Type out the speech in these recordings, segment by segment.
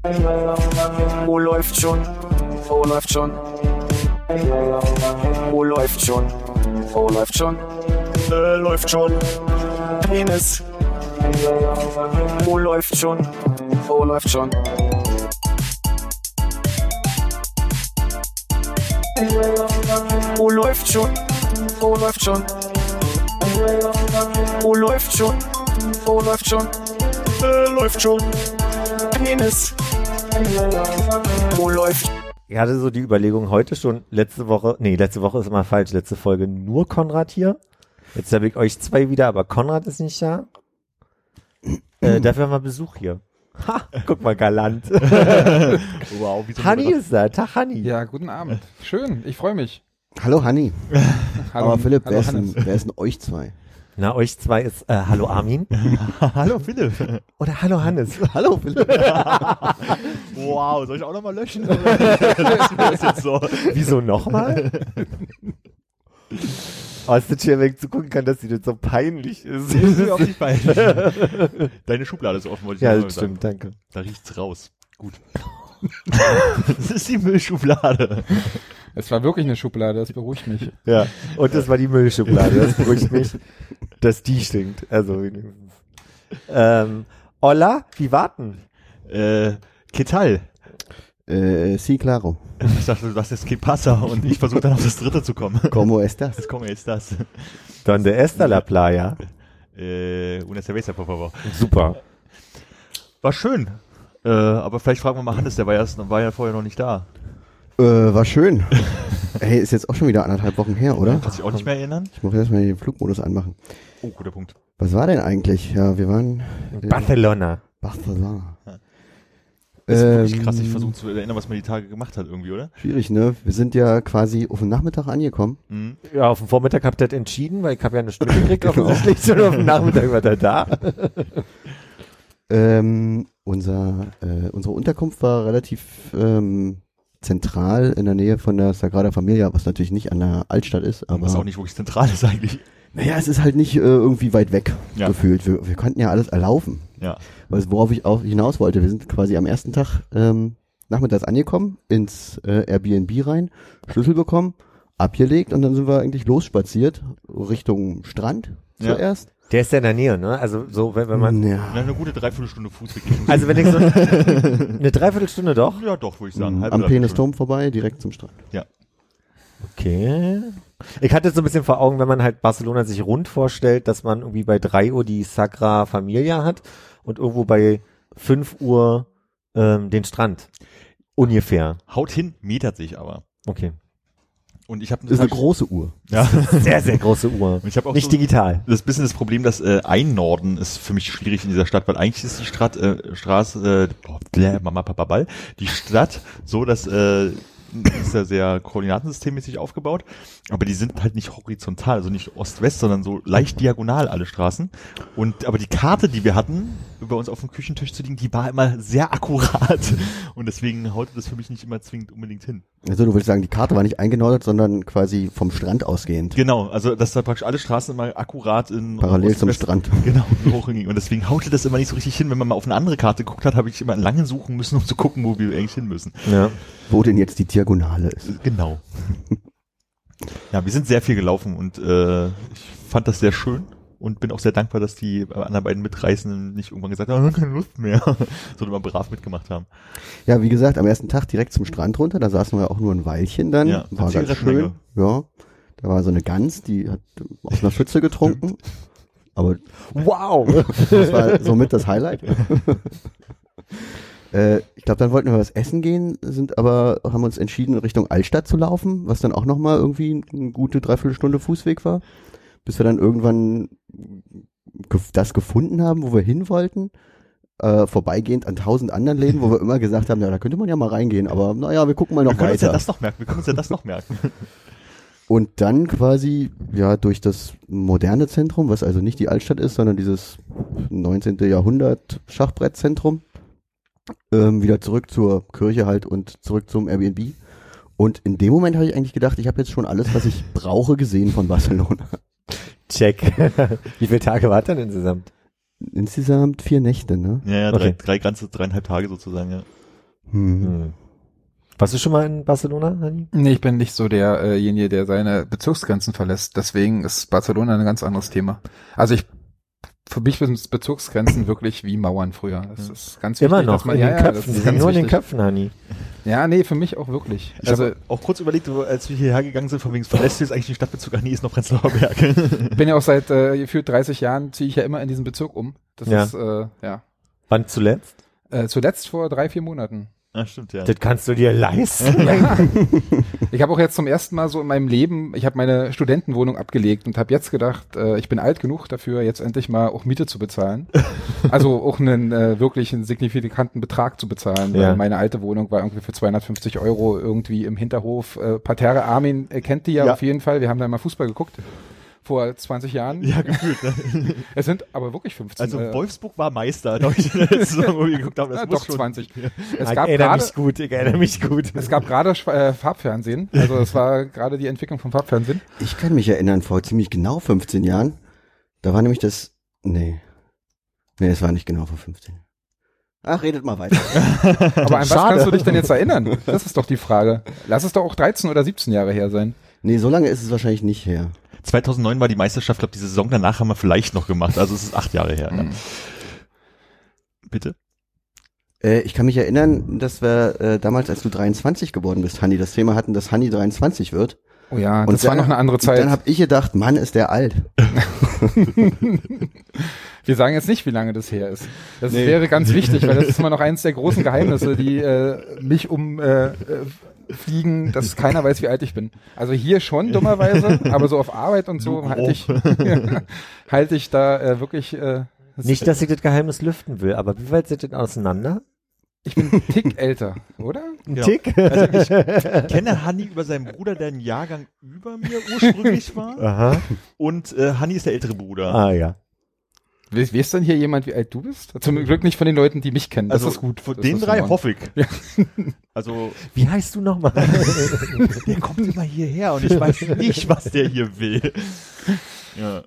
Oh, läuft schon. Oh, läuft schon. Oh, läuft schon. Oh, läuft schon. Läuft schon. Penis. Oh, läuft schon. Oh, läuft schon. Oh, läuft schon. Oh, läuft schon. Oh, läuft schon. Oh, läuft schon. Läuft schon. Penis. Oh, läuft. Ich hatte so die Überlegung heute schon, letzte Woche ist immer falsch, letzte Folge nur Konrad hier. Jetzt habe ich euch zwei wieder, aber Konrad ist nicht da. Dafür haben wir Besuch hier. Ha, guck mal, galant. Wow, wie so Hanni ist da. Tag, Hanni. Ja, guten Abend. Schön, ich freue mich. Hallo Hanni. Hallo, Aber Philipp, hallo, wer ist denn euch zwei? Na, euch zwei ist, hallo Armin. Hallo Philipp. Oder hallo Hannes. Hallo Philipp. Wow, soll ich auch nochmal löschen? Das ist jetzt so. Wieso nochmal? Oh, ist das schwer wegzugucken kann, dass sie das so peinlich ist. Das ist auch nicht peinlich. Deine Schublade ist offen, wollte ich Ja, mal das sagen. stimmt, danke. Da riecht's raus. Gut. Das ist die Müllschublade. Es war wirklich eine Schublade, das beruhigt mich. Ja, und das war die Müllschublade. Das beruhigt mich, dass die stinkt. Also wenigstens. Olla, wie warten? Ketal. Sí, claro. Ich dachte, du hast jetzt kein Passa und ich versuche dann auf das dritte zu kommen. ¿Cómo estás? Das komme jetzt das. Donde está la playa? Una cerveza, por favor. Super. War schön. Aber vielleicht fragen wir mal Hannes, der war ja vorher noch nicht da. War schön. Hey, ist jetzt auch schon wieder 1,5 Wochen her, oder? Kannst du dich auch nicht mehr erinnern? Ich muss erstmal den Flugmodus anmachen. Oh, guter Punkt. Was war denn eigentlich? Ja, wir waren Barcelona. Barcelona. Das ist wirklich krass. Ich versuche zu erinnern, was man die Tage gemacht hat irgendwie, oder? Schwierig, ne? Wir sind ja quasi auf den Nachmittag angekommen. Mhm. Ja, auf dem Vormittag habt ihr das entschieden, weil ich habe ja eine Stunde gekriegt, offensichtlich schon auf dem Nachmittag war er da. Unsere Unterkunft war relativ zentral in der Nähe von der Sagrada Familia, was natürlich nicht an der Altstadt ist, aber Was auch nicht wirklich zentral ist eigentlich. naja, es ist halt nicht irgendwie weit weg Ja. gefühlt. Wir konnten ja alles erlaufen. Ja. Worauf ich auch hinaus wollte, wir sind quasi am ersten Tag nachmittags angekommen, ins Airbnb rein, Schlüssel bekommen, abgelegt und dann sind wir eigentlich losspaziert Richtung Strand Ja. zuerst. Der ist ja in der Nähe, ne? Also so, wenn man... Ja. Na, eine gute Dreiviertelstunde Fußweg. Also wenn ich so... eine Dreiviertelstunde doch? Ja, doch, würde ich sagen. Halbe Am Dreiviertelstunde. Penisturm vorbei, direkt zum Strand. Okay. Ich hatte so ein bisschen vor Augen, wenn man halt Barcelona sich rund vorstellt, dass man irgendwie bei 3 Uhr die Sagrada Familia hat und irgendwo bei 5 Uhr den Strand. Ungefähr. Haut hin, metert sich aber. Okay. Und ich habe Das ist eine große Uhr. Ja. Sehr, sehr große Uhr. Und ich habe auch Nicht so digital. das bisschen das Problem, dass Einnorden ist für mich schwierig in dieser Stadt, weil eigentlich ist die Straße, Mama, Papa, Ball, die Stadt so, dass ist ja sehr koordinatensystemmäßig aufgebaut, aber die sind halt nicht horizontal, also nicht Ost-West, sondern so leicht diagonal alle Straßen. Aber die Karte, die wir hatten, über uns auf dem Küchentisch zu liegen, die war immer sehr akkurat und deswegen haute das für mich nicht immer zwingend unbedingt hin. Also du würdest sagen, die Karte war nicht eingenordet, sondern quasi vom Strand ausgehend. Genau, also dass da praktisch alle Straßen immer akkurat in Parallel zum Ost-West- Strand. Genau, so hochging. Und deswegen haute das immer nicht so richtig hin. Wenn man mal auf eine andere Karte geguckt hat, habe ich immer lange suchen müssen, um zu gucken, wo wir eigentlich hin müssen. Ja. Wo denn jetzt die Diagonale ist. Genau. Ja, wir sind sehr viel gelaufen und ich fand das sehr schön und bin auch sehr dankbar, dass die anderen beiden Mitreisenden nicht irgendwann gesagt haben, keine Lust mehr, sondern immer brav mitgemacht haben. Ja, wie gesagt, am ersten Tag direkt zum Strand runter, da saßen wir auch nur ein Weilchen dann. Ja, war ganz Zigarettenmenge. schön. Ja, da war so eine Gans, die hat aus einer Pfütze getrunken. Aber Wow! das war somit das Highlight. Ich glaube, dann wollten wir was essen gehen, haben uns entschieden, Richtung Altstadt zu laufen, was dann auch nochmal irgendwie eine gute Dreiviertelstunde Fußweg war, bis wir dann irgendwann das gefunden haben, wo wir hin wollten, vorbeigehend an 1000 anderen Läden, wo wir immer gesagt haben, ja, da könnte man ja mal reingehen, aber naja, wir gucken mal noch Wir können uns ja weiter. das noch merken, wir können uns ja das noch merken. Und dann quasi, ja, durch das moderne Zentrum, was also nicht die Altstadt ist, sondern dieses 19. Jahrhundert Schachbrettzentrum, wieder zurück zur Kirche halt und zurück zum Airbnb. Und in dem Moment habe ich eigentlich gedacht, ich habe jetzt schon alles, was ich brauche, gesehen von Barcelona. Check. Wie viele Tage war denn insgesamt? Insgesamt 4 Nächte, ne? Ja, Okay. drei ganze 3,5 Tage sozusagen, ja. Warst du schon mal in Barcelona, Hani? Nee, ich bin nicht so derjenige, der seine Bezirksgrenzen verlässt. Deswegen ist Barcelona ein ganz anderes Thema. Also für mich sind Bezirksgrenzen wirklich wie Mauern früher. Das ist ganz wichtig. Immer noch, dass man, in den das Köpfen. Die ist sind ganz nur in den wichtig. Köpfen, Hani. Ja, nee, für mich auch wirklich. Ich Also habe auch kurz überlegt, als wir hierher gegangen sind, von wegen verlässt du jetzt eigentlich den Stadtbezug? Ach nee, ist noch Prenzlauer Berg. ich bin ja auch seit gefühlt 30 Jahren, ziehe ich ja immer in diesen Bezirk um. Das Ja. ist, ja. Wann zuletzt? Zuletzt vor 3-4 Monaten. Ah, stimmt, ja. Das kannst du dir leisten. Ja. Ich habe auch jetzt zum ersten Mal so in meinem Leben, ich habe meine Studentenwohnung abgelegt und habe jetzt gedacht, ich bin alt genug dafür, jetzt endlich mal auch Miete zu bezahlen. Also auch einen wirklich einen signifikanten Betrag zu bezahlen. Ja. Weil meine alte Wohnung war irgendwie für 250 € irgendwie im Hinterhof. Parterre Armin kennt die ja, Ja. auf jeden Fall. Wir haben da mal Fußball geguckt. Vor 20 Jahren. Ja, gefühlt. Ne? Es sind aber wirklich 15. Also Wolfsburg war Meister, glaube ich, in der letzten Saison, wo wir geguckt haben. Das Ja, muss doch, schon- 20. Ich erinnere mich gut. Es gab gerade Farbfernsehen. Also es war gerade die Entwicklung vom Farbfernsehen. Ich kann mich erinnern, vor ziemlich genau 15 Jahren, da war nämlich Nee, es war nicht genau vor 15 Jahren. Ach, redet mal weiter. Aber an was Schade. kannst du dich denn jetzt erinnern? Das ist doch die Frage. Lass es doch auch 13 oder 17 Jahre her sein. Nee, so lange ist es wahrscheinlich nicht her. 2009 war die Meisterschaft, glaube die Saison danach haben wir vielleicht noch gemacht. Also es ist 8 Jahre her. Ja. Bitte? Ich kann mich erinnern, dass wir damals, als du 23 geworden bist, Hanni, das Thema hatten, dass Hanni 23 wird. Oh ja, Und das war noch eine andere Zeit. Dann habe ich gedacht, Mann, ist der alt. Wir sagen jetzt nicht, wie lange das her ist. Das Nee. wäre ganz wichtig, weil das ist immer noch eines der großen Geheimnisse, die mich fliegen, dass keiner weiß, wie alt ich bin. Also hier schon dummerweise, aber so auf Arbeit und so Nur halte ich da wirklich Nicht, dass ich das Geheimnis lüften will, aber wie weit seid ihr denn auseinander? ich bin einen Tick älter, oder? Ein Ja. Tick? Also ich kenne Hanni über seinen Bruder, der einen Jahrgang über mir ursprünglich war. Aha. Und Hanni ist der ältere Bruder. Ah, ja. Weiß denn hier jemand, wie alt du bist? Zum Glück nicht von den Leuten, die mich kennen. Das Also ist gut. Von Das den ist in drei Ordnung. hoffe ich. Ja. Also Wie heißt du nochmal? der kommt immer hierher und ich weiß nicht, was der hier will. Ja.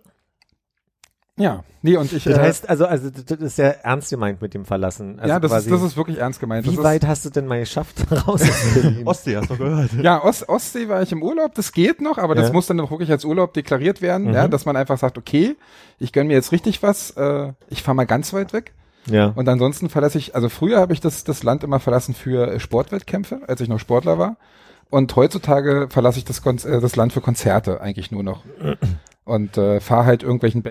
Ja, nee, und ich. Das heißt, also das ist ja ernst gemeint mit dem Verlassen. Also ja, das quasi, ist wirklich ernst gemeint. wie Das weit hast du denn mal geschafft raus aus Berlin? Ostsee, hast du gehört? Ja, Ostsee war ich im Urlaub, das geht noch, aber das Ja. muss dann doch wirklich als Urlaub deklariert werden, ja, dass man einfach sagt, okay, ich gönn mir jetzt richtig was, ich fahre mal ganz weit weg. Ja. Und ansonsten verlasse ich, also früher habe ich das Land immer verlassen für Sportwettkämpfe, als ich noch Sportler war. Und heutzutage verlasse ich das Land für Konzerte eigentlich nur noch. Und fahre halt irgendwelchen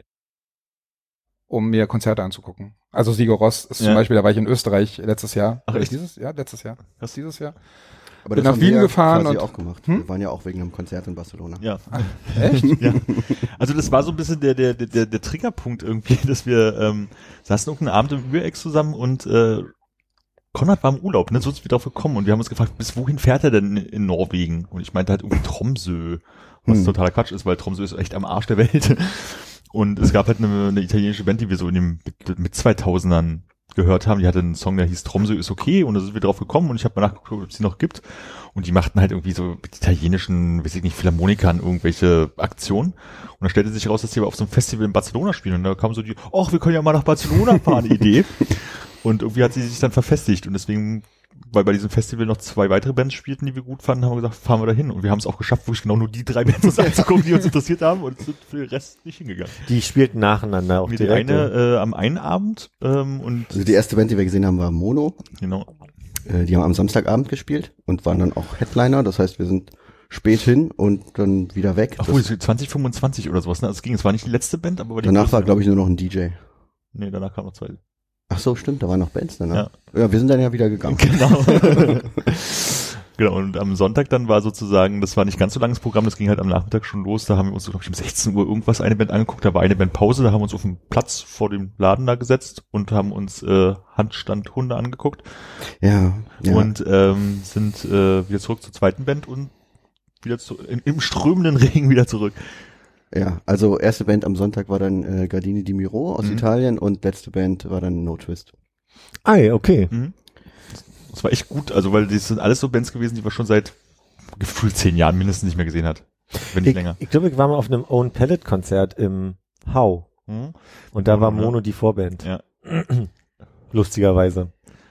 um mir Konzerte anzugucken. Also Sigur Rós ist zum Beispiel, da war ich in Österreich letztes Jahr. Ach, Oder echt? Letztes Jahr? Was? Dieses Jahr. Aber Bin das nach haben Wien wir ja gefahren quasi und- auch gemacht. Hm? Wir waren ja auch wegen einem Konzert in Barcelona. Ja. Echt? Ja. Also das war so ein bisschen der Triggerpunkt irgendwie, dass wir saßen irgendeinen Abend im Urex zusammen und Konrad war im Urlaub, ne? So sind wir drauf gekommen und wir haben uns gefragt, bis wohin fährt er denn in Norwegen? Und ich meinte halt irgendwie Tromsø, was totaler Quatsch ist, weil Tromsø ist echt am Arsch der Welt. Und es gab halt eine italienische Band, die wir so in den mit 2000ern gehört haben, die hatte einen Song, der hieß Tromsø ist okay und da sind wir drauf gekommen und ich habe mal nachgeguckt, ob es die noch gibt und die machten halt irgendwie so mit italienischen, weiß ich nicht, Philharmonikern irgendwelche Aktionen und da stellte sich raus, dass die aber auf so einem Festival in Barcelona spielen und da kam so die, ach, wir können ja mal nach Barcelona fahren, Idee und irgendwie hat sie sich dann verfestigt und deswegen, weil bei diesem Festival noch 2 weitere Bands spielten, die wir gut fanden, haben wir gesagt, fahren wir da hin und wir haben es auch geschafft, wirklich genau nur die 3 Bands uns anzugucken, die uns interessiert haben und sind für den Rest nicht hingegangen. Die spielten nacheinander auch Die direkt. eine am einen Abend und Also die erste Band, die wir gesehen haben, war Mono. genau. Die haben am Samstagabend gespielt und waren dann auch Headliner. Das heißt, wir sind spät hin und dann wieder weg. Obwohl, 2025 oder sowas, ne? Also es war nicht die letzte Band, aber Danach war, glaube ich, nur noch ein DJ. Nee, danach kam noch 2. Ach so, stimmt, da waren noch Bands danach. Ja, wir sind dann ja wieder gegangen. Genau. Genau, und am Sonntag dann war sozusagen, das war nicht ganz so langes Programm, das ging halt am Nachmittag schon los, da haben wir uns, glaube ich, um 16 Uhr irgendwas eine Band angeguckt, da war eine Band Pause, da haben wir uns auf den Platz vor dem Laden da gesetzt und haben uns Handstandhunde angeguckt Ja. und sind wieder zurück zur zweiten Band und wieder im strömenden Regen wieder zurück. Ja, also erste Band am Sonntag war dann Gardini di Miro aus Italien und letzte Band war dann No Twist. Ah, okay. Mhm. Das war echt gut, also weil das sind alles so Bands gewesen, die man schon seit gefühlt 10 Jahren mindestens nicht mehr gesehen hat. Wenn nicht länger. Ich glaube, ich war mal auf einem Own Palette Konzert im Hau. Mhm. Und da war Ja. Mono die Vorband. Ja. Lustigerweise.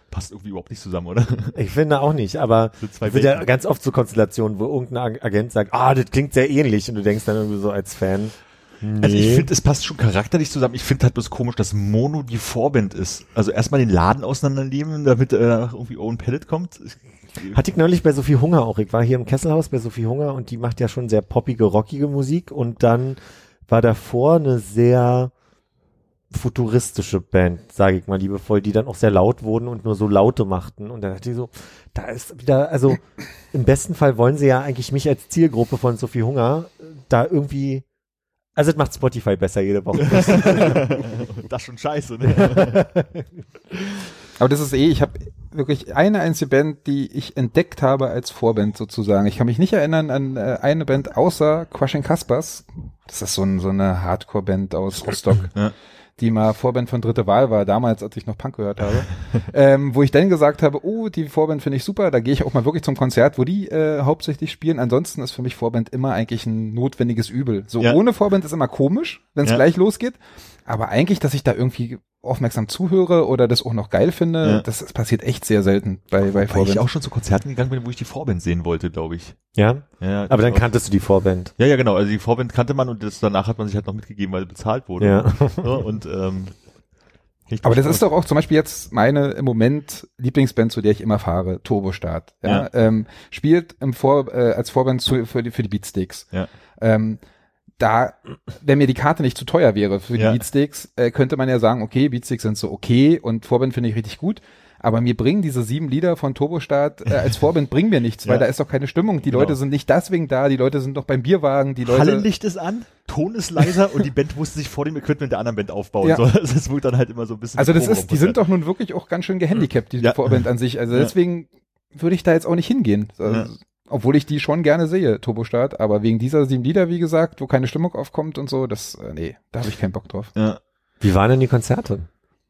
passt irgendwie überhaupt nicht zusammen, oder? Ich finde auch nicht, aber So zwei es sind ja Welten. ganz oft so Konstellationen, wo irgendein Agent sagt, das klingt sehr ähnlich und du denkst dann irgendwie so als Fan, nee. Also ich finde, es passt schon charakterlich zusammen. Ich finde halt bloß komisch, dass Mono die Vorband ist. Also erstmal den Laden auseinandernehmen, damit irgendwie Owen Pellet kommt. Hatte ich neulich bei Sophie Hunger auch. Ich war hier im Kesselhaus bei Sophie Hunger und die macht ja schon sehr poppige, rockige Musik und dann war davor eine sehr futuristische Band, sage ich mal liebevoll, die dann auch sehr laut wurden und nur so Laute machten und dann dachte ich so, da ist wieder, also im besten Fall wollen sie ja eigentlich mich als Zielgruppe von Sophie Hunger da irgendwie, also das macht Spotify besser jede Woche. Das ist schon scheiße, ne? Aber das ist ich habe wirklich eine einzige Band, die ich entdeckt habe als Vorband sozusagen. Ich kann mich nicht erinnern an eine Band außer Crushing Caspers. Das ist so eine Hardcore-Band aus Rostock, Ja. die mal Vorband von Dritte Wahl war, damals, als ich noch Punk gehört habe. Wo ich dann gesagt habe, die Vorband finde ich super, da gehe ich auch mal wirklich zum Konzert, wo die hauptsächlich spielen. Ansonsten ist für mich Vorband immer eigentlich ein notwendiges Übel. So Ja. ohne Vorband ist immer komisch, wenn es Ja. gleich losgeht. Aber eigentlich, dass ich da irgendwie aufmerksam zuhöre oder das auch noch geil finde, Ja. das passiert echt sehr selten bei Weil Vorband. ich auch schon zu Konzerten gegangen bin, wo ich die Vorband sehen wollte, glaube ich. Ja, Ja, aber dann das kanntest du die Vorband. Ja, genau. Also die Vorband kannte man und danach hat man sich halt noch mitgegeben, weil bezahlt wurde. Ja. So, und Aber das ist doch auch zum Beispiel jetzt meine im Moment Lieblingsband, zu der ich immer fahre, Turbostart. Ja, spielt als Vorband für die Beatsticks. Ja. Wenn mir die Karte nicht zu teuer wäre für die Ja. Beatsticks, könnte man ja sagen, okay, Beatsticks sind so okay und Vorband finde ich richtig gut. Aber mir bringen diese 7 Lieder von Turbostart als Vorband bringen mir nichts, weil Ja. da ist doch keine Stimmung. Die Genau. Leute sind nicht deswegen da, die Leute sind doch beim Bierwagen, die Leute. Hallenlicht ist an, Ton ist leiser und die Band musste sich vor dem Equipment der anderen Band aufbauen. Ja. So, das wird dann halt immer so ein bisschen. Also wie die sind doch nun wirklich auch ganz schön gehandicapt, die Ja. Vorband an sich. Also Ja. deswegen würde ich da jetzt auch nicht hingehen. Also, obwohl ich die schon gerne sehe, Turbostart, aber wegen dieser 7 Lieder, wie gesagt, wo keine Stimmung aufkommt und so, da habe ich keinen Bock drauf. Ja, Wie waren denn die Konzerte?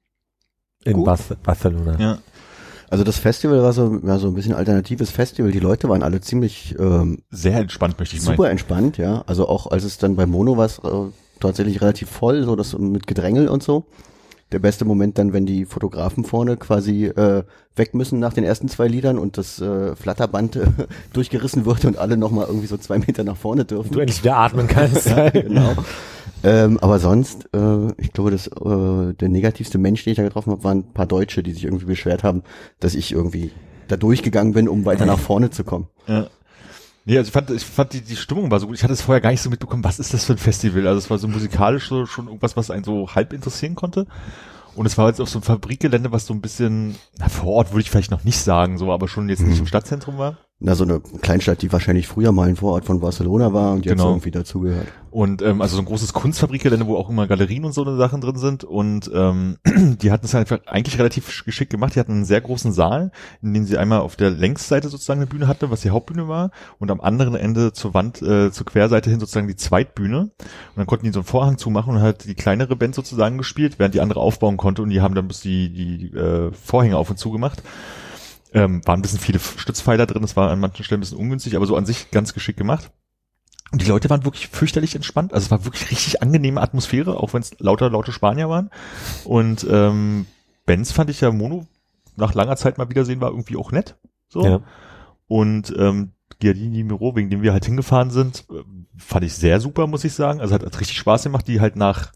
In Gut. Barcelona. ja. Also das Festival war so ein bisschen alternatives Festival. Die Leute waren alle ziemlich Sehr entspannt, möchte ich meinen. super entspannt, ja. Also auch als es dann bei Mono war, tatsächlich relativ voll, so das mit Gedrängel und so. Der beste Moment dann, wenn die Fotografen vorne quasi weg müssen nach den ersten 2 Liedern und das Flatterband durchgerissen wird und alle nochmal irgendwie so 2 Meter nach vorne dürfen. Du endlich wieder atmen kannst. Genau. Aber sonst, ich glaube, der negativste Mensch, den ich da getroffen habe, waren ein paar Deutsche, die sich irgendwie beschwert haben, dass ich irgendwie da durchgegangen bin, um weiter nach vorne zu kommen. Ja. Nee, also ich fand die Stimmung war so gut. Ich hatte es vorher gar nicht so mitbekommen, was ist das für ein Festival? Also es war so musikalisch so schon irgendwas, was einen so halb interessieren konnte. Und es war jetzt auf so einem Fabrikgelände, was so ein bisschen, vor Ort würde ich vielleicht noch nicht sagen, so, aber schon jetzt nicht im Stadtzentrum war. Na, so eine Kleinstadt, die wahrscheinlich früher mal ein Vorort von Barcelona war und jetzt Genau. irgendwie dazugehört. Und also so ein großes Kunstfabrikgelände, wo auch immer Galerien und so eine Sachen drin sind. Und die hatten es einfach eigentlich relativ geschickt gemacht. Die hatten einen sehr großen Saal, in dem sie einmal auf der Längsseite sozusagen eine Bühne hatte, was die Hauptbühne war, und am anderen Ende zur Wand, zur Querseite hin sozusagen die Zweitbühne. Und dann konnten die so einen Vorhang zumachen und halt die kleinere Band sozusagen gespielt, während die andere aufbauen konnte. Und die haben dann bis die Vorhänge auf und zu gemacht. Waren ein bisschen viele Stützpfeiler drin, das war an manchen Stellen ein bisschen ungünstig, aber so an sich ganz geschickt gemacht. Und die Leute waren wirklich fürchterlich entspannt, also es war wirklich richtig angenehme Atmosphäre, auch wenn es laute Spanier waren. Und Benz fand ich ja Mono nach langer Zeit mal wiedersehen, war irgendwie auch nett. So. Ja. Und Giardini Miro, wegen dem wir halt hingefahren sind, fand ich sehr super, muss ich sagen. Also hat richtig Spaß gemacht, die halt nach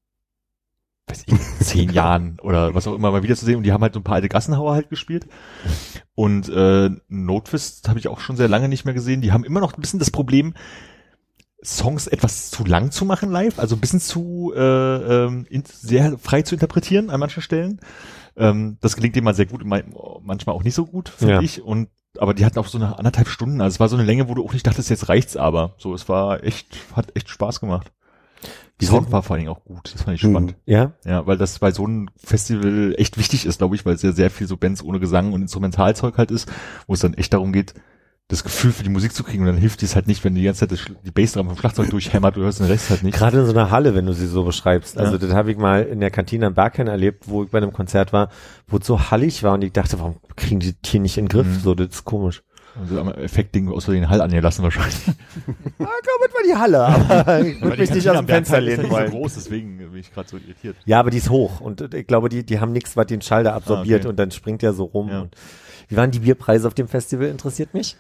10 Jahren oder was auch immer mal wiederzusehen, und die haben halt so ein paar alte Gassenhauer halt gespielt. Und Notfist habe ich auch schon sehr lange nicht mehr gesehen. Die haben immer noch ein bisschen das Problem, Songs etwas zu lang zu machen live, also ein bisschen zu sehr frei zu interpretieren an manchen Stellen. Das gelingt denen mal sehr gut, manchmal auch nicht so gut, finde ich. Aber die hatten auch so eine 1,5 Stunden, also es war so eine Länge, wo du auch nicht dachtest, jetzt reicht's aber. So, es war hat echt Spaß gemacht. Die Sound war vor allen Dingen auch gut, das fand ich spannend. Ja? Ja, weil das bei so einem Festival echt wichtig ist, glaube ich, weil es ja sehr viel so Bands ohne Gesang und Instrumentalzeug halt ist, wo es dann echt darum geht, das Gefühl für die Musik zu kriegen, und dann hilft es halt nicht, wenn die ganze Zeit die Bassdrum vom Schlagzeug durchhämmert, du hörst den Rest halt nicht. Gerade in so einer Halle, wenn du sie so beschreibst. Also Ja. das habe ich mal in der Kantine am Berghain erlebt, wo ich bei einem Konzert war, wo es so hallig war und ich dachte, warum kriegen die hier nicht in den Griff? So, das ist komisch. Und so am Effektding aus Versehen den Hall angelassen wahrscheinlich. Komm mit mal die Halle, aber ich würde mich nicht aus dem Fenster lehnen ist wollen. so groß, deswegen bin ich gerade so irritiert. Ja, aber die ist hoch und ich glaube, die haben nichts, was den Schall da absorbiert okay. und dann springt der so rum. Ja. Und wie waren die Bierpreise auf dem Festival? Interessiert mich.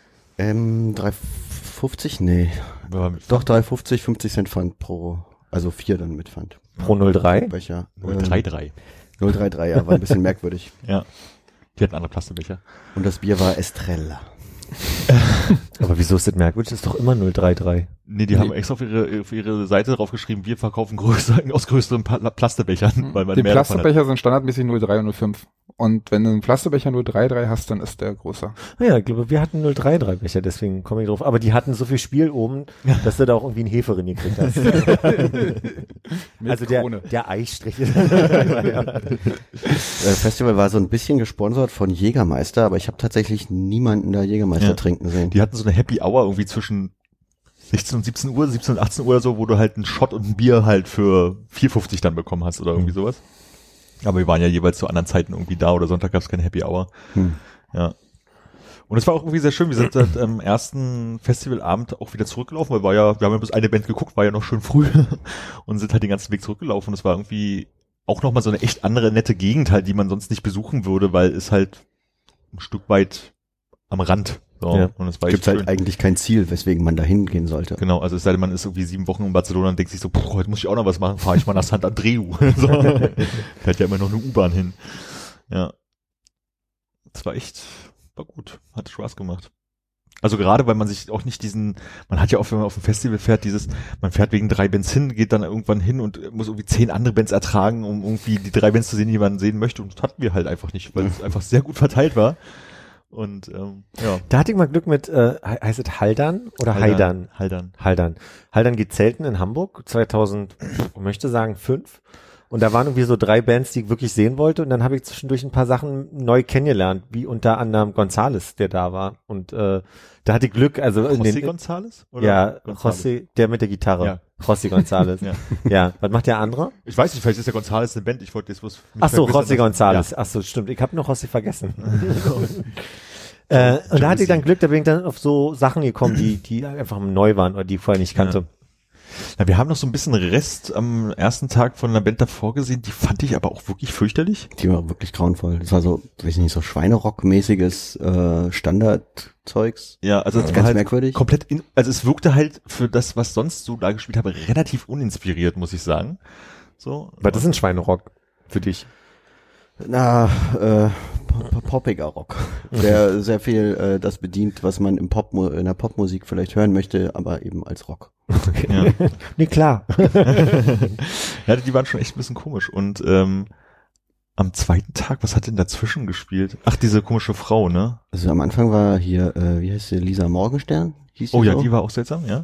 3,50? Nee. Ja, Doch, 3,50, 50 Cent Pfand pro, also 4 dann mit Pfand. Pro 03? Becher. 033. 033, ja, war ein bisschen merkwürdig. Ja. Die hatten andere Plastikbecher. Und das Bier war Estrella. Aber wieso ist das merkwürdig? Das ist doch immer 033. Nee, die haben extra auf ihre Seite drauf geschrieben, wir verkaufen aus größeren Plastikbechern, weil man Die mehr davon hat. Plastikbecher sind standardmäßig 03 und 05. Und wenn du einen Plastikbecher 033 hast, dann ist der größer. Ja, ich glaube, wir hatten 033 Becher, deswegen komme ich drauf. Aber die hatten so viel Spiel oben, dass du da auch irgendwie einen Heferin gekriegt hast. Mit Also Krone. der Eichstrich. Festival war so ein bisschen gesponsert von Jägermeister, aber ich habe tatsächlich niemanden da Jägermeister trinken sehen. Die hatten so eine Happy Hour irgendwie zwischen 16 und 17 Uhr, 17 und 18 Uhr oder so, wo du halt einen Shot und ein Bier halt für 4,50 dann bekommen hast oder irgendwie sowas. Aber wir waren ja jeweils zu anderen Zeiten irgendwie da oder Sonntag gab es keine Happy Hour. Ja. Und es war auch irgendwie sehr schön. Wir sind halt am ersten Festivalabend auch wieder zurückgelaufen, weil wir haben ja bis eine Band geguckt, war ja noch schön früh und sind halt den ganzen Weg zurückgelaufen. Und es war irgendwie auch nochmal so eine echt andere, nette Gegend halt, die man sonst nicht besuchen würde, weil es halt ein Stück weit am Rand. So. Ja. Und es war Gibt echt schön. halt eigentlich kein Ziel, weswegen man da hingehen sollte. Genau, also es sei denn, man ist irgendwie 7 Wochen in Barcelona und denkt sich so, heute muss ich auch noch was machen, fahre ich mal nach Sant Andreu. So. Fährt ja immer noch eine U-Bahn hin. Ja. Das war gut, hat Spaß gemacht. Also gerade, weil man sich auch nicht man hat ja auch, wenn man auf ein Festival fährt, man fährt wegen 3 Bands hin, geht dann irgendwann hin und muss irgendwie 10 andere Bands ertragen, um irgendwie die 3 Bands zu sehen, die man sehen möchte. Und das hatten wir halt einfach nicht, weil es einfach sehr gut verteilt war. Und ja. Da hatte ich mal Glück mit, heißt es Haldern oder Heidern? Haldern geht zelten in Hamburg, 2000, ich möchte sagen 5. Und da waren irgendwie so 3 Bands, die ich wirklich sehen wollte. Und dann habe ich zwischendurch ein paar Sachen neu kennengelernt, wie unter anderem Gonzales, der da war. Und da hatte ich Glück, also in José den, González? Oder ja, González? José, der mit der Gitarre. Ja. José González. Ja. Ja. Was macht der andere? Ich weiß nicht, vielleicht ist der González eine Band, ich wollte jetzt bloß... Ach so, José González. Ja. Ach so, stimmt. Ich habe noch José vergessen. Und da hatte ich dann Glück, da bin ich dann auf so Sachen gekommen, die einfach neu waren oder die ich vorher nicht kannte. Na, wir haben noch so ein bisschen Rest am ersten Tag von einer Band davor gesehen, die fand ich aber auch wirklich fürchterlich. Die war wirklich grauenvoll. Das war so, weiß ich nicht, so Schweinerock-mäßiges Standardzeugs. Ja, also es war Ganz halt merkwürdig. komplett, also es wirkte halt für das, was sonst so da gespielt habe, relativ uninspiriert, muss ich sagen. So. Aber das ist ein Schweinerock für dich. Na, poppiger Rock, der sehr viel das bedient, was man in der Popmusik vielleicht hören möchte, aber eben als Rock. Ja. Nee, klar. Ja, die waren schon echt ein bisschen komisch. Und am zweiten Tag, was hat denn dazwischen gespielt? Ach, diese komische Frau, ne? Also am Anfang war hier, wie heißt sie, Lisa Morgenstern? Hieß Oh ja, so? die war auch seltsam, ja.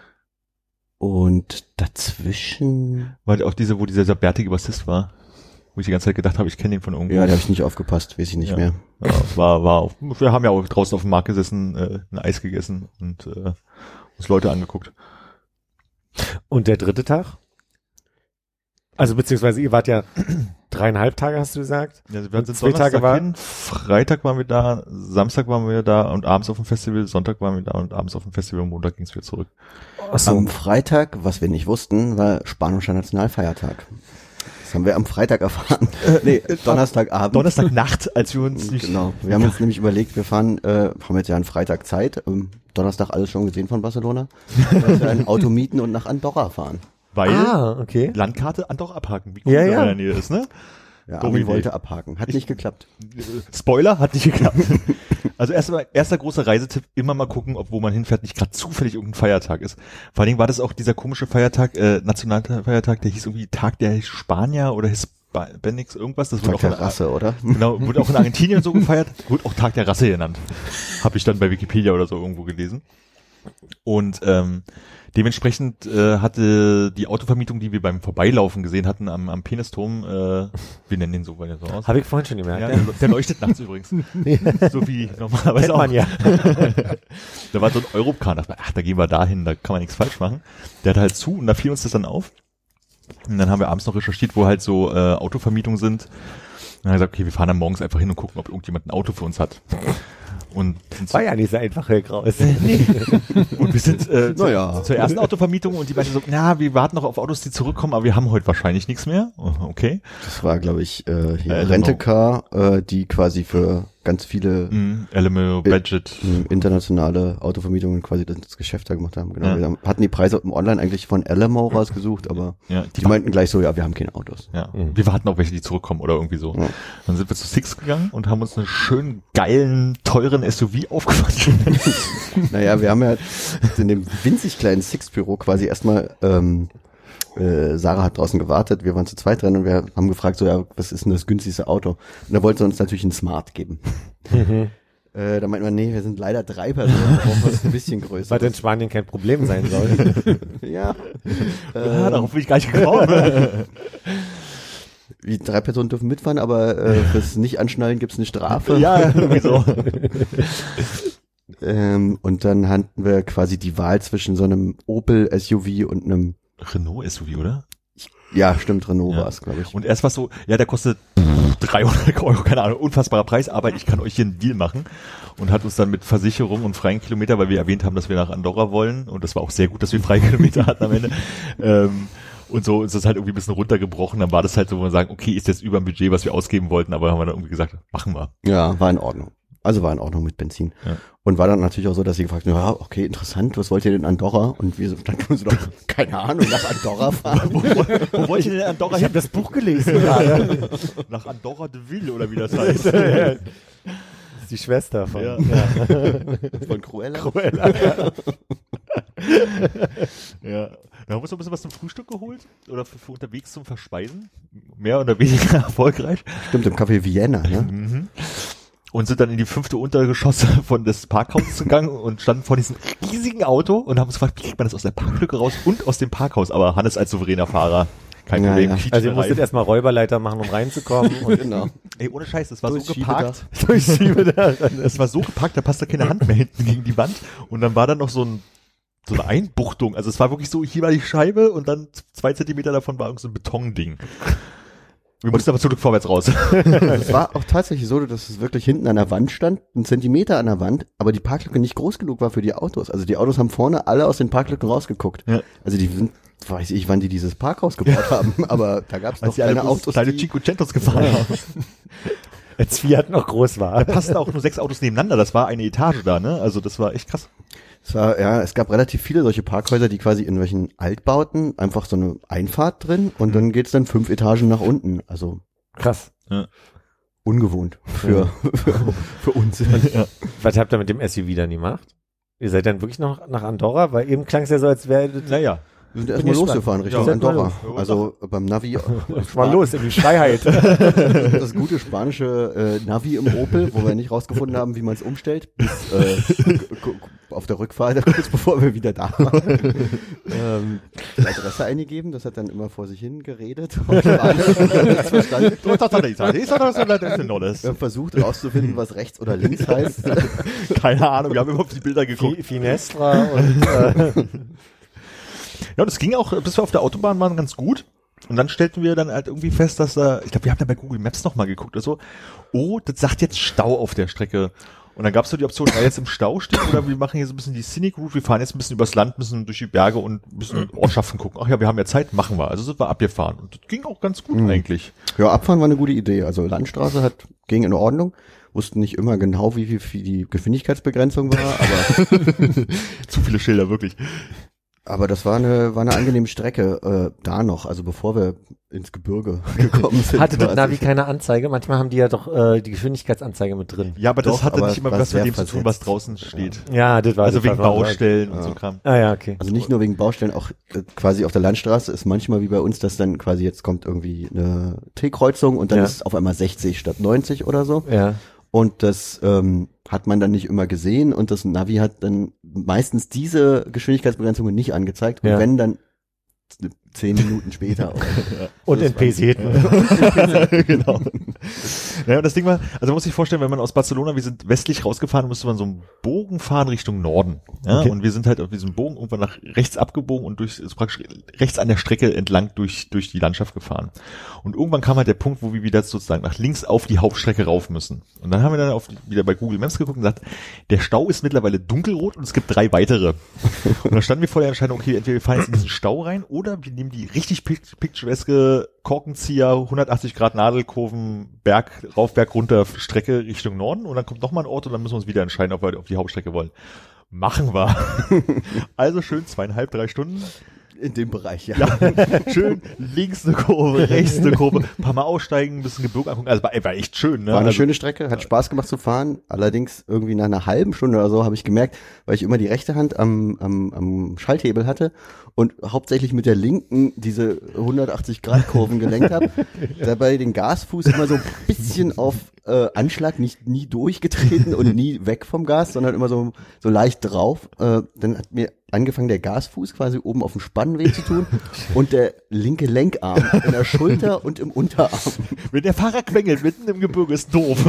Und dazwischen, Weil auch diese, wo dieser bärtige Bassist war. Wo ich die ganze Zeit gedacht habe, ich kenne den von irgendwo. ja, da habe ich nicht aufgepasst, weiß ich nicht Ja. mehr. Ja, wir haben ja auch draußen auf dem Markt gesessen, ein Eis gegessen und uns Leute angeguckt. Und der dritte Tag? Also beziehungsweise ihr wart ja 3,5 Tage, hast du gesagt? Ja, wir sind 2 Tage Donnerstag hin, Freitag waren wir da, Samstag waren wir da und abends auf dem Festival, Sonntag waren wir da und abends auf dem Festival und Montag ging es wieder zurück. Achso. Am Freitag, was wir nicht wussten, war spanischer Nationalfeiertag. Das haben wir am Freitag erfahren. Donnerstagabend. Donnerstagnacht, als wir uns nicht... Genau. Wir haben uns nämlich überlegt, wir haben jetzt ja einen Freitag Zeit, Donnerstag alles schon gesehen von Barcelona, dass wir ein Auto mieten und nach Andorra fahren. Weil Okay. Landkarte Andorra abhaken, wie cool Ja, da ja. in der Nähe ist, ne? Ja, Dumme Armin Idee. wollte abhaken. Hat nicht geklappt. Spoiler, hat nicht geklappt. Also erster großer Reisetipp, immer mal gucken, ob wo man hinfährt, nicht gerade zufällig irgendein Feiertag ist. Vor allen Dingen war das auch dieser komische Feiertag, Nationalfeiertag, der hieß irgendwie Tag der Spanier oder Hispanics, irgendwas. Das wurde Tag auch der Rasse, oder? Genau, wurde auch in Argentinien so gefeiert, wurde auch Tag der Rasse genannt. Habe ich dann bei Wikipedia oder so irgendwo gelesen. Und dementsprechend hatte die Autovermietung, die wir beim Vorbeilaufen gesehen hatten am Penisturm, wir nennen den so, weil der so aussieht. Habe ich vorhin schon gemerkt. Ja, der leuchtet nachts übrigens. So wie normalerweise Kennt man auch. ja. Da war so ein Europcar, dachte man, da gehen wir dahin, da kann man nichts falsch machen. Der hatte halt zu und da fiel uns das dann auf. Und dann haben wir abends noch recherchiert, wo halt so Autovermietungen sind. Und dann haben wir gesagt, okay, wir fahren dann morgens einfach hin und gucken, ob irgendjemand ein Auto für uns hat. Und War ja nicht so einfach, Herr Kraus. Und wir sind Naja. zur ersten Autovermietung und die meinte so, na, wir warten noch auf Autos, die zurückkommen, aber wir haben heute wahrscheinlich nichts mehr. Oh, okay. Das war, glaube ich, hier Alamo. Rent-A-Car, die quasi für ganz viele Alamo, Badget. internationale Autovermietungen quasi das Geschäft da gemacht haben. Genau. Ja. Wir hatten die Preise online eigentlich von Alamo rausgesucht, aber Ja, die meinten gleich so, ja, wir haben keine Autos. Ja, wir warten auf welche, die zurückkommen oder irgendwie so. Ja. Dann sind wir zu Six gegangen und haben uns einen schönen, geilen, teuren SUV aufgefahren. Naja, wir haben ja in dem winzig kleinen Six-Büro quasi erstmal, Sarah hat draußen gewartet, wir waren zu zweit drin und wir haben gefragt, so, ja, was ist denn das günstigste Auto? Und da wollten sie uns natürlich ein Smart geben. Da meinten wir, nee, wir sind leider 3 Personen, wir brauchen was ein bisschen größer. Was in Spanien kein Problem sein soll. Ja. Ja, darauf bin ich gar nicht gekommen. Wie 3 Personen dürfen mitfahren, aber fürs Nicht-Anschnallen gibt's eine Strafe. Ja, irgendwie so. Und dann hatten wir quasi die Wahl zwischen so einem Opel SUV und einem, Renault SUV, oder? ja, stimmt, Renault Ja. war es, glaube ich. Und erst war so, ja, der kostet 300 €, keine Ahnung, unfassbarer Preis, aber ich kann euch hier einen Deal machen. Und hat uns dann mit Versicherung und freien Kilometer, weil wir erwähnt haben, dass wir nach Andorra wollen, und das war auch sehr gut, dass wir freie Kilometer hatten am Ende, und so ist das halt irgendwie ein bisschen runtergebrochen. Dann war das halt so, wo wir sagen, okay, ist jetzt über dem Budget, was wir ausgeben wollten, aber haben wir dann irgendwie gesagt, machen wir. Ja, war in Ordnung. Also war in Ordnung mit Benzin. Ja. Und war dann natürlich auch so, dass sie gefragt haben, ja, okay, interessant, was wollt ihr denn in Andorra? Und wir so, dann tun sie doch, keine Ahnung, nach Andorra fahren. Wo wollt ihr denn Andorra Ich hin? habe das Buch gelesen gerade. Nach Andorra de Ville, oder wie das heißt. Das ist die Schwester von. Ja. Von Cruella. Ja. Da haben wir uns noch ein bisschen was zum Frühstück geholt oder für unterwegs zum Verspeisen. Mehr oder weniger erfolgreich. Stimmt, im Café Vienna, ne? Und sind dann in die 5. Untergeschoss von des Parkhauses gegangen und standen vor diesem riesigen Auto und haben uns gefragt, wie kriegt man das aus der Parklücke raus und aus dem Parkhaus? Aber Hannes als souveräner Fahrer, kein Ja, Problem. ja. Quietscht Also ihr rein. musstet erstmal Räuberleiter machen, um reinzukommen. Und Genau. Ey, ohne Scheiß, das war Durch so geparkt. Schiebedach. Es war so geparkt, da passte keine Hand mehr hinten gegen die Wand. Und dann war da noch so eine Einbuchtung. Also es war wirklich so, hier war die Scheibe und dann 2 Zentimeter davon war irgend so ein Betonding. Wir mussten aber zum Glück vorwärts raus. Es war auch tatsächlich so, dass es wirklich hinten an der Wand stand, 1 Zentimeter an der Wand, aber die Parklücke nicht groß genug war für die Autos. Also die Autos haben vorne alle aus den Parklücken rausgeguckt. Ja. Also die sind, weiß ich, wann die dieses Parkhaus gebaut haben, aber da gab es noch Als die alle keine Autos, kleine die... Cinquecentos gefahren haben. als Fiat noch groß war. Da passten auch nur 6 Autos nebeneinander. Das war eine Etage da, ne? Also das war echt krass. Es gab relativ viele solche Parkhäuser, die quasi in welchen Altbauten einfach so eine Einfahrt drin und dann geht's dann 5 Etagen nach unten. Also Krass. ungewohnt für uns. Was habt ihr mit dem SUV dann gemacht? Ihr seid dann wirklich noch nach Andorra? Weil eben klang es ja so, als wäre Naja. Wir sind erstmal gespannt. losgefahren Richtung Ja, Andorra. los. Also beim Navi. mal los in die Freiheit. Das gute spanische Navi im Opel, wo wir nicht rausgefunden haben, wie man es umstellt, bis auf der Rückfahrt, kurz bevor wir wieder da waren. Die Adresse eingegeben, das hat dann immer vor sich hin geredet. Und wir haben versucht rauszufinden, was rechts oder links heißt. Keine Ahnung, wir haben immer auf die Bilder geguckt. Finestra und Ja, und es ging auch, bis wir auf der Autobahn waren, ganz gut. Und dann stellten wir dann halt irgendwie fest, dass da, ich glaube, wir haben da bei Google Maps nochmal geguckt oder so, oh, das sagt jetzt Stau auf der Strecke. Und dann gab es so die Option, jetzt im Stau stehen oder wir machen hier so ein bisschen die Scenic Route, wir fahren jetzt ein bisschen übers Land, müssen durch die Berge und ein bisschen Ortschaften gucken. Ach ja, wir haben ja Zeit, machen wir. Also sind wir abgefahren. Und das ging auch ganz gut eigentlich. Ja, abfahren war eine gute Idee. Also Landstraße ging in Ordnung. Wussten nicht immer genau, wie viel die Geschwindigkeitsbegrenzung war, aber Zu viele Schilder, wirklich. aber das war eine angenehme Strecke da noch, also bevor wir ins Gebirge gekommen sind. hatte das quasi. Navi keine Anzeige? Manchmal haben die ja doch die Geschwindigkeitsanzeige mit drin. Ja, aber das Doch, hatte aber nicht immer war was mit sehr dem zu tun, was versetzt. draußen steht. Ja, das war Also das wegen war- Baustellen und so Kram. Ah ja, okay. Also nicht nur wegen Baustellen, auch quasi auf der Landstraße ist manchmal wie bei uns, dass dann quasi jetzt kommt irgendwie eine T-Kreuzung und dann Ja. ist es auf einmal 60 statt 90 oder so. Ja. Und das hat man dann nicht immer gesehen und das Navi hat dann meistens diese Geschwindigkeitsbegrenzungen nicht angezeigt. Und Ja. wenn dann 10 Minuten später. Und in Peseten. Genau. Ja, und das Ding war, also man muss sich vorstellen, wenn man aus Barcelona, wir sind westlich rausgefahren, musste man so einen Bogen fahren Richtung Norden. Ja, Okay. und wir sind halt auf diesem Bogen irgendwann nach rechts abgebogen und durch, also praktisch rechts an der Strecke entlang durch die Landschaft gefahren. Und irgendwann kam halt der Punkt, wo wir wieder sozusagen nach links auf die Hauptstrecke rauf müssen. Und dann haben wir dann wieder bei Google Maps geguckt und gesagt, der Stau ist mittlerweile dunkelrot und es gibt 3 weitere. Und dann standen wir vor der Entscheidung, okay, entweder wir fahren jetzt in diesen Stau rein oder wir nehmen die richtig pictureske Korkenzieher, 180 Grad Nadelkurven, Berg runter Strecke Richtung Norden und dann kommt nochmal ein Ort und dann müssen wir uns wieder entscheiden, ob wir auf die Hauptstrecke wollen. Machen wir. Also schön 2,5, 3 Stunden. In dem Bereich, ja. Schön links eine Kurve, rechts eine Kurve, ein paar Mal aussteigen, ein bisschen Gebirg angucken. Also war echt schön, ne? War eine also, schöne Strecke, hat Spaß gemacht zu fahren. Allerdings irgendwie nach einer halben Stunde oder so habe ich gemerkt, weil ich immer die rechte Hand am Schalthebel hatte und hauptsächlich mit der linken diese 180-Grad-Kurven gelenkt habe. Dabei den Gasfuß immer so ein bisschen auf Anschlag, nie durchgetreten und nie weg vom Gas, sondern immer so leicht drauf. Dann hat mir angefangen, der Gasfuß quasi oben auf dem Spannweg zu tun und der linke Lenkarm in der Schulter und im Unterarm. wenn der Fahrer quengelt mitten im Gebirge, ist doof.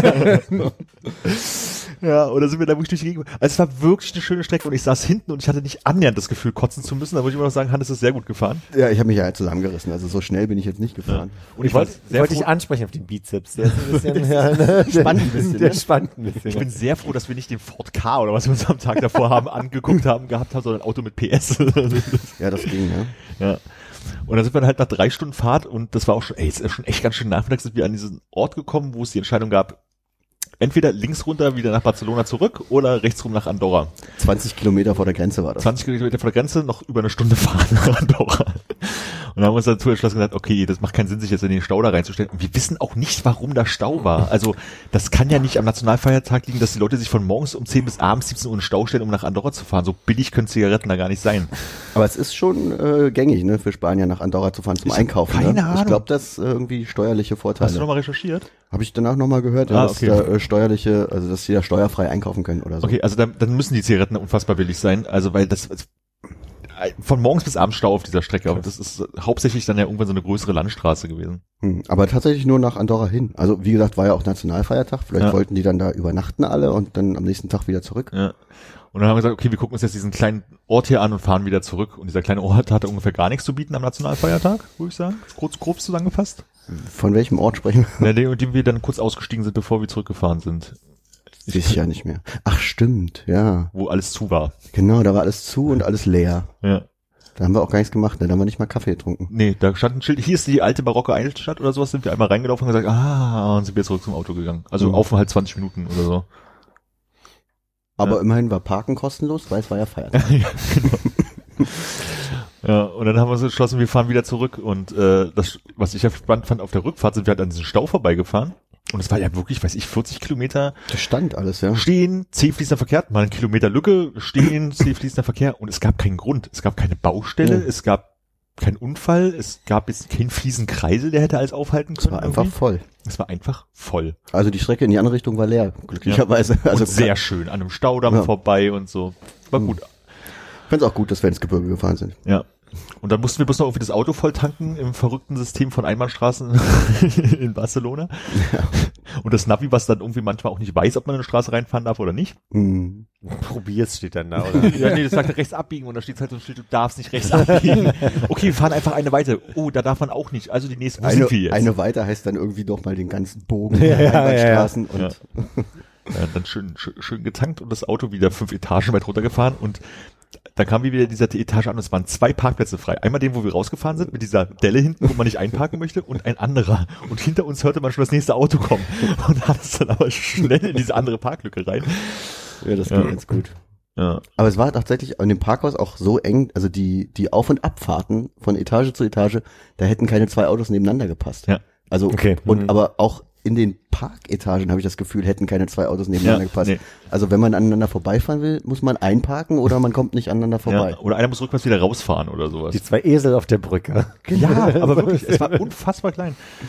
Ja, oder sind wir da wirklich durch die Gegend? Also es war wirklich eine schöne Strecke und ich saß hinten und ich hatte nicht annähernd das Gefühl, kotzen zu müssen. Da würde ich immer noch sagen, Hannes ist sehr gut gefahren. Ja, ich habe mich ja zusammengerissen, also so schnell bin ich jetzt nicht gefahren. Und ich wollte Wollte ich ansprechen auf den Bizeps. Der ist ein bisschen, ja, ne? Spannt ein bisschen, Der ne? spannt ein bisschen. Ich bin sehr froh, dass wir nicht den Ford K oder was wir uns am Tag davor gehabt haben, sondern ein Auto mit PS. Ja, das ging, ne? Ja. Und dann sind wir halt nach 3 Stunden Fahrt und das war auch schon, es ist schon echt ganz schön nachmittags, sind wir an diesen Ort gekommen, wo es die Entscheidung gab, entweder links runter wieder nach Barcelona zurück oder rechts rum nach Andorra. 20 Kilometer vor der Grenze war das. 20 Kilometer vor der Grenze, noch über eine Stunde fahren nach Andorra. Und dann haben wir uns dazu entschlossen gesagt, okay, das macht keinen Sinn, sich jetzt in den Stau da reinzustellen. Und wir wissen auch nicht, warum da Stau war. Also das kann ja nicht am Nationalfeiertag liegen, dass die Leute sich von morgens um 10 bis abends 17 Uhr in den Stau stellen, um nach Andorra zu fahren. So billig können Zigaretten da gar nicht sein. Aber es ist schon gängig, ne, für Spanier nach Andorra zu fahren zum Einkaufen. keine Ne? Ahnung. Ich glaube, das irgendwie steuerliche Hast du Vorteile. nochmal recherchiert? Habe ich danach nochmal gehört, ja, okay. dass da steuerliche, also dass sie da steuerfrei einkaufen können oder so. Okay, also dann müssen die Zigaretten unfassbar billig sein. Also weil das von morgens bis abends Stau auf dieser Strecke. Aber das ist hauptsächlich dann ja irgendwann so eine größere Landstraße gewesen. Aber tatsächlich nur nach Andorra hin. Also wie gesagt, war ja auch Nationalfeiertag. Vielleicht Ja. wollten die dann da übernachten alle und dann am nächsten Tag wieder zurück. Ja. Und dann haben wir gesagt, okay, wir gucken uns jetzt diesen kleinen Ort hier an und fahren wieder zurück. Und dieser kleine Ort hatte ungefähr gar nichts zu bieten am Nationalfeiertag, würde ich sagen. Grob zusammengefasst. Von welchem Ort sprechen wir? Ja, dem wir dann kurz ausgestiegen sind, bevor wir zurückgefahren sind. Weiß ich ja nicht mehr. Ach stimmt, ja. Wo alles zu war. Genau, da war alles zu und alles leer. Ja. Da haben wir auch gar nichts gemacht, ne? Da haben wir nicht mal Kaffee getrunken. Nee, da stand ein Schild, hier ist die alte barocke Altstadt oder sowas, sind wir einmal reingelaufen und gesagt, und sind wieder zurück zum Auto gegangen. Also Aufenthalt 20 Minuten oder so. Aber Ja. immerhin war Parken kostenlos, weil es war ja Feiertag. Ja, genau. Ja, und dann haben wir uns entschlossen, wir fahren wieder zurück und das, was ich ja spannend fand, auf der Rückfahrt sind wir halt an diesen Stau vorbeigefahren und es war ja wirklich, 40 Kilometer Das stand alles, ja. stehen, C fließender Verkehr, mal einen Kilometer Lücke, stehen, C fließender Verkehr und es gab keinen Grund, es gab keine Baustelle, es gab keinen Unfall, es gab jetzt keinen Fliesenkreisel, der hätte alles aufhalten können. Es war einfach voll. Es war einfach voll. Also die Strecke in die andere Richtung war leer, glücklicherweise. Also Und sehr schön, an einem Staudamm vorbei und so. War gut. Ich find's auch gut, dass wir ins Gebirge gefahren sind. Ja. Und dann mussten wir bloß noch irgendwie das Auto voll tanken im verrückten System von Einbahnstraßen in Barcelona. Ja. Und das Navi, was dann irgendwie manchmal auch nicht weiß, ob man in eine Straße reinfahren darf oder nicht. Mhm. Probier's steht dann da, oder? Ja, nee, das sagt rechts abbiegen und da steht halt so ein Schild, du darfst nicht rechts abbiegen. Okay, wir fahren einfach eine weiter. Oh, da darf man auch nicht. Also die nächste, wo sind wir jetzt? Eine weiter heißt dann irgendwie doch mal den ganzen Bogen Ja, der Einbahnstraßen ja. und Ja, dann schön getankt und das Auto wieder 5 Etagen weit runtergefahren und dann kamen wir wieder diese Etage an und es waren 2 Parkplätze frei. Einmal den, wo wir rausgefahren sind, mit dieser Delle hinten, wo man nicht einparken möchte, und ein anderer. Und hinter uns hörte man schon das nächste Auto kommen. Und hat es dann aber schnell in diese andere Parklücke rein. ja, das ging ganz gut. Ja. Aber es war tatsächlich an dem Parkhaus auch so eng, also die Auf- und Abfahrten von Etage zu Etage, da hätten keine 2 Autos nebeneinander gepasst. Ja. Also, Okay. und aber auch in den Parketagen habe ich das Gefühl, hätten keine 2 Autos nebeneinander Ja, gepasst. nee. Also wenn man aneinander vorbeifahren will, muss man einparken oder man kommt nicht aneinander vorbei. Ja. Oder einer muss rückwärts wieder rausfahren oder sowas. Die 2 Esel auf der Brücke. Ja, aber wirklich, es war unfassbar klein.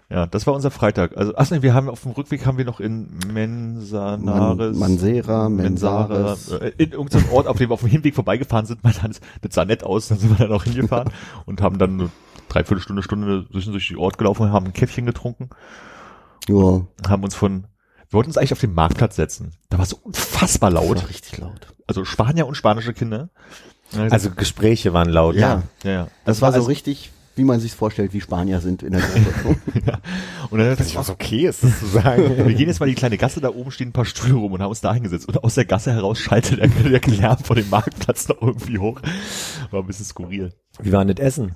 Ja, das war unser Freitag. Also, wir haben auf dem Rückweg haben wir noch in Mensanares. Mansera, Mensares. In irgendeinem Ort, auf dem wir auf dem Hinweg vorbeigefahren sind, das sah nett aus, dann sind wir dann auch hingefahren und haben dann eine Dreiviertelstunde durch den Ort gelaufen, haben ein Käffchen getrunken. Ja. Haben uns wir wollten uns eigentlich auf den Marktplatz setzen. Da war es so unfassbar laut. Das war richtig laut. Also Spanier und spanische Kinder. Also Gespräche waren laut. Ja. Ja. Das war so also richtig, wie man sich vorstellt, wie Spanier sind in der Gruppe. ja. Und dann Was okay ist, das zu sagen. wir gehen jetzt mal die kleine Gasse, da oben stehen ein paar Stühle rum und haben uns da hingesetzt. Und aus der Gasse heraus schaltet der Lärm von dem Marktplatz noch irgendwie hoch. War ein bisschen skurril. Wie war das Essen?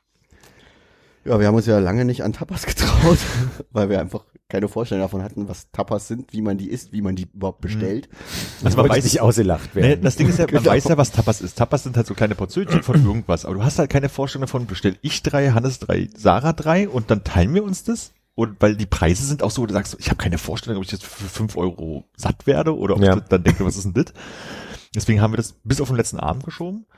Ja, wir haben uns ja lange nicht an Tapas getraut, weil wir einfach keine Vorstellung davon hatten, was Tapas sind, wie man die isst, wie man die überhaupt bestellt. Also man weiß nicht ausgelacht werden. Das Ding ist ja, man Genau. weiß ja, was Tapas ist. Tapas sind halt so kleine Portionchen von irgendwas. Aber du hast halt keine Vorstellung davon, bestell ich 3, Hannes 3, Sarah 3 und dann teilen wir uns das. Und weil die Preise sind auch so, wo du sagst, ich habe keine Vorstellung, ob ich jetzt für 5 Euro satt werde oder ob ich dann denke, was ist denn das? Deswegen haben wir das bis auf den letzten Abend geschoben.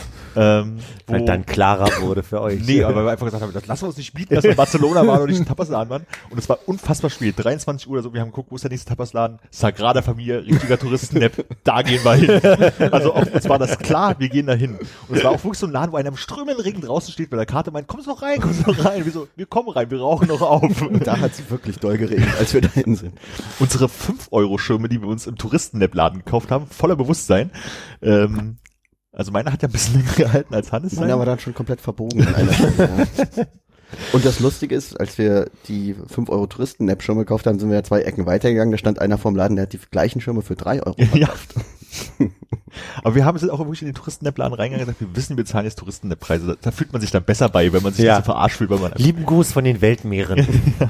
Weil dann klarer wurde für euch. Nee, aber weil wir einfach gesagt haben, das lassen wir uns nicht bieten, dass wir in Barcelona waren und nicht ein Tapasladen waren. Und es war unfassbar spät, 23 Uhr oder so. Wir haben geguckt, wo ist der nächste Tapasladen? Sagrada Familia, richtiger Touristen-Nap. Da gehen wir hin. Also uns war das klar, wir gehen da hin. Und es war auch wirklich so ein Laden, wo einer im strömenden Regen draußen steht, weil der Karte meint, kommst noch rein. Wir so, wir kommen rein, wir rauchen noch auf. Und da hat sie wirklich doll geregnet, als wir dahin sind. Unsere 5-Euro-Schirme, die wir uns im Touristen-Nap-Laden gekauft haben, voller Bewusstsein. Also meiner hat ja ein bisschen länger gehalten als Hannes. Meiner war dann schon komplett verbogen an einer Stelle. Ja. Und das Lustige ist, als wir die 5 Euro Touristen-Nap-Schirme gekauft haben, sind wir ja 2 Ecken weitergegangen. Da stand einer vorm Laden, der hat die gleichen Schirme für 3 Euro verkauft. Ja. Aber wir sind auch wirklich in den Touristen-Nap-Laden reingegangen und gesagt, wir wissen, wir zahlen jetzt Touristen-Nap-Preise. Da fühlt man sich dann besser bei, wenn man sich nicht so verarscht fühlt, weil man Lieben Gruß von den Weltmeeren.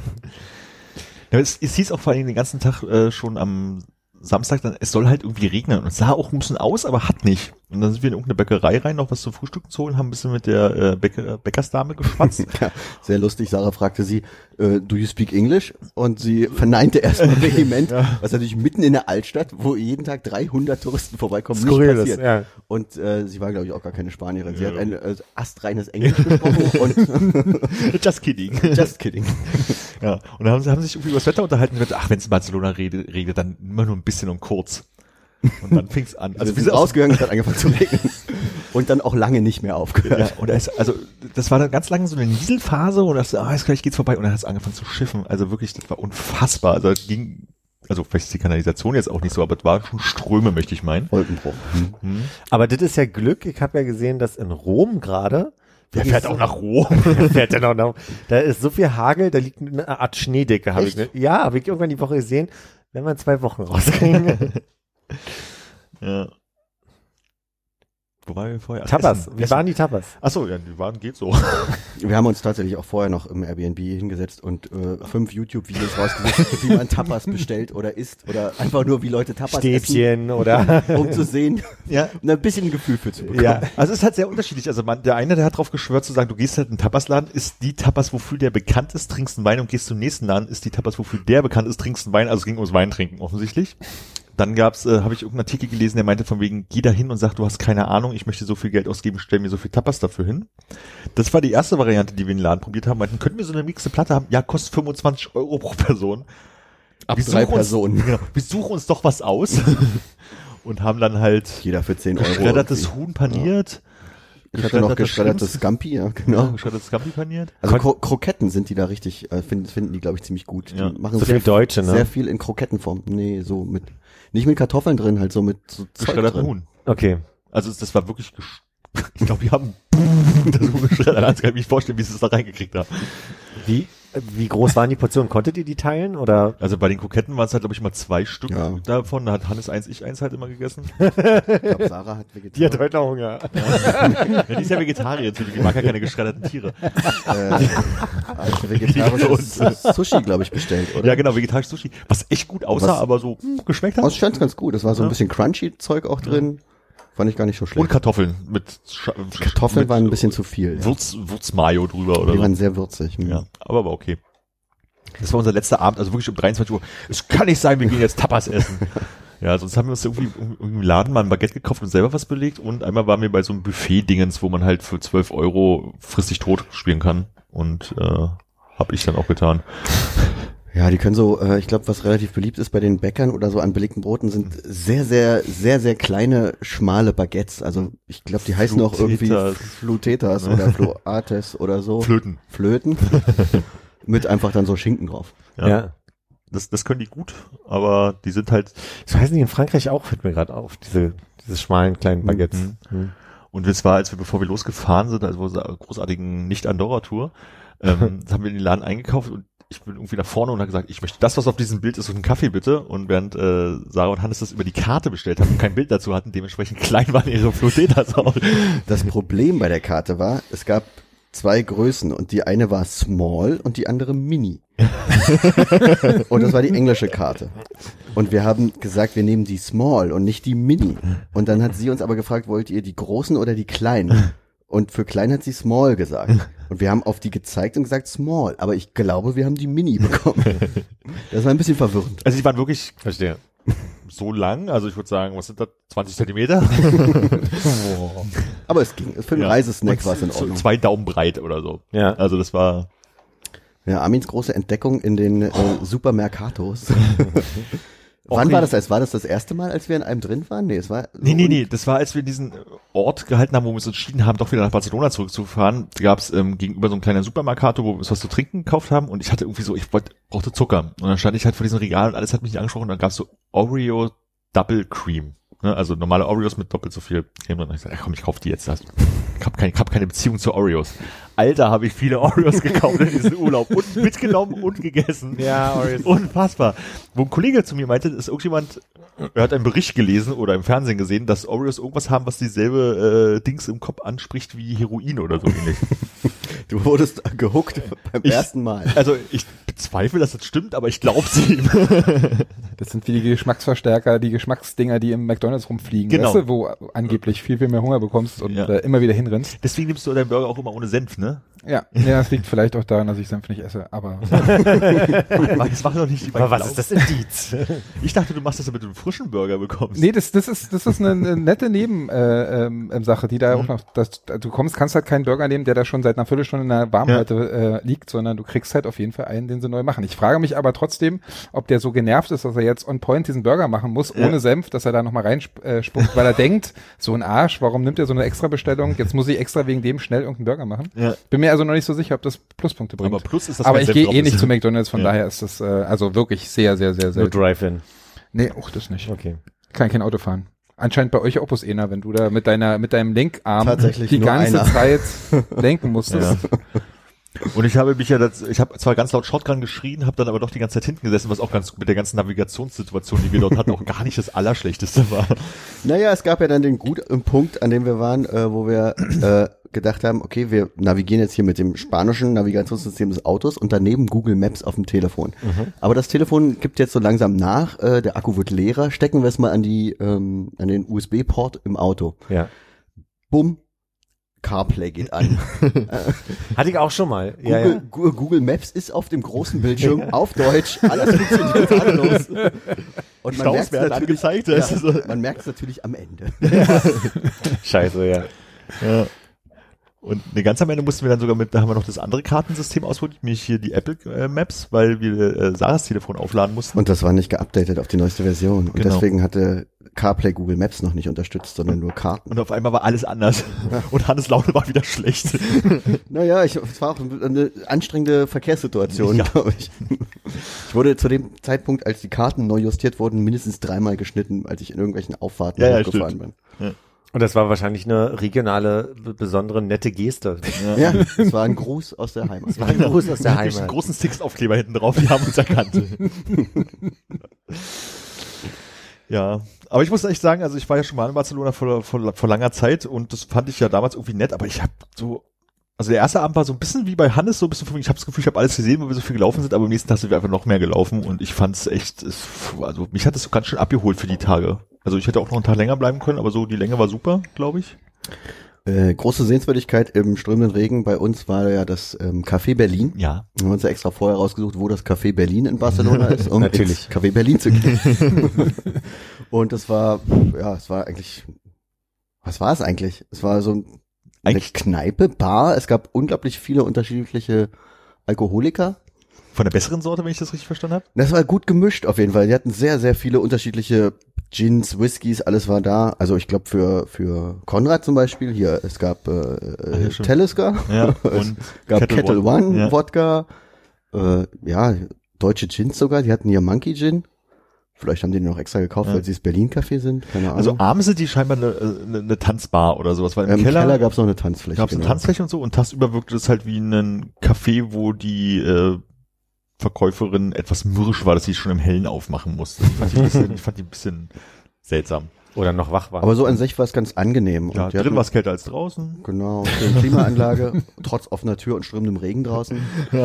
Ja, es hieß auch vor allem den ganzen Tag schon am Samstag dann, es soll halt irgendwie regnen. Und es sah auch ein bisschen aus, aber hat nicht. Und dann sind wir in irgendeine Bäckerei rein, noch was zum Frühstück zu holen, haben ein bisschen mit der Bäckersdame geschwatzt. Ja, sehr lustig. Sarah fragte sie, do you speak English? Und sie verneinte erstmal vehement, was natürlich mitten in der Altstadt, wo jeden Tag 300 Touristen vorbeikommen, Skurril nicht passiert. ist, ja. Und sie war, glaube ich, auch gar keine Spanierin. Sie hat ein astreines Englisch gesprochen und Just kidding. just kidding. Ja. Und dann haben sich irgendwie über das Wetter unterhalten und gesagt, ach, wenn es in Barcelona regnet, dann immer nur ein bisschen und kurz. Und dann fing's an. Also wir sind rausgegangen, es hat angefangen zu regnen. Und dann auch lange nicht mehr aufgehört. Ja, und das war dann ganz lange so eine Nieselphase und das, jetzt gleich geht's vorbei und dann hat es angefangen zu schiffen. Also wirklich, das war unfassbar. Also vielleicht ist die Kanalisation jetzt auch nicht so, aber es war schon Ströme, möchte ich meinen. Wolkenbruch. Aber das ist ja Glück. Ich habe ja gesehen, dass in Rom gerade Wer fährt auch nach Rom? fährt denn auch nach, da ist so viel Hagel, da liegt eine Art Schneedecke. Habe ich irgendwann die Woche gesehen, wenn wir in 2 Wochen rauskriegen. Ja. Wo waren wir vorher? Tapas. Wie waren die Tapas? Achso, ja, die waren, geht so. Wir haben uns tatsächlich auch vorher noch im Airbnb hingesetzt und 5 YouTube-Videos rausgesucht, wie man Tapas bestellt oder isst oder einfach nur, wie Leute Tapas Stäbchen oder essen, um zu sehen Ja. und ein bisschen ein Gefühl für zu bekommen. Ja, also es ist halt sehr unterschiedlich. Also der eine, der hat drauf geschwört zu sagen, du gehst halt in den Tapasladen, isst die Tapas, wofür der bekannt ist, trinkst einen Wein und gehst zum nächsten Laden, isst die Tapas, wofür der bekannt ist, trinkst einen Wein. Also es ging ums Weintrinken offensichtlich. Dann habe ich irgendeinen Artikel gelesen, der meinte von wegen, geh da hin und sag, du hast keine Ahnung, ich möchte so viel Geld ausgeben, stell mir so viel Tapas dafür hin. Das war die erste Variante, die wir in den Laden probiert haben. Meinten, könnten wir so eine mixte Platte haben? Ja, kostet 25 Euro pro Person. Ab 3 Personen. Genau, wir suchen uns doch was aus. Und haben dann halt Jeder für 10 Euro. geschreddertes irgendwie. Huhn paniert. Ich hatte noch geschreddertes Scampi, ja, genau. Geschreddertes Scampi paniert. Also Kroketten sind die da richtig, finden die, glaube ich, ziemlich gut. Ja. Die machen so viel Deutsche, ne? sehr viel in Krokettenform. Nee, so nicht mit Kartoffeln drin, halt so mit so Zeug Geschredderten drin. Huhn. Okay. Also das war wirklich, ich glaube, die haben das Huhn geschreddert. Ich kann mir nicht vorstellen, wie sie es da reingekriegt haben. Wie groß waren die Portionen? Konntet ihr die teilen oder? Also bei den Kroketten waren es halt, glaube ich, mal 2 Stück Ja. davon. Da hat Hannes 1, ich 1 halt immer gegessen. Ich glaube, Sarah hat vegetarisch. heute auch Hunger. Ja, die ist ja Vegetarier, die mag ja keine geschredderten Tiere. Vegetarisches Sushi, glaube ich, bestellt, oder? Ja, genau, vegetarisches Sushi. Was echt gut aussah, Was- aber so geschmeckt hat. Aber es stand ganz gut. Es war so ein Ja. bisschen crunchy Zeug auch drin. Fand ich gar nicht so Und schlecht. Kartoffeln Kartoffeln waren ein bisschen zu viel. Ja. Würzmayo drüber oder Die so. waren sehr würzig. Ja, aber war okay. Das war unser letzter Abend, also wirklich um 23 Uhr. Es kann nicht sein, wir gehen jetzt Tapas essen. Ja, sonst haben wir uns irgendwie im Laden mal ein Baguette gekauft und selber was belegt. Und einmal waren wir bei so einem Buffet-Dingens, wo man halt für 12 Euro fristig tot spielen kann. Und habe ich dann auch getan. Ja, die können so, ich glaube, was relativ beliebt ist bei den Bäckern oder so an belegten Broten, sind sehr, sehr, sehr, sehr kleine, schmale Baguettes. Also ich glaube, die heißen auch irgendwie Flutetas oder Floates oder so. Flöten. Mit einfach dann so Schinken drauf. Ja. Das können die gut, aber die sind halt. Das heißen die in Frankreich auch, fällt mir gerade auf, diese schmalen kleinen Baguettes. Und es war, bevor wir losgefahren sind, also unserer großartigen Nicht-Andorra-Tour, haben wir in den Laden eingekauft und ich bin irgendwie nach vorne und habe gesagt, ich möchte das, was auf diesem Bild ist, und einen Kaffee bitte. Und während Sarah und Hannes das über die Karte bestellt haben und kein Bild dazu hatten, dementsprechend klein waren ihre Flutetas auch. Das Problem bei der Karte war, es gab 2 Größen und die eine war Small und die andere Mini. Und das war die englische Karte. Und wir haben gesagt, wir nehmen die Small und nicht die Mini. Und dann hat sie uns aber gefragt, wollt ihr die großen oder die kleinen? Und für klein hat sie Small gesagt. Und wir haben auf die gezeigt und gesagt Small. Aber ich glaube, wir haben die Mini bekommen. Das war ein bisschen verwirrend. Also die waren wirklich Verstehe. so lang, also ich würde sagen, was sind das, 20 Zentimeter? Aber es ging. Für einen Reisesnack war es in so Ordnung. 2 Daumen breit oder so. Ja. Also das war... Ja, Armins große Entdeckung in den Supermercatos. Wann war das? War das das erste Mal, als wir in einem drin waren? Nee, es war... Nee, das war, als wir diesen Ort gehalten haben, wo wir uns entschieden haben, doch wieder nach Barcelona zurückzufahren. Da gab es gegenüber so einem kleinen Supermercato, wo wir uns was zu trinken gekauft haben und ich hatte irgendwie so, brauchte Zucker. Und dann stand ich halt vor diesem Regal und alles hat mich nicht angesprochen und dann gab es so Oreo Double Cream. Ne? Also normale Oreos mit doppelt so viel Creme drin. Und ich gesagt, komm, ich kauf die jetzt. Ich hab keine Beziehung zu Oreos. Alter, habe ich viele Oreos gekauft in diesem Urlaub und mitgenommen und gegessen. Ja, Oreos. Unfassbar. Wo ein Kollege zu mir meinte, ist irgendjemand, er hat einen Bericht gelesen oder im Fernsehen gesehen, dass Oreos irgendwas haben, was dieselbe Dings im Kopf anspricht wie Heroin oder so ähnlich. Du wurdest gehuckt beim ersten Mal. Also ich bezweifle, dass das stimmt, aber ich glaub's ihm. Das sind wie die Geschmacksverstärker, die Geschmacksdinger, die im McDonald's rumfliegen. Genau. Weißt du, wo angeblich viel mehr Hunger bekommst und immer wieder hinrennst. Deswegen nimmst du deinen Burger auch immer ohne Senf, ne? Ja, das liegt vielleicht auch daran, dass ich Senf nicht esse, aber... Das macht doch nicht... Aber was ist das Indiz? Ich dachte, du machst das, damit du einen frischen Burger bekommst. Nee, das ist eine nette Sache, die da auch noch, kannst halt keinen Burger nehmen, der da schon seit einer Viertelstunde in der Warmhalte liegt, sondern du kriegst halt auf jeden Fall einen, den sie neu machen. Ich frage mich aber trotzdem, ob der so genervt ist, dass er jetzt on point diesen Burger machen muss, ohne Senf, dass er da nochmal reinspuckt, weil er denkt, so ein Arsch, warum nimmt er so eine Extra-Bestellung? Jetzt muss ich extra wegen dem schnell irgendeinen Burger machen. Ja. Bin mir also noch nicht so sicher, ob das Pluspunkte bringt. Aber Plus ist das. Aber ich gehe nicht zu McDonald's, von daher ist das also wirklich sehr, sehr, sehr, sehr. Nur Drive-In. Nee, auch das nicht. Okay. Kann kein Auto fahren. Anscheinend bei euch Opus Ena, wenn du da mit deinem Lenkarm tatsächlich die ganze Zeit lenken musstest. Ja. Und ich habe zwar ganz laut Shotgun geschrien, habe dann aber doch die ganze Zeit hinten gesessen, was auch ganz mit der ganzen Navigationssituation, die wir dort hatten, auch gar nicht das Allerschlechteste war. Naja, es gab ja dann den guten Punkt, an dem wir waren, wo wir gedacht haben, okay, wir navigieren jetzt hier mit dem spanischen Navigationssystem des Autos und daneben Google Maps auf dem Telefon. Mhm. Aber das Telefon gibt jetzt so langsam nach, der Akku wird leerer, stecken wir es mal an den USB-Port im Auto. Ja. Bumm. CarPlay geht an. Hatte ich auch schon mal. Google Maps ist auf dem großen Bildschirm auf Deutsch. Alles funktioniert tadellos. Und man merkt es natürlich, man merkt es natürlich am Ende. Scheiße, ja. Und ganz am Ende mussten wir dann sogar da haben wir noch das andere Kartensystem ausprobiert, nämlich hier die Apple Maps, weil wir Sarahs Telefon aufladen mussten. Und das war nicht geupdatet auf die neueste Version. Und deswegen hatte CarPlay Google Maps noch nicht unterstützt, sondern nur Karten. Und auf einmal war alles anders. Ja. Und Hannes Laune war wieder schlecht. Naja, es war auch eine anstrengende Verkehrssituation, glaube ich. Ich wurde zu dem Zeitpunkt, als die Karten neu justiert wurden, mindestens 3-mal geschnitten, als ich in irgendwelchen Auffahrten hochgefahren bin. Ja. Und das war wahrscheinlich eine regionale, besondere, nette Geste. Ja, es war ein Gruß aus der Heimat. Es war ein Gruß aus der Heimat. Einen großen Six-Aufkleber hinten drauf, die haben uns erkannt. Ja, aber ich muss echt sagen, also ich war ja schon mal in Barcelona vor langer Zeit und das fand ich ja damals irgendwie nett, aber ich habe also der erste Abend war so ein bisschen wie bei Hannes, so ein bisschen von mir, ich habe das Gefühl, ich habe alles gesehen, weil wir so viel gelaufen sind, aber am nächsten Tag sind wir einfach noch mehr gelaufen und ich fand es echt, also mich hat es so ganz schön abgeholt für die Tage. Also ich hätte auch noch einen Tag länger bleiben können, aber so die Länge war super, glaube ich. Große Sehenswürdigkeit im strömenden Regen bei uns war ja das Café Berlin. Ja. Wir haben uns ja extra vorher rausgesucht, wo das Café Berlin in Barcelona ist, um natürlich ins Café Berlin zu gehen. Und es war eigentlich, was war es eigentlich? Es war so eine Kneipe, Bar. Es gab unglaublich viele unterschiedliche Alkoholiker. Von der besseren Sorte, wenn ich das richtig verstanden habe? Das war gut gemischt auf jeden Fall. Die hatten sehr, sehr viele unterschiedliche Gins, Whiskys, alles war da. Also ich glaube für Konrad zum Beispiel, hier, es gab stimmt. Talisker, Ja, es und gab Kettle One, ja. Wodka, ja, deutsche Gins sogar, die hatten hier Monkey Gin. Vielleicht haben die den noch extra gekauft, Ja. weil sie das Berlin-Café sind, keine Ahnung. Also abends sind die scheinbar eine Tanzbar oder sowas, weil Im Keller gab's noch eine Tanzfläche. gab's eine Tanzfläche und so und tagsüber wirkte es halt wie ein Café, wo die Verkäuferin etwas mürrisch war, dass sie schon im Hellen aufmachen musste. Ich fand die ein bisschen seltsam. Oder noch wach war. Aber so an sich war es ganz angenehm. Ja, Und die drin hatten- war es kälter als draußen. Genau, schöne Klimaanlage, trotz offener Tür und strömendem Regen draußen.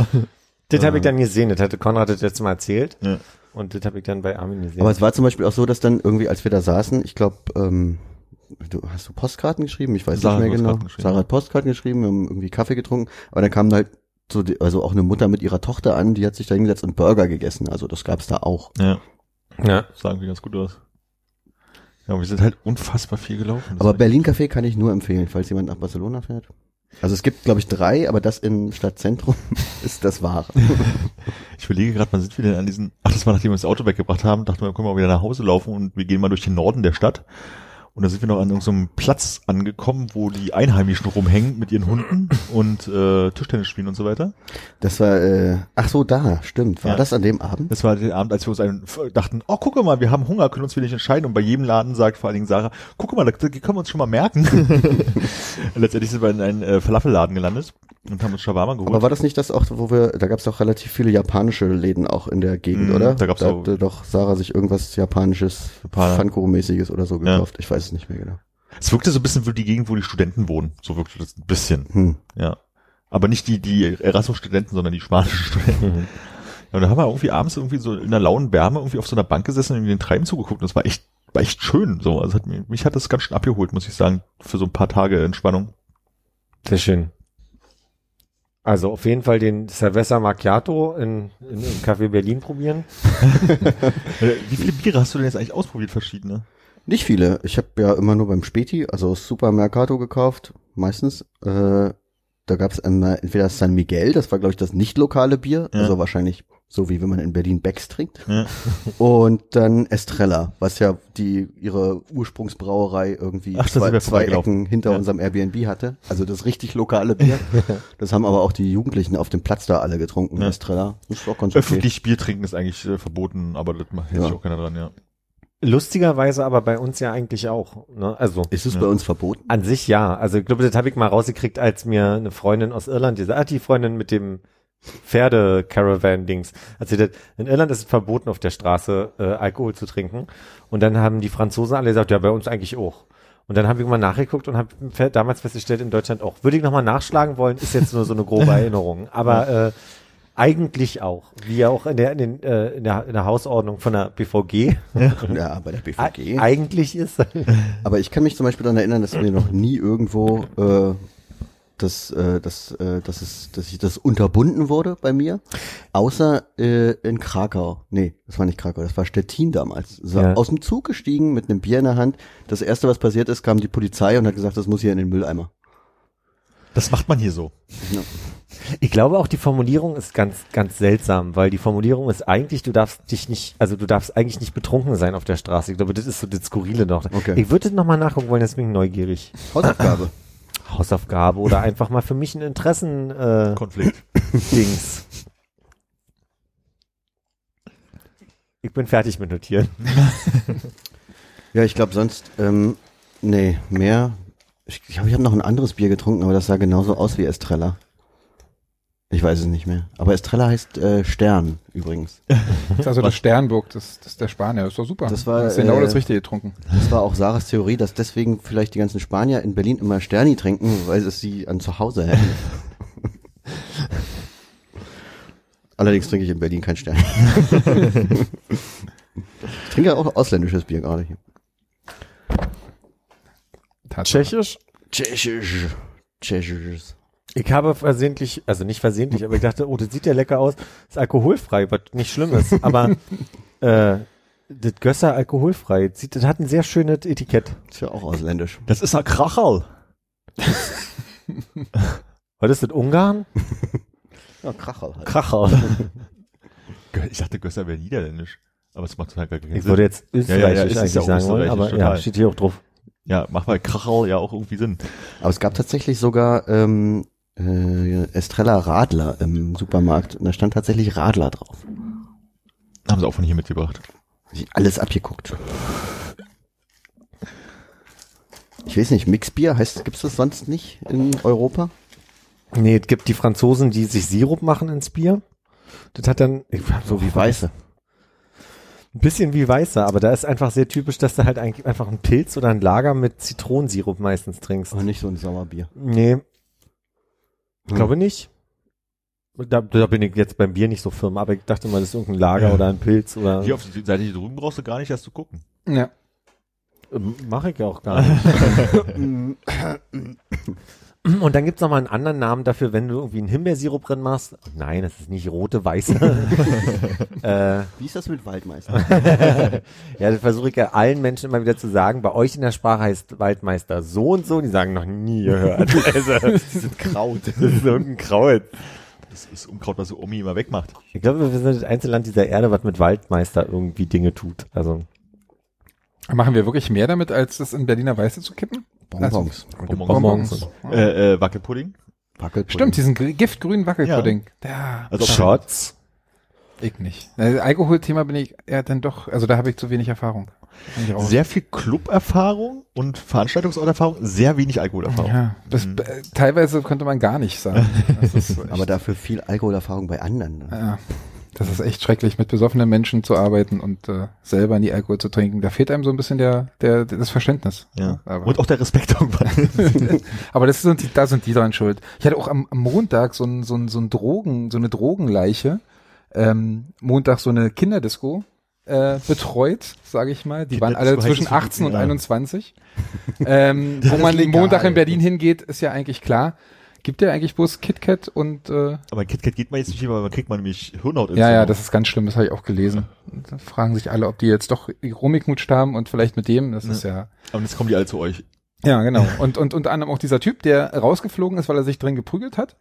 Das habe ich dann gesehen, das hatte Konrad das letzte Mal erzählt. Ja. Und das habe ich dann bei Armin gesehen. Aber es war zum Beispiel auch so, dass dann irgendwie, als wir da saßen, ich glaube, hast du Postkarten geschrieben? Ich weiß Sarah nicht hat mehr genau. Postkarten geschrieben, Sarah ja. hat Postkarten geschrieben, wir haben irgendwie Kaffee getrunken, aber dann kam halt so, also auch eine Mutter mit ihrer Tochter an, die hat sich da hingesetzt und Burger gegessen, also das gab's da auch. Ja, ja. sagen wir ganz gut aus. Ja, wir sind halt unfassbar viel gelaufen. Das Aber war- Berlin Café kann ich nur empfehlen, falls jemand nach Barcelona fährt. Also es gibt, glaube ich, 3, aber das im Stadtzentrum ist das wahre. Ich überlege gerade, wann sind wir denn an diesen, das war nachdem wir das Auto weggebracht haben, dachten wir, können wir mal wieder nach Hause laufen und wir gehen mal durch den Norden der Stadt. Und da sind wir noch an so einem Platz angekommen, wo die Einheimischen rumhängen mit ihren Hunden und Tischtennis spielen und so weiter. Das war, ach so, da, stimmt. War Ja. das an dem Abend? Das war der Abend, als wir uns dachten, oh, guck mal, wir haben Hunger, können uns wieder nicht entscheiden. Und bei jedem Laden sagt vor allen Dingen Sarah, guck mal, da können wir uns schon mal merken. Letztendlich sind wir in einen Falafelladen gelandet und haben uns Shawarma geholt. Aber war das nicht das auch, da gab es doch relativ viele japanische Läden auch in der Gegend, Mhm, oder? da gab's da auch- hatte doch Sarah sich irgendwas Japanisches, Japaner. Pfannkuchen-mäßiges oder so Ja. gekauft. Ich weiß es nicht mehr genau. Es wirkte so ein bisschen wie die Gegend, wo die Studenten wohnen. So wirkte das ein bisschen. Ja. Aber nicht die Erasmus-Studenten, sondern die spanischen Studenten. Ja, und da haben wir irgendwie abends irgendwie so in einer lauen Wärme irgendwie auf so einer Bank gesessen und den Treiben zugeguckt. Und das war echt schön. So, also mich hat das ganz schön abgeholt, muss ich sagen, für so ein paar Tage Entspannung. Sehr schön. Also auf jeden Fall den Cerveza Macchiato im Café Berlin probieren. Wie viele Biere hast du denn jetzt eigentlich ausprobiert, verschiedene? Nicht viele. Ich habe ja immer nur beim Späti, also Supermercato gekauft, meistens. Da gab es entweder San Miguel, das war glaube ich das nicht lokale Bier, Ja. also wahrscheinlich so wie wenn man in Berlin Becks trinkt. Ja. Und dann Estrella, was ja ihre Ursprungsbrauerei irgendwie Ach, da sind wir zwei vorbeigelaufen. Ecken hinter Ja. unserem Airbnb hatte. Also das richtig lokale Bier. Das haben aber auch die Jugendlichen auf dem Platz da alle getrunken, Ja. Estrella. Das ist auch ganz okay. Öffentlich Bier trinken ist eigentlich verboten, aber das hält sich Ja. auch keiner dran, ja. Lustigerweise aber bei uns ja eigentlich auch. Ne? Also Ist es Ja. bei uns verboten? an sich ja. Also ich glaube, das habe ich mal rausgekriegt, als mir eine Freundin aus Irland gesagt hat, die Freundin mit dem Pferde-Caravan-Dings. In Irland ist es verboten, auf der Straße Alkohol zu trinken. Und dann haben die Franzosen alle gesagt, ja, bei uns eigentlich auch. Und dann habe ich mal nachgeguckt und habe damals festgestellt, in Deutschland auch. Würde ich nochmal nachschlagen wollen, ist jetzt nur so eine grobe Erinnerung. Aber eigentlich auch. Wie ja auch in der Hausordnung von der BVG Ja, bei der BVG. eigentlich ist. Aber ich kann mich zum Beispiel daran erinnern, dass mir noch nie irgendwo dass das unterbunden wurde bei mir, außer in Krakau. Nee, das war nicht Krakau, das war Stettin damals. So, Ja. aus dem Zug gestiegen mit einem Bier in der Hand. Das erste, was passiert ist, kam die Polizei und hat gesagt, das muss hier in den Mülleimer. Das macht man hier so. Ja. Ich glaube auch, die Formulierung ist ganz, ganz seltsam, weil die Formulierung ist eigentlich, du darfst eigentlich nicht betrunken sein auf der Straße. Ich glaube, das ist so das Skurrile noch. Okay. Ich würde das nochmal nachgucken wollen, jetzt bin ich neugierig. Hausaufgabe. Hausaufgabe oder einfach mal für mich ein Interessen Konflikt. Dings. Ich bin fertig mit Notieren. Ja, ich glaube sonst, nee, mehr. Ich glaube, ich habe noch ein anderes Bier getrunken, aber das sah genauso aus wie Estrella. Ich weiß es nicht mehr. Aber Estrella heißt Stern übrigens. Das ist also das Sternburg, das ist der Spanier. Das ist doch super. Das war, das ist genau das Richtige getrunken. Das war auch Sarahs Theorie, dass deswegen vielleicht die ganzen Spanier in Berlin immer Sterni trinken, weil es sie an zu Hause hätten. Allerdings trinke ich in Berlin kein Sterni. Ich trinke auch ausländisches Bier gerade hier. Tschechisch? Tschechisch. Ich habe versehentlich, also nicht versehentlich, aber ich dachte, oh, das sieht ja lecker aus. Das ist alkoholfrei, was nicht schlimm ist. Aber das Gösser alkoholfrei, das hat ein sehr schönes Etikett. Ist ja auch ausländisch. Das ist ein Kracherl. Was ist das, Ungarn? Ja, Kracher halt. Kracher. Ich dachte, Gösser wäre niederländisch. Aber es macht total gar keinen Ich Sinn. würde jetzt österreichisch ist eigentlich ja auch sagen wollen, aber österreichisch, ja, total. steht hier auch drauf. Ja, macht bei Kracherl ja auch irgendwie Sinn. Aber es gab tatsächlich sogar Estrella Radler im Supermarkt und da stand tatsächlich Radler drauf. Haben sie auch von hier mitgebracht. Ich alles abgeguckt. Ich weiß nicht, Mixbier gibt's das sonst nicht in Europa? Nee, es gibt die Franzosen, die sich Sirup machen ins Bier. Das hat dann, So wie Weiße. ein bisschen wie Weißer, aber da ist einfach sehr typisch, dass du halt eigentlich einfach einen Pilz oder ein Lager mit Zitronensirup meistens trinkst. Aber nicht so ein Sauerbier. Nee. Ich glaube nicht. Da bin ich jetzt beim Bier nicht so firm, aber ich dachte mal, das ist irgendein Lager oder ein Pilz oder. Hier auf die Seite hier drüben brauchst du gar nicht erst zu gucken. Ja. Mache ich ja auch gar nicht. Und dann gibt's noch mal einen anderen Namen dafür, wenn du irgendwie einen Himbeersirup drin machst. Nein, das ist nicht rote Weiße. Wie ist das mit Waldmeister? Ja, das versuche ich ja allen Menschen immer wieder zu sagen. Bei euch in der Sprache heißt Waldmeister so und so. Die sagen noch nie gehört. Also, Das sind Kraut. das ist irgendein Kraut. Das ist Unkraut, was so Omi immer wegmacht. Ich glaube, wir sind das einzige Land dieser Erde, was mit Waldmeister irgendwie Dinge tut. Also Machen wir wirklich mehr damit, als das in Berliner Weiße zu kippen? Bonbons. Bonbons. Wackelpudding. Wackelpudding. Stimmt, diesen giftgrünen Wackelpudding. Ja. Also Shots. Ich nicht. Alkoholthema bin ich eher dann doch, also da habe ich zu wenig Erfahrung. Bin ich raus. Sehr viel Club-Erfahrung und Veranstaltungsorterfahrung, sehr wenig Alkoholerfahrung. Ja, teilweise könnte man gar nicht sagen. Das ist echt, Aber dafür viel Alkoholerfahrung bei anderen. ja, das ist echt schrecklich, mit besoffenen Menschen zu arbeiten und selber nie Alkohol zu trinken. Da fehlt einem so ein bisschen das Verständnis. Ja. Aber, Und auch der Respekt irgendwann. aber da sind die dran schuld. Ich hatte auch am Montag so eine Drogenleiche. Montag so eine Kinderdisco betreut, sage ich mal. Die waren alle Kinderdisco heißt zwischen es 18 und ja. 21. Wo man legal. Montag in Berlin hingeht, ist ja eigentlich klar. Gibt ja eigentlich bloß KitKat und Aber KitKat geht man jetzt nicht hin, weil man kriegt man nämlich Hirnhaut. ja, das ist ganz schlimm, das habe ich auch gelesen. Und da fragen sich alle, ob die jetzt doch rumgeknutscht haben und vielleicht mit dem, das ist ja. Aber jetzt kommen die alle zu euch. Ja, genau. Und unter anderem auch dieser Typ, der rausgeflogen ist, weil er sich drin geprügelt hat.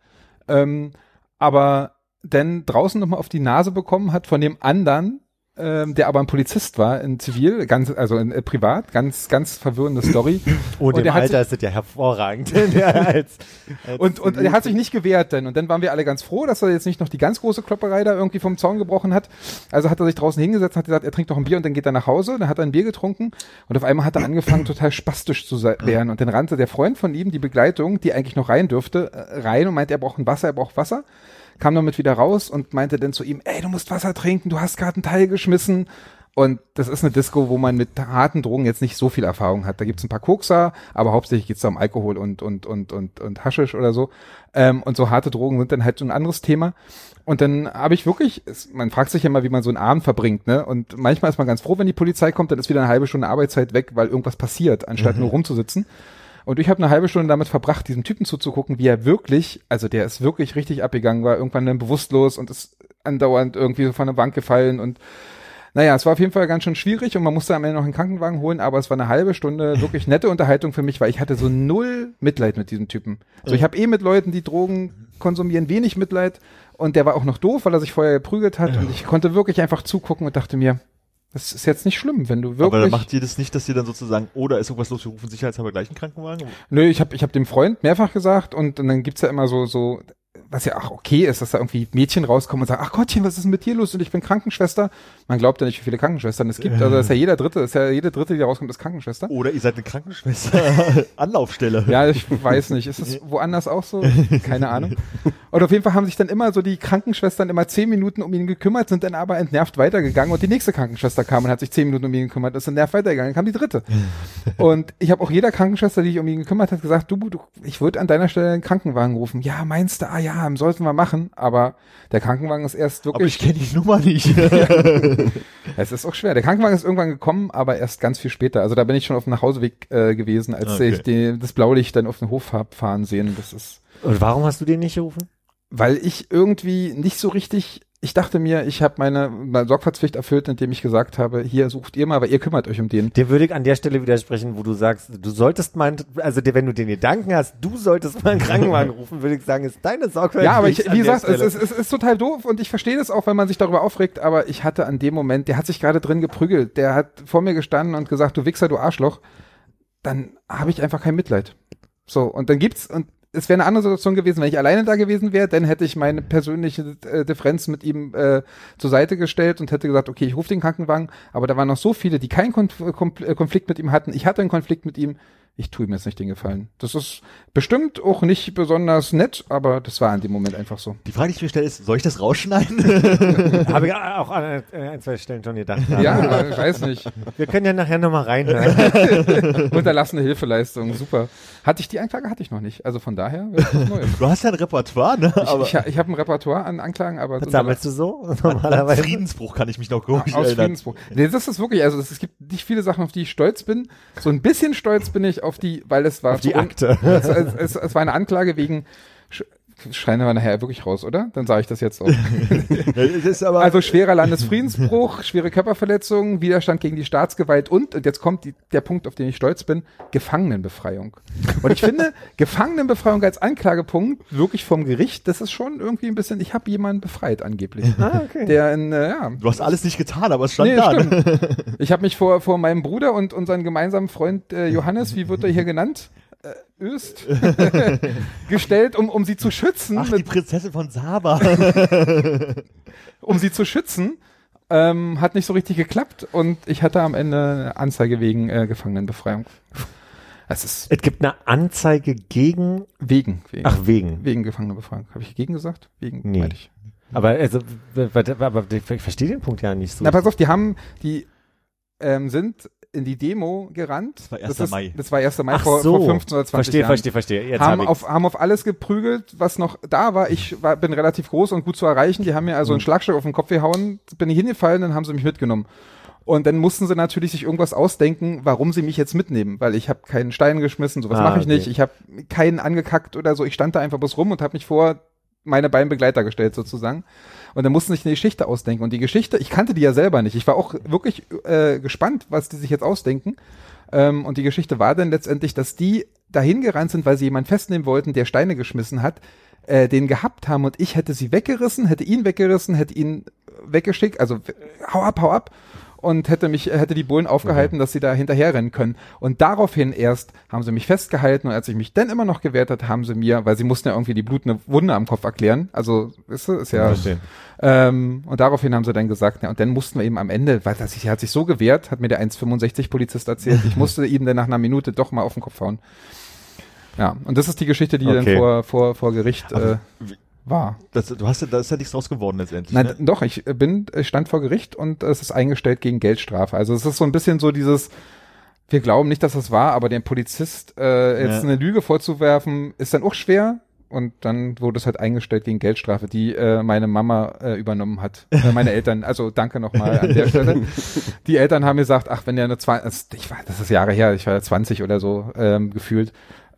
Aber dann draußen nochmal auf die Nase bekommen hat von dem anderen, der aber ein Polizist war in Zivil, privat, ganz verwirrende Story. Und im der hat Alter ist das ja hervorragend. als Und er hat sich nicht gewehrt denn. Und dann waren wir alle ganz froh, dass er jetzt nicht noch die ganz große Klopperei da irgendwie vom Zaun gebrochen hat. Also hat er sich draußen hingesetzt und hat gesagt, er trinkt noch ein Bier und dann geht er nach Hause. Dann hat er ein Bier getrunken und auf einmal hat er angefangen, total spastisch zu werden. Und dann rannte der Freund von ihm, die Begleitung, die eigentlich noch rein dürfte, rein und meinte, er braucht Wasser. Kam damit wieder raus und meinte dann zu ihm, ey, du musst Wasser trinken, du hast gerade einen Teil geschmissen. Und das ist eine Disco, wo man mit harten Drogen jetzt nicht so viel Erfahrung hat. Da gibt's ein paar Kokser, aber hauptsächlich geht's da um Alkohol und Haschisch oder so. Und so harte Drogen sind dann halt so ein anderes Thema. Und dann habe ich wirklich, man fragt sich ja immer, wie man so einen Abend verbringt, ne? Und manchmal ist man ganz froh, wenn die Polizei kommt, dann ist wieder eine halbe Stunde Arbeitszeit weg, weil irgendwas passiert, anstatt nur rumzusitzen. Und ich habe eine halbe Stunde damit verbracht, diesem Typen zuzugucken, wie er wirklich, also der ist wirklich richtig abgegangen, war irgendwann dann bewusstlos und ist andauernd irgendwie so von der Bank gefallen und naja, es war auf jeden Fall ganz schön schwierig und man musste am Ende noch einen Krankenwagen holen, aber es war eine halbe Stunde wirklich nette Unterhaltung für mich, weil ich hatte so null Mitleid mit diesem Typen. Also ich habe mit Leuten, die Drogen konsumieren, wenig Mitleid und der war auch noch doof, weil er sich vorher geprügelt hat und ich konnte wirklich einfach zugucken und dachte mir, das ist jetzt nicht schlimm, wenn du wirklich... Aber dann macht ihr das nicht, dass ihr dann sozusagen, oh, da ist irgendwas los, wir rufen sicherheitshalber gleich einen Krankenwagen? Nö, ich hab dem Freund mehrfach gesagt und dann gibt's ja immer so, was ja auch okay ist, dass da irgendwie Mädchen rauskommen und sagen, ach Gottchen, was ist denn mit dir los? Und ich bin Krankenschwester. Man glaubt ja nicht, wie viele Krankenschwestern es gibt. Also das ist ja jede dritte, die da rauskommt, ist Krankenschwester. Oder ihr seid eine Krankenschwester. Anlaufstelle. Ja, ich weiß nicht. Ist es woanders auch so? Keine Ahnung. Und auf jeden Fall haben sich dann immer so die Krankenschwestern immer 10 Minuten um ihn gekümmert, sind dann aber entnervt weitergegangen und die nächste Krankenschwester kam und hat sich 10 Minuten um ihn gekümmert, ist entnervt weitergegangen, dann kam die dritte. Und ich habe auch jeder Krankenschwester, die sich um ihn gekümmert hat, gesagt, du, ich würde an deiner Stelle einen Krankenwagen rufen. Ja, meinst du? Ah ja, sollten wir machen. Aber der Krankenwagen ist erst wirklich... Aber ich kenne die Nummer nicht. Es ist auch schwer. Der Krankenwagen ist irgendwann gekommen, aber erst ganz viel später. Also da bin ich schon auf dem Nachhauseweg gewesen, als ich das Blaulicht dann auf den Hof hab fahren sehen. Das ist... Und warum hast du den nicht gerufen? Weil ich irgendwie nicht so richtig ich dachte mir, ich habe meine Sorgfaltspflicht erfüllt, indem ich gesagt habe, hier sucht ihr mal, aber ihr kümmert euch um den. Dir würde ich an der Stelle widersprechen, wo du sagst, du solltest wenn du den Gedanken hast, du solltest mal einen Krankenwagen rufen, würde ich sagen, ist deine Sorgfaltspflicht. Ja, aber wie gesagt, es ist total doof und ich verstehe das auch, wenn man sich darüber aufregt, aber ich hatte an dem Moment, der hat sich gerade drin geprügelt, der hat vor mir gestanden und gesagt, du Wichser, du Arschloch, dann habe ich einfach kein Mitleid. So, und dann es wäre eine andere Situation gewesen, wenn ich alleine da gewesen wäre, dann hätte ich meine persönliche Differenz mit ihm zur Seite gestellt und hätte gesagt, okay, ich rufe den Krankenwagen, aber da waren noch so viele, die keinen Konflikt mit ihm hatten. Ich hatte einen Konflikt mit ihm. Ich tue ihm jetzt nicht den Gefallen. Das ist bestimmt auch nicht besonders nett, aber das war in dem Moment einfach so. Die Frage, die ich mir stelle, ist, soll ich das rausschneiden? Habe ich auch an ein, zwei Stellen schon gedacht. Ja, ich weiß nicht. Wir können ja nachher nochmal reinhören. Unterlassene Hilfeleistung, super. Die Anklage hatte ich noch nicht, also von daher wäre das Neues. Du hast ja ein Repertoire, ne? Ich habe ein Repertoire an Anklagen, aber... Was sammelst du so normalerweise? Friedensbruch kann ich mich noch komisch Aus erinnern. Friedensbruch. Nee, das ist wirklich, also es gibt nicht viele Sachen, auf die ich stolz bin. So ein bisschen stolz bin ich auf die, weil es war... Auf die Akte. Es war eine Anklage wegen... Schreien wir nachher wirklich raus, oder? Dann sage ich das jetzt auch. Das ist aber Also schwerer Landesfriedensbruch, schwere Körperverletzungen, Widerstand gegen die Staatsgewalt und jetzt kommt der Punkt, auf den ich stolz bin, Gefangenenbefreiung. Und ich finde, Gefangenenbefreiung als Anklagepunkt wirklich vom Gericht, das ist schon irgendwie ein bisschen, ich habe jemanden befreit angeblich. Okay. Der du hast alles nicht getan, aber es stand da. stimmt. Ich habe mich vor meinem Bruder und unseren gemeinsamen Freund Johannes, wie wird er hier genannt? Öst gestellt, um sie zu schützen. Ach, die Prinzessin von Saba. Um sie zu schützen, hat nicht so richtig geklappt und ich hatte am Ende eine Anzeige wegen Gefangenenbefreiung. Es gibt eine Anzeige gegen... Wegen. Ach, wegen. Wegen Gefangenenbefreiung. Habe ich gegen gesagt? Wegen, Nee. meinte ich. Aber ich verstehe den Punkt ja nicht so. Na, pass auf, die sind in die Demo gerannt. Das war 1. Mai. Das war 1. Mai Ach vor so. 15 oder 20 Jahren. Verstehe. Jetzt Haben hab ich's. auf alles geprügelt, was noch da war. Bin relativ groß und gut zu erreichen. Die haben mir also einen Schlagstock auf den Kopf gehauen. Bin ich hingefallen, dann haben sie mich mitgenommen. Und dann mussten sie natürlich sich irgendwas ausdenken, warum sie mich jetzt mitnehmen. Weil ich habe keinen Stein geschmissen, sowas mache ich okay. nicht. Ich habe keinen angekackt oder so. Ich stand da einfach bloß rum und habe mich vor meine beiden Begleiter gestellt sozusagen. Und dann mussten sich eine Geschichte ausdenken. Und die Geschichte, ich kannte die ja selber nicht. Ich war auch wirklich gespannt, was die sich jetzt ausdenken. Und die Geschichte war dann letztendlich, dass die dahin gerannt sind, weil sie jemanden festnehmen wollten, der Steine geschmissen hat, den gehabt haben und ich hätte sie weggerissen, hätte ihn weggeschickt, also hau ab. Und hätte die Bullen aufgehalten, dass sie da hinterher rennen können. Und daraufhin erst haben sie mich festgehalten und als ich mich dann immer noch gewehrt hat, haben sie mir, weil sie mussten ja irgendwie die blutende Wunde am Kopf erklären, also weißt du, ist ja, und daraufhin haben sie dann gesagt, ja, und dann mussten wir eben am Ende, weil er hat sich so gewehrt, hat mir der 1,65 Polizist erzählt, ich musste ihm dann nach einer Minute doch mal auf den Kopf hauen. Ja, und das ist die Geschichte, die dann vor Gericht war. Da ist ja nichts draus geworden letztendlich. Nein, Ne? doch, ich stand vor Gericht und es ist eingestellt gegen Geldstrafe. Also es ist so ein bisschen so dieses, wir glauben nicht, dass das war, aber dem Polizist jetzt eine Lüge vorzuwerfen, ist dann auch schwer. Und dann wurde es halt eingestellt gegen Geldstrafe, die meine Mama übernommen hat. Meine Eltern, also danke nochmal an der Stelle. Die Eltern haben gesagt, ach, wenn der das ist Jahre her, ich war ja 20 oder so gefühlt.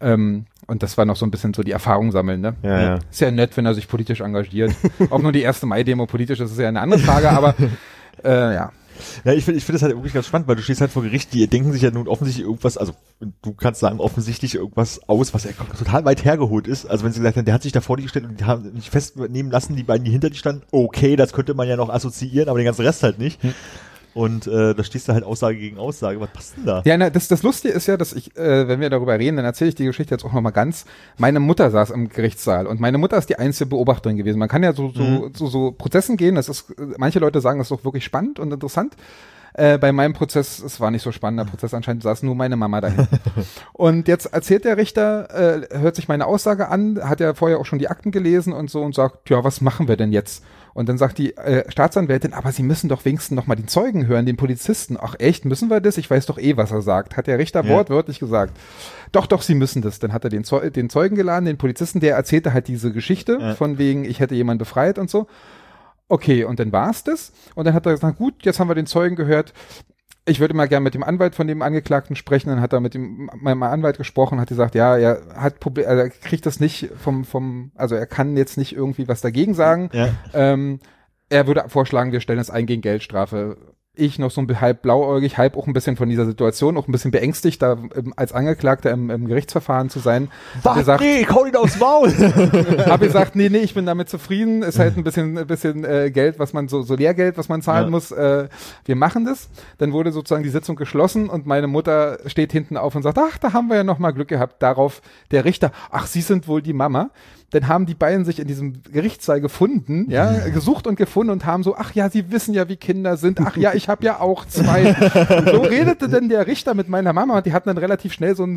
Und das war noch so ein bisschen so die Erfahrung sammeln, ne? Ja. Ist ja nett, wenn er sich politisch engagiert. Ob nur die 1. Mai-Demo politisch ist, ist ja eine andere Frage, aber ja. Ja, ich finde das halt wirklich ganz spannend, weil du stehst halt vor Gericht, die denken sich ja nun offensichtlich irgendwas, also du kannst sagen, offensichtlich irgendwas aus, was ja total weit hergeholt ist. Also wenn sie gesagt haben, der hat sich da vor die gestellt und die haben nicht festnehmen lassen, die beiden, die hinter dir standen, okay, das könnte man ja noch assoziieren, aber den ganzen Rest halt nicht. Und da stehst du halt Aussage gegen Aussage. Was passt denn da? Ja, na, das Lustige ist ja, dass ich, wenn wir darüber reden, dann erzähle ich die Geschichte jetzt auch nochmal ganz. Meine Mutter saß im Gerichtssaal und meine Mutter ist die einzige Beobachterin gewesen. Man kann ja so Prozessen gehen. Das ist, manche Leute sagen, das ist doch wirklich spannend und interessant. Bei meinem Prozess, es war nicht so spannender Prozess, anscheinend saß nur meine Mama dahin. Und jetzt erzählt der Richter, hört sich meine Aussage an, hat ja vorher auch schon die Akten gelesen und so und sagt, ja, was machen wir denn jetzt? Und dann sagt die Staatsanwältin, aber Sie müssen doch wenigstens noch mal den Zeugen hören, den Polizisten. Ach echt, müssen wir das? Ich weiß doch was er sagt. Hat der Richter wortwörtlich gesagt. Doch, Sie müssen das. Dann hat er den Zeugen geladen, den Polizisten, der erzählte halt diese Geschichte von wegen, ich hätte jemanden befreit und so. Okay, und dann war's das. Und dann hat er gesagt, gut, jetzt haben wir den Zeugen gehört. Ich würde mal gerne mit dem Anwalt von dem Angeklagten sprechen. Dann hat er mit meinem Anwalt gesprochen, hat gesagt, ja, er hat Probleme, er kriegt das nicht also er kann jetzt nicht irgendwie was dagegen sagen. Ja. Er würde vorschlagen, wir stellen es ein gegen Geldstrafe. Ich noch so halb blauäugig, halb auch ein bisschen von dieser Situation, auch ein bisschen beängstigt, da als Angeklagter im Gerichtsverfahren zu sein. Nee, ich hau ihn aufs Maul! Hab gesagt, nee, ich bin damit zufrieden. Ist halt ein bisschen Geld, was man so Lehrgeld, was man zahlen muss. Wir machen das. Dann wurde sozusagen die Sitzung geschlossen und meine Mutter steht hinten auf und sagt, ach, da haben wir ja noch mal Glück gehabt. Darauf der Richter, ach, Sie sind wohl die Mama. Dann haben die beiden sich in diesem Gerichtssaal gefunden, gesucht und gefunden und haben so, ach ja, Sie wissen ja, wie Kinder sind. Ach ja, ich habe ja auch 2. Und so redete dann der Richter mit meiner Mama und die hatten dann relativ schnell so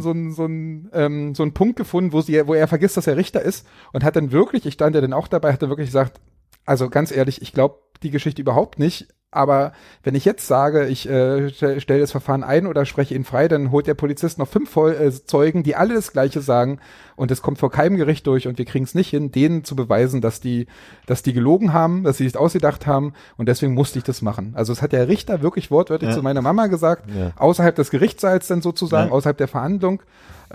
einen Punkt gefunden, wo er vergisst, dass er Richter ist und hat dann wirklich, ich stand ja dann auch dabei, hat dann wirklich gesagt, also ganz ehrlich, ich glaube die Geschichte überhaupt nicht. Aber wenn ich jetzt sage, ich stelle das Verfahren ein oder spreche ihn frei, dann holt der Polizist noch 5 Zeugen, die alle das Gleiche sagen und es kommt vor keinem Gericht durch und wir kriegen es nicht hin, denen zu beweisen, dass die gelogen haben, dass sie es ausgedacht haben und deswegen musste ich das machen. Also es hat der Richter wirklich wortwörtlich zu meiner Mama gesagt, außerhalb des Gerichtssaals dann sozusagen, außerhalb der Verhandlung.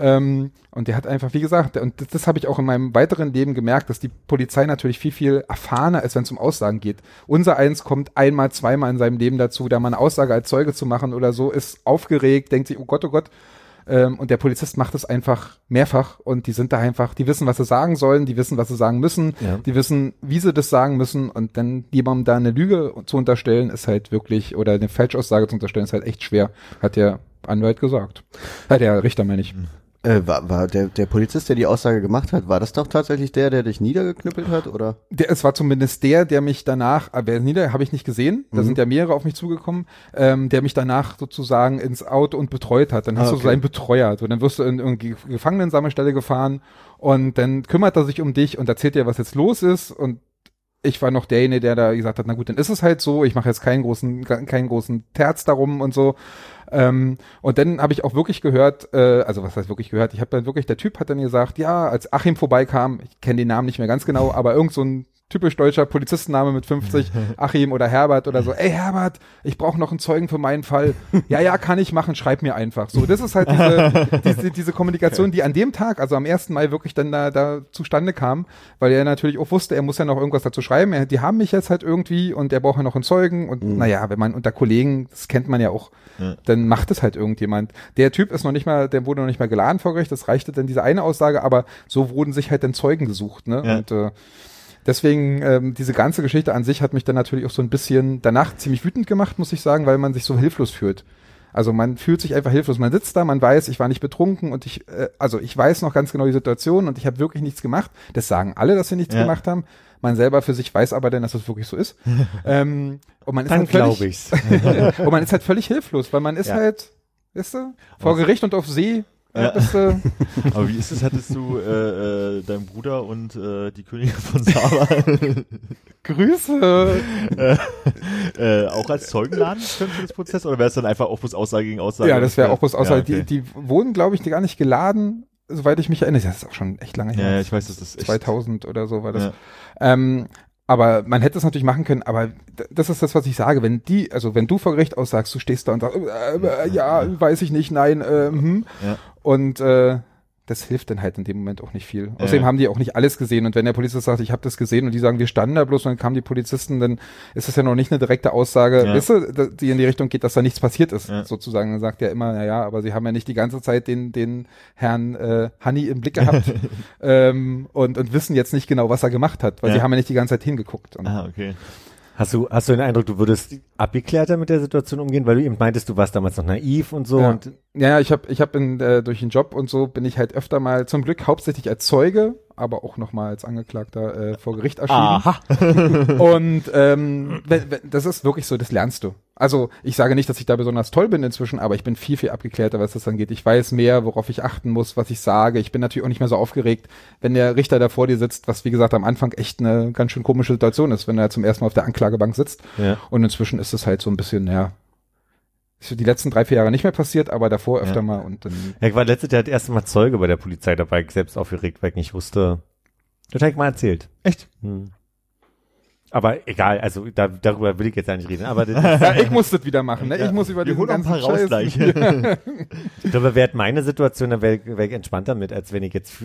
Und der hat einfach, wie gesagt, und das habe ich auch in meinem weiteren Leben gemerkt, dass die Polizei natürlich viel, viel erfahrener ist, wenn es um Aussagen geht. Unser Eins kommt einmal, zweimal in seinem Leben dazu, da mal eine Aussage als Zeuge zu machen oder so, ist aufgeregt, denkt sich, oh Gott, und der Polizist macht es einfach mehrfach und die sind da einfach, die wissen, was sie sagen sollen, die wissen, was sie sagen müssen, die wissen, wie sie das sagen müssen und dann jemandem da eine Lüge zu unterstellen, ist halt wirklich, oder eine Falschaussage zu unterstellen, ist halt echt schwer, hat der Anwalt gesagt. Der Richter, meine ich. War der Polizist, der die Aussage gemacht hat, war das doch tatsächlich der dich niedergeknüppelt hat, oder? Es war zumindest der mich danach, habe ich nicht gesehen, da sind ja mehrere auf mich zugekommen, der mich danach sozusagen ins Auto und betreut hat. Dann hast du so einen Betreuer, so, dann wirst du in irgendwie Gefangenensammelstelle gefahren und dann kümmert er sich um dich und erzählt dir, was jetzt los ist und ich war noch derjenige, der da gesagt hat, na gut, dann ist es halt so, ich mache jetzt keinen großen Terz darum und so. Und dann habe ich auch wirklich gehört, also was heißt wirklich gehört, ich habe dann wirklich, der Typ hat dann gesagt, ja, als Achim vorbeikam, ich kenne den Namen nicht mehr ganz genau, aber irgend so ein typisch deutscher Polizistenname mit 50, Achim oder Herbert oder so, ey Herbert, ich brauche noch einen Zeugen für meinen Fall. Ja, kann ich machen, schreib mir einfach. So, das ist halt diese Kommunikation, die an dem Tag, also am 1. Mai wirklich dann da zustande kam, weil er natürlich auch wusste, er muss ja noch irgendwas dazu schreiben, die haben mich jetzt halt irgendwie und er braucht ja noch einen Zeugen und naja, wenn man unter Kollegen, das kennt man ja auch, dann macht es halt irgendjemand. Der Typ ist der wurde noch nicht mal geladen vor Gericht, das reichte dann diese eine Aussage, aber so wurden sich halt dann Zeugen gesucht, ne? Ja. Und deswegen, diese ganze Geschichte an sich hat mich dann natürlich auch so ein bisschen danach ziemlich wütend gemacht, muss ich sagen, weil man sich so hilflos fühlt. Also man fühlt sich einfach hilflos. Man sitzt da, man weiß, ich war nicht betrunken und ich weiß noch ganz genau die Situation und ich habe wirklich nichts gemacht. Das sagen alle, dass sie nichts gemacht haben. Man selber für sich weiß aber dann, dass das wirklich so ist. Und man ist dann halt völlig, und man ist halt völlig hilflos, weil man ist halt, weißt du, vor Gericht und auf See. Aber wie ist es, hattest du deinen Bruder und die Königin von Saba Grüße auch als Zeugen laden können für das Prozess oder wäre es dann einfach auch bloß Aussage gegen Aussage? Ja, das wäre auch bloß Aussage. Ja, okay. Die wurden, glaube ich, gar nicht geladen, soweit ich mich erinnere. Das ist auch schon echt lange her. Ja, ich weiß, das ist echt 2000 oder so war das. Ja. Aber man hätte es natürlich machen können, aber das ist das, was ich sage. Wenn du vor Gericht aussagst, du stehst da und sagst, weiß ich nicht, nein, Ja. Und das hilft dann halt in dem Moment auch nicht viel. Außerdem haben die auch nicht alles gesehen und wenn der Polizist sagt, ich habe das gesehen und die sagen, wir standen da bloß und dann kamen die Polizisten, dann ist das ja noch nicht eine direkte Aussage, weißt du, die in die Richtung geht, dass da nichts passiert ist, sozusagen. Dann sagt er immer, naja, aber sie haben ja nicht die ganze Zeit den Herrn Hanni im Blick gehabt und wissen jetzt nicht genau, was er gemacht hat, weil sie haben ja nicht die ganze Zeit hingeguckt. Und okay. Hast du den Eindruck, du würdest abgeklärter mit der Situation umgehen, weil du eben meintest, du warst damals noch naiv und so. Ja. Und ja, ich hab durch den Job und so bin ich halt öfter mal, zum Glück hauptsächlich als Zeuge, aber auch noch mal als Angeklagter vor Gericht erschienen. Aha. Und das ist wirklich so, das lernst du. Also ich sage nicht, dass ich da besonders toll bin inzwischen, aber ich bin viel, viel abgeklärter, was das angeht. Ich weiß mehr, worauf ich achten muss, was ich sage. Ich bin natürlich auch nicht mehr so aufgeregt, wenn der Richter da vor dir sitzt, was wie gesagt am Anfang echt eine ganz schön komische Situation ist, wenn er zum ersten Mal auf der Anklagebank sitzt. Ja. Und inzwischen ist es halt so ein bisschen, ist die letzten 3-4 Jahre nicht mehr passiert, aber davor öfter mal. Und dann ich war letztes Jahr das erste Mal Zeuge bei der Polizei, da war ich selbst aufgeregt, weil ich nicht wusste. Das habe ich mal erzählt. Echt? Aber egal, also darüber will ich jetzt ja nicht reden. Aber ich muss das wieder machen, ne? Ich muss über diesen ganzen Scheiß. Ich glaube, wäre meine Situation, dann wäre ich entspannter mit, als wenn ich jetzt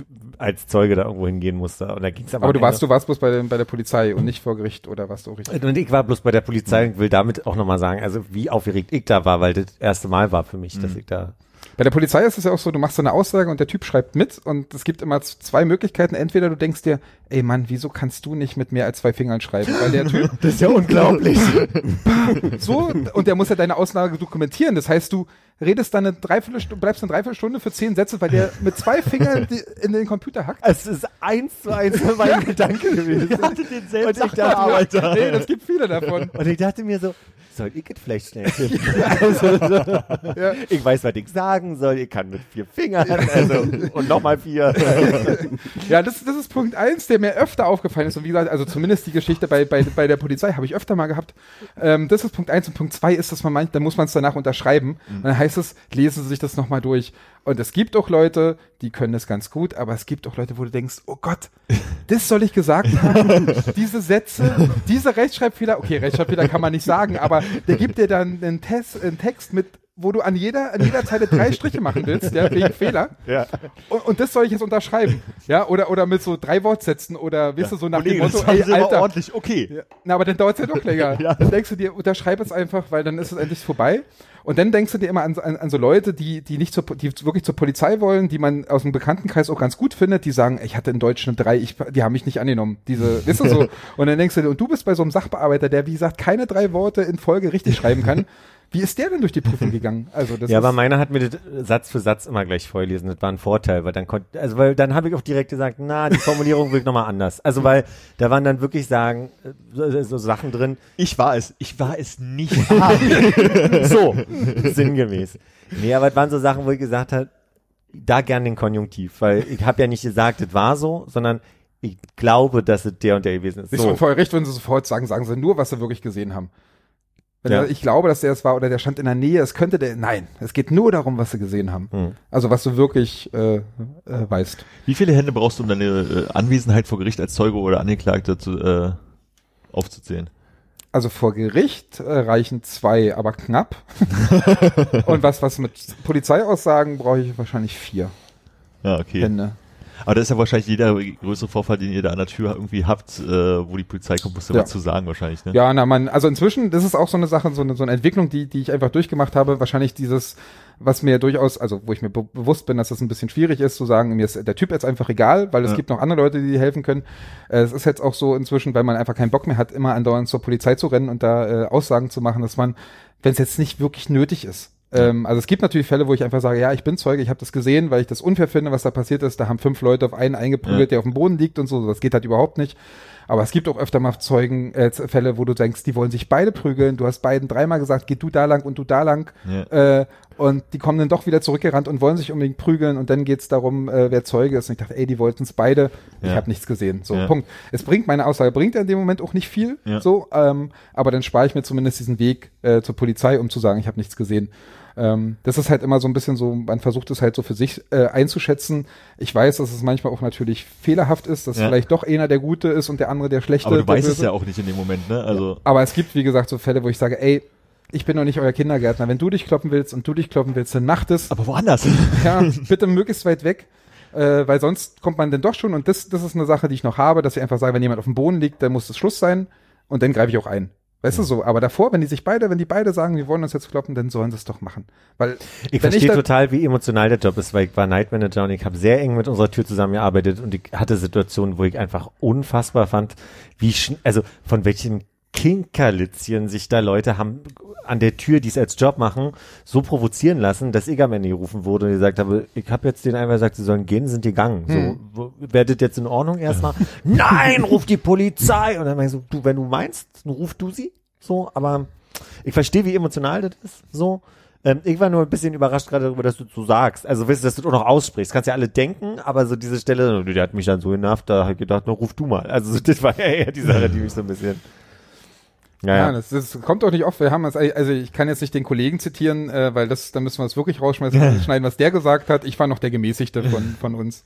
als Zeuge da irgendwo hingehen musste. Und da ging's Aber du warst bloß bei der Polizei und nicht vor Gericht, oder warst du auch richtig? Und ich war bloß bei der Polizei und will damit auch nochmal sagen, also wie aufgeregt ich da war, weil das erste Mal war für mich, dass ich da... Bei der Polizei ist es ja auch so, du machst so eine Aussage und der Typ schreibt mit und es gibt immer zwei Möglichkeiten. Entweder du denkst dir, ey Mann, wieso kannst du nicht mit mehr als 2 Fingern schreiben? Weil der Typ... Das ist ja unglaublich. So, und der muss ja deine Aussage dokumentieren. Das heißt, du redest dann bleibst eine Dreiviertelstunde für 10 Sätze, weil der mit 2 Fingern in den Computer hackt. Es ist 1:1 mein Gedanke gewesen. Ich hatte denselben Und ich dachte, Sachbearbeiter. Nee, das gibt viele davon. Und ich dachte mir so, soll ich es vielleicht schnell tippen? Also, Ja. ich weiß, was ich sagen soll. Ich kann mit 4 Fingern, also, und nochmal 4. Ja, das ist Punkt 1, der mir öfter aufgefallen ist. Und wie gesagt, also zumindest die Geschichte bei der Polizei habe ich öfter mal gehabt. Das ist Punkt 1 und Punkt 2 ist, dass man meint, da muss man es danach unterschreiben. Und dann heißt es, lesen Sie sich das nochmal durch. Und es gibt auch Leute, die können das ganz gut, aber es gibt auch Leute, wo du denkst, oh Gott, das soll ich gesagt haben. Diese Sätze, diese Rechtschreibfehler, okay, Rechtschreibfehler kann man nicht sagen, aber der gibt dir dann einen Text mit, wo du an jeder Zeile 3 Striche machen willst, ja, wegen Fehler. Ja. Und das soll ich jetzt unterschreiben. Ja, oder mit so 3 Wortsätzen oder weißt du, so nach Kollege, dem Motto, das haben Sie aber Alter. ordentlich, okay. Ja, na, aber dann dauert es ja doch länger. Ja. Dann denkst du dir, unterschreib es einfach, weil dann ist es endlich vorbei. Und dann denkst du dir immer an so Leute, die wirklich zur Polizei wollen, die man aus dem Bekanntenkreis auch ganz gut findet, die sagen, ich hatte in Deutsch eine 3, die haben mich nicht angenommen. Weißt du so. Und dann denkst du dir, und du bist bei so einem Sachbearbeiter, der, wie gesagt, keine 3 Worte in Folge richtig schreiben kann. Wie ist der denn durch die Prüfung gegangen? Also das Ja, ist, aber meiner hat mir das Satz für Satz immer gleich vorgelesen. Das war ein Vorteil, weil dann habe ich auch direkt gesagt, na, die Formulierung will ich nochmal anders. Also weil da waren dann wirklich so Sachen drin. Ich war es nicht. So, sinngemäß. Nee, aber es waren so Sachen, wo ich gesagt habe, da gern den Konjunktiv, weil ich habe ja nicht gesagt, das war so, sondern ich glaube, dass es der und der gewesen ist. ist schon voll recht, wenn sie sofort sagen sie nur, was sie wirklich gesehen haben. Ja. Ich glaube, dass der es war oder der stand in der Nähe, nein, es geht nur darum, was sie gesehen haben. Also was du wirklich weißt. Wie viele Hände brauchst du, um deine Anwesenheit vor Gericht als Zeuge oder Angeklagte aufzuzählen? Also vor Gericht reichen 2, aber knapp. Und was mit Polizeiaussagen brauche ich wahrscheinlich 4 Ja, okay. Hände. Aber das ist ja wahrscheinlich jeder größere Vorfall, den ihr da an der Tür irgendwie habt, wo die Polizei kommt, musst du was zu sagen wahrscheinlich, ne? Ja, also inzwischen, das ist auch so eine Sache, so eine Entwicklung, die ich einfach durchgemacht habe. Wahrscheinlich dieses, was mir durchaus, also wo ich mir bewusst bin, dass das ein bisschen schwierig ist, zu sagen, mir ist der Typ jetzt einfach egal, weil es gibt noch andere Leute, die helfen können. Es ist jetzt auch so inzwischen, weil man einfach keinen Bock mehr hat, immer andauernd zur Polizei zu rennen und da Aussagen zu machen, dass man, wenn es jetzt nicht wirklich nötig ist. Also es gibt natürlich Fälle, wo ich einfach sage, ja, ich bin Zeuge, ich habe das gesehen, weil ich das unfair finde, was da passiert ist. Da haben 5 Leute auf einen eingeprügelt, der auf dem Boden liegt und so. Das geht halt überhaupt nicht. Aber es gibt auch öfter mal Fälle, wo du denkst, die wollen sich beide prügeln. Du hast beiden 3-mal gesagt, geh du da lang und du da lang. Ja. Und die kommen dann doch wieder zurückgerannt und wollen sich unbedingt prügeln. Und dann geht's darum, wer Zeuge ist. Und ich dachte, ey, die wollten es beide. Ich habe nichts gesehen. So, Punkt. Meine Aussage bringt ja in dem Moment auch nicht viel. So, aber dann spare ich mir zumindest diesen Weg zur Polizei, um zu sagen, ich habe nichts gesehen. Das ist halt immer so ein bisschen so, man versucht es halt so für sich einzuschätzen. Ich weiß, dass es manchmal auch natürlich fehlerhaft ist, dass vielleicht doch einer der Gute ist und der andere der Schlechte. Aber du weißt es ja auch nicht in dem Moment, ne? Also. Aber es gibt, wie gesagt, so Fälle, wo ich sage, ey, ich bin doch nicht euer Kindergärtner. Wenn du dich kloppen willst und du dich kloppen willst, dann mach das. Aber woanders. Ja, bitte möglichst weit weg. Weil sonst kommt man dann doch schon, und das ist eine Sache, die ich noch habe, dass ich einfach sage, wenn jemand auf dem Boden liegt, dann muss es Schluss sein und dann greife ich auch ein. Weißt du so, aber davor, wenn die beide sagen, wir wollen uns jetzt kloppen, dann sollen sie es doch machen. Weil ich verstehe total, wie emotional der Job ist, weil ich war Night Manager und ich habe sehr eng mit unserer Tür zusammengearbeitet und ich hatte Situationen, wo ich einfach unfassbar fand, also von welchen Kinkerlitzchen sich da Leute haben an der Tür, die es als Job machen, so provozieren lassen, dass ich am Ende gerufen wurde und gesagt habe, ich habe jetzt den einfach gesagt, sie sollen gehen, sind die gegangen. So, werdet jetzt in Ordnung erstmal? Nein, ruf die Polizei! Und dann meine ich so, du, wenn du meinst, dann ruf du sie. So, aber ich verstehe, wie emotional das ist. So, ich war nur ein bisschen überrascht gerade darüber, dass du so sagst. Also, weißt du, dass du auch noch aussprichst. Kannst ja alle denken, aber so diese Stelle, der hat mich dann so genervt, da habe ich gedacht, na, ruf du mal. Also, das war ja eher die Sache, die mich so ein bisschen... Ja, das kommt doch nicht oft. Wir haben also ich kann jetzt nicht den Kollegen zitieren, weil da müssen wir es wirklich rausschmeißen, schneiden, was der gesagt hat. Ich war noch der Gemäßigte von uns.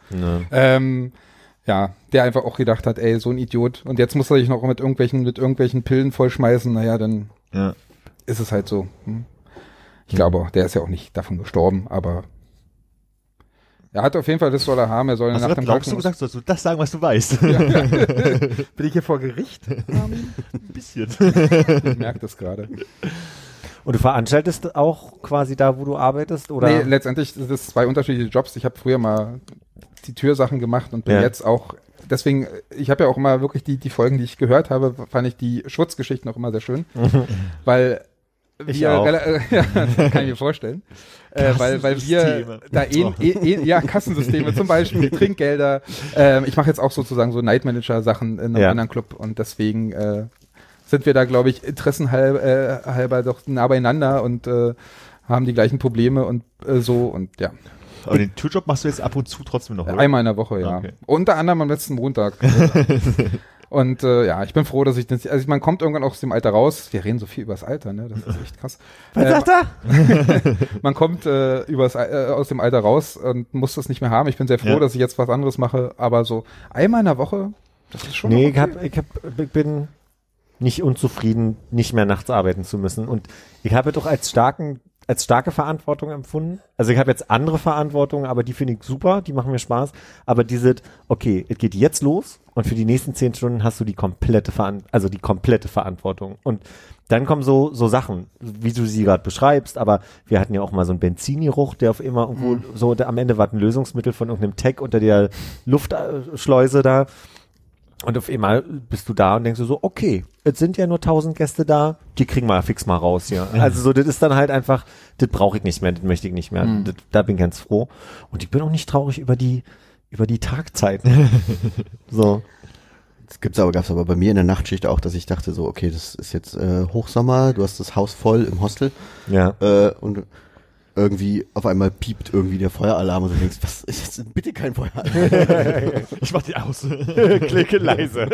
Ja, der einfach auch gedacht hat, ey, so ein Idiot. Und jetzt muss er sich noch mit irgendwelchen Pillen vollschmeißen. Naja, dann ist es halt so. Ich glaube, der ist ja auch nicht davon gestorben, aber Er hat auf jeden Fall, das soll er haben, er soll Hast nach du dem glaubst du Krankenhaus. gesagt, sollst du das sagen, was du weißt? Bin ich hier vor Gericht? Ein bisschen. Ich merke das gerade. Und du veranstaltest auch quasi da, wo du arbeitest? Oder? Nee, letztendlich sind das 2 unterschiedliche Jobs. Ich habe früher mal die Türsachen gemacht und bin Ja. jetzt auch, deswegen, ich habe ja auch immer wirklich die Folgen, die ich gehört habe, fand ich die Schutzgeschichten auch immer sehr schön, weil Ich wir, auch. Ja, kann ich mir vorstellen, weil wir Kassensysteme. da Kassensysteme zum Beispiel, Trinkgelder, ich mache jetzt auch sozusagen so Night Manager Sachen in einem Ja. anderen Club und deswegen sind wir da, glaube ich, interessenhalber doch nah beieinander und haben die gleichen Probleme und so und ja. Aber den Türjob machst du jetzt ab und zu trotzdem noch, oder? Einmal in der Woche, ja. Okay. Unter anderem am letzten Montag. Und ja, ich bin froh, dass ich das, also man kommt irgendwann auch aus dem Alter raus. Wir reden so viel über das Alter, ne? Das ist echt krass. Was sagt er? Man kommt aus dem Alter raus und muss das nicht mehr haben. Ich bin sehr froh, Ja. dass ich jetzt was anderes mache, aber so einmal in der Woche, das ist schon Nee, noch okay. ich bin nicht unzufrieden, nicht mehr nachts arbeiten zu müssen. Und ich habe doch als starke Verantwortung empfunden. Also ich habe jetzt andere Verantwortungen, aber die finde ich super, die machen mir Spaß. Aber okay, es geht jetzt los und für die nächsten 10 Stunden hast du die komplette Verantwortung. Und dann kommen so Sachen, wie du sie gerade beschreibst, aber wir hatten ja auch mal so einen Benzin-Geruch, der auf immer irgendwo am Ende war ein Lösungsmittel von irgendeinem Tech unter der Luftschleuse da. Und auf einmal bist du da und denkst du so, okay, es sind ja nur 1000 Gäste da, die kriegen wir fix mal raus hier. Also so, das ist dann halt einfach, das brauche ich nicht mehr, das möchte ich nicht mehr. Da bin ich ganz froh. Und ich bin auch nicht traurig über die Tagzeiten. So. Das gab's aber bei mir in der Nachtschicht auch, dass ich dachte so, okay, das ist jetzt Hochsommer, du hast das Haus voll im Hostel Ja. und irgendwie auf einmal piept irgendwie der Feueralarm und du denkst, was ist jetzt bitte kein Feueralarm? Ich mach die aus. Klicke leise.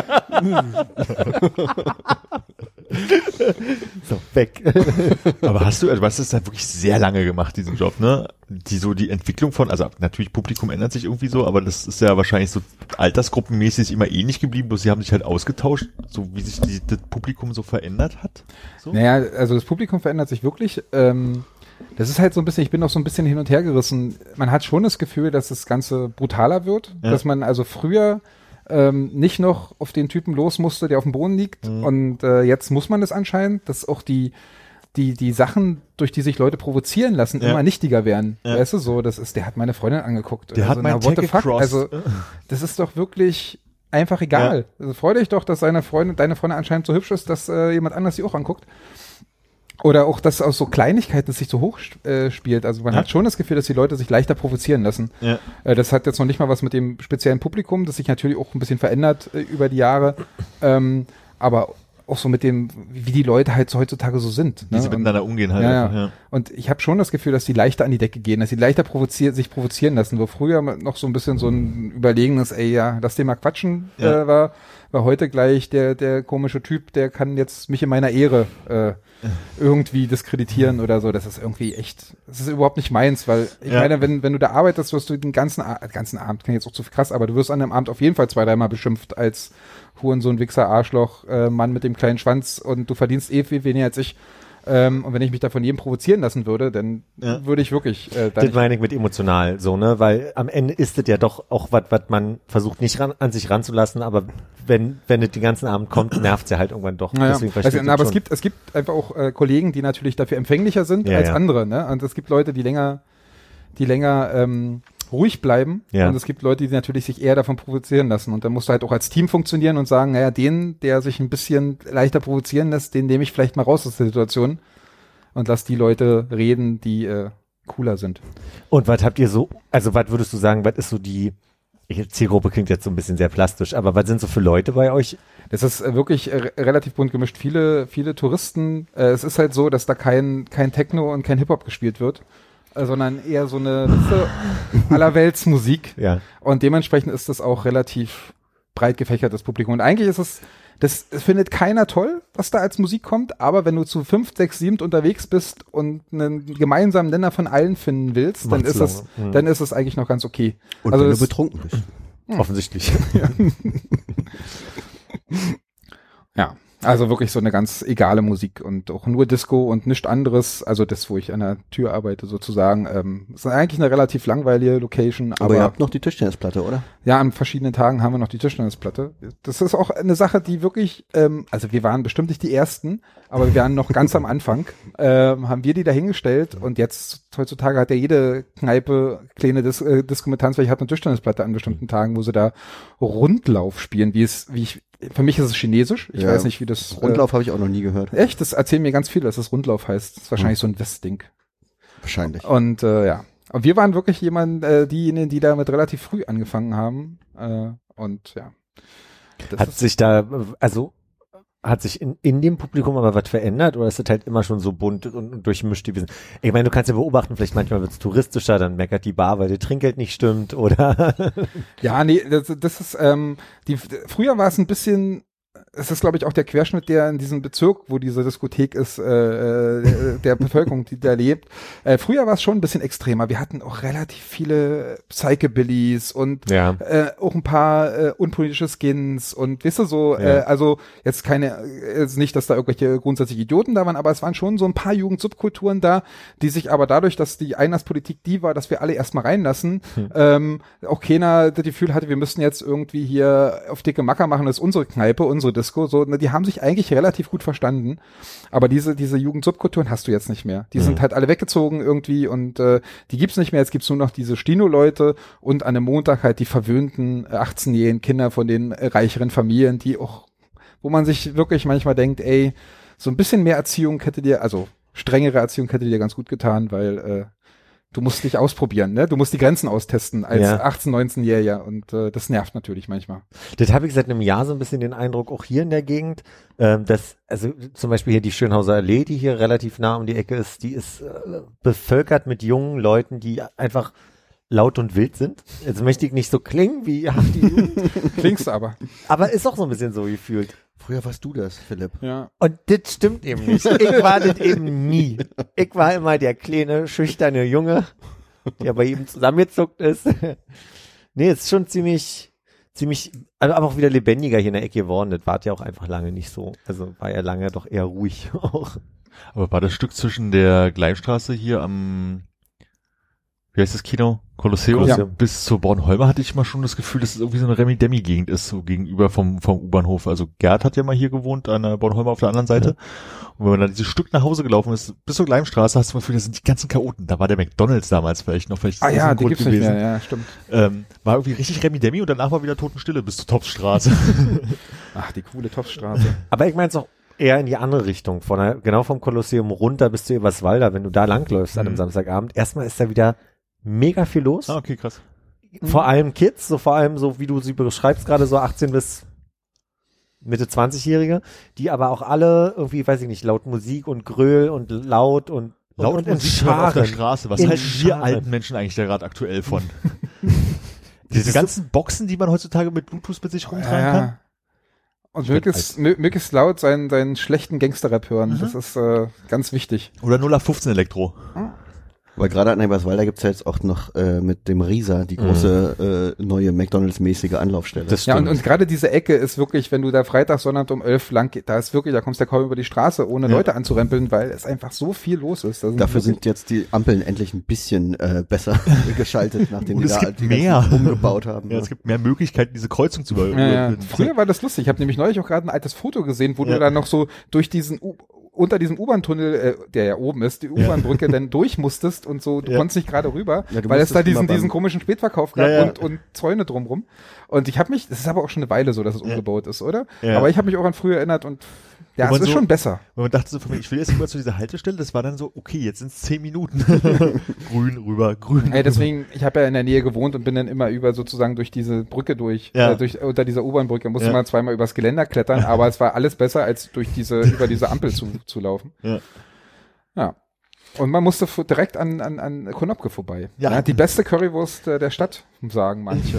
So, weg. Aber du hast es da wirklich sehr lange gemacht, diesen Job, ne? Die Entwicklung von, also natürlich Publikum ändert sich irgendwie so, aber das ist ja wahrscheinlich so altersgruppenmäßig immer ähnlich geblieben, bloß sie haben sich halt ausgetauscht, so wie sich das Publikum so verändert hat. So? Naja, also das Publikum verändert sich wirklich. Das ist halt so ein bisschen, ich bin noch so ein bisschen hin und her gerissen. Man hat schon das Gefühl, dass das Ganze brutaler wird, dass man also früher nicht noch auf den Typen los musste, der auf dem Boden liegt und jetzt muss man das anscheinend, dass auch die Sachen, durch die sich Leute provozieren lassen, immer nichtiger werden. Ja. Weißt du, so, der hat meine Freundin angeguckt. Der hat mein what the Tag fuck? gecrossed. Also, das ist doch wirklich einfach egal. Also freu dich doch, dass deine Freundin anscheinend so hübsch ist, dass jemand anders sie auch anguckt. Oder auch, dass aus so Kleinigkeiten es sich so hoch spielt. Also man hat schon das Gefühl, dass die Leute sich leichter provozieren lassen. Ja. Das hat jetzt noch nicht mal was mit dem speziellen Publikum, das sich natürlich auch ein bisschen verändert über die Jahre. Aber auch so mit dem, wie die Leute halt so heutzutage so sind. Wie sie miteinander umgehen halt. Ja, einfach, ja. Und ich habe schon das Gefühl, dass die leichter an die Decke gehen, dass sie leichter sich provozieren lassen. Wo früher noch so ein bisschen so ein überlegenes, lass den mal quatschen war heute gleich der komische Typ, der kann jetzt mich in meiner Ehre irgendwie diskreditieren oder so. Das ist irgendwie echt, das ist überhaupt nicht meins, weil ich meine, wenn du da arbeitest, wirst du den ganzen Abend, klingt jetzt auch zu krass, aber du wirst an dem Abend auf jeden Fall 2-3 Mal beschimpft als Hurensohn, Wichser, Arschloch, Mann mit dem kleinen Schwanz und du verdienst viel weniger als ich. Und wenn ich mich da von jedem provozieren lassen würde, dann würde ich wirklich das meine ich mit emotional, so, ne, weil am Ende ist es ja doch auch was man versucht nicht an sich ranzulassen, aber wenn es den ganzen Abend kommt, nervt es ja halt irgendwann doch. Naja. Deswegen verstehe ich aber das schon. es gibt einfach auch Kollegen, die natürlich dafür empfänglicher sind als andere, ne? Und es gibt Leute, die länger ruhig bleiben. Ja. Und es gibt Leute, die natürlich sich eher davon provozieren lassen. Und dann musst du halt auch als Team funktionieren und sagen, naja, den, der sich ein bisschen leichter provozieren lässt, den nehme ich vielleicht mal raus aus der Situation und lass die Leute reden, die cooler sind. Und was habt ihr so, also was würdest du sagen, was ist so die Zielgruppe, klingt jetzt so ein bisschen sehr plastisch, aber was sind so für Leute bei euch? Das ist wirklich relativ bunt gemischt. Viele Touristen. Es ist halt so, dass da kein Techno und kein Hip-Hop gespielt wird, sondern eher so eine Allerweltsmusik. Ja. Und dementsprechend ist das auch relativ breit gefächertes Publikum. Und eigentlich ist das findet keiner toll, was da als Musik kommt, aber wenn du zu 5, 6, 7 unterwegs bist und einen gemeinsamen Nenner von allen finden willst, dann ist es eigentlich noch ganz okay. Und also wenn du betrunken bist. Offensichtlich. Ja, Also wirklich so eine ganz egale Musik und auch nur Disco und nichts anderes. Also das, wo ich an der Tür arbeite sozusagen. Ist eigentlich eine relativ langweilige Location. Aber ihr habt noch die Tischtennisplatte, oder? Ja, an verschiedenen Tagen haben wir noch die Tischtennisplatte. Das ist auch eine Sache, die wirklich, also wir waren bestimmt nicht die Ersten, aber wir waren noch ganz am Anfang, haben wir die dahingestellt und jetzt heutzutage hat ja jede Kneipe kleine Disco mit Tanzfläche hat eine Tischtennisplatte an bestimmten Tagen, wo sie da Rundlauf spielen, für mich ist es chinesisch. Ich weiß nicht, wie das... Rundlauf habe ich auch noch nie gehört. Echt? Das erzählen mir ganz viele, dass das Rundlauf heißt. Das ist wahrscheinlich so ein Westding. Wahrscheinlich. Und ja. Und wir waren wirklich diejenigen, die damit relativ früh angefangen haben. Und ja. Hat sich in dem Publikum aber was verändert oder ist das halt immer schon so bunt und durchmischt gewesen? Ich meine, du kannst ja beobachten, vielleicht manchmal wird es touristischer, dann meckert die Bar, weil der Trinkgeld nicht stimmt oder... Ja, nee, das ist, früher war es ein bisschen, es ist glaube ich auch der Querschnitt, der in diesem Bezirk, wo diese Diskothek ist, der Bevölkerung, die da lebt. Früher war es schon ein bisschen extremer. Wir hatten auch relativ viele Psychobillys und auch ein paar unpolitische Skins und weißt du so, also jetzt nicht, dass da irgendwelche grundsätzlich Idioten da waren, aber es waren schon so ein paar Jugendsubkulturen da, die sich aber dadurch, dass die Einlasspolitik die war, dass wir alle erstmal reinlassen, auch keiner das Gefühl hatte, wir müssen jetzt irgendwie hier auf dicke Macker machen, das ist unsere Kneipe, unsere Disco, so, die haben sich eigentlich relativ gut verstanden, aber diese Jugendsubkulturen hast du jetzt nicht mehr. Die sind halt alle weggezogen irgendwie und die gibt's nicht mehr, jetzt gibt's nur noch diese Stino-Leute und an einem Montag halt die verwöhnten 18-jährigen Kinder von den reicheren Familien, die auch, wo man sich wirklich manchmal denkt, ey, so ein bisschen mehr Erziehung strengere Erziehung hätte dir ganz gut getan, weil du musst dich ausprobieren, ne? Du musst die Grenzen austesten als 18-, 19-Jähriger und das nervt natürlich manchmal. Das habe ich seit einem Jahr so ein bisschen den Eindruck, auch hier in der Gegend, dass, also zum Beispiel hier die Schönhauser Allee, die hier relativ nah um die Ecke ist, die ist bevölkert mit jungen Leuten, die einfach laut und wild sind. Jetzt möchte ich nicht so klingen wie die Jugend. Klingst aber. Aber ist auch so ein bisschen so gefühlt. Früher warst du das, Philipp. Ja. Und das stimmt eben nicht. Ich war das eben nie. Ich war immer der kleine, schüchterne Junge, der bei ihm zusammengezuckt ist. Nee, es ist schon ziemlich, aber auch wieder lebendiger hier in der Ecke geworden. Das war ja auch einfach lange nicht so. Also war ja lange doch eher ruhig auch. Aber war das Stück zwischen der Gleimstraße hier am, wie heißt das Kino? Kolosseum? Ja. Bis zur Bornholmer hatte ich mal schon das Gefühl, dass es irgendwie so eine Remi-Demi-Gegend ist, so gegenüber vom U-Bahnhof. Also Gerd hat ja mal hier gewohnt, an der Bornholmer auf der anderen Seite. Ja. Und wenn man dann dieses Stück nach Hause gelaufen ist, bis zur Gleimstraße, hast du das Gefühl, das sind die ganzen Chaoten. Da war der McDonald's damals vielleicht ist ja, das die gibt's nicht mehr, ja, stimmt. War irgendwie richtig Remi-Demi und danach war wieder Totenstille bis zur Topfstraße. Ach, die coole Topfstraße. Aber ich meine es auch eher in die andere Richtung, genau vom Kolosseum runter bis zu Eberswalder, wenn du da langläufst an einem Samstagabend. Erstmal ist da wieder mega viel los. Ah, okay, krass. Vor allem Kids, vor allem so, wie du sie beschreibst, gerade so 18 bis Mitte 20-Jährige, die aber auch alle irgendwie, weiß ich nicht, laut Musik und Gröl und laut und in Scharen auf der Straße. Was halten wir alten Menschen eigentlich da gerade aktuell von? Diese ganzen Boxen, die man heutzutage mit Bluetooth mit sich rumtragen kann. Und möglichst laut seinen schlechten Gangster-Rap hören. Das ist ganz wichtig. Oder 0815 Elektro. Weil gerade an Eberswalder gibt's ja jetzt auch noch mit dem Riesa die große neue McDonalds-mäßige Anlaufstelle. Das ja, und gerade diese Ecke ist wirklich, wenn du da Freitag, Sonntag um 11 lang geht, da kommst du ja kaum über die Straße, ohne Leute anzurempeln, weil es einfach so viel los ist. Dafür sind jetzt die Ampeln endlich ein bisschen besser geschaltet, nachdem die da mehr umgebaut haben. Ja, es gibt mehr Möglichkeiten, diese Kreuzung zu überwinden. Ja. Früher war das lustig. Ich habe nämlich neulich auch gerade ein altes Foto gesehen, wo du da noch so durch unter diesem U-Bahn-Tunnel, der ja oben ist, die U-Bahn-Brücke dann durch musstest und so, du konntest nicht gerade rüber, weil es da diesen komischen Spätverkauf gab und Zäune drumrum. Und das ist aber auch schon eine Weile so, dass es umgebaut ist, oder? Ja. Aber ich habe mich auch an früher erinnert und ja, es ist schon besser. Wenn man dachte so von mir, ich will jetzt rüber zu dieser Haltestelle, das war dann so, okay, jetzt sind es 10 Minuten. Grün rüber, grün. Ey, deswegen, ich habe ja in der Nähe gewohnt und bin dann immer sozusagen durch diese Brücke unter dieser U-Bahn-Brücke, musste man zweimal übers Geländer klettern, aber es war alles besser, als über diese Ampel zu laufen. Ja. Und man musste direkt an Konopke vorbei. Ja, die beste Currywurst der Stadt, sagen manche.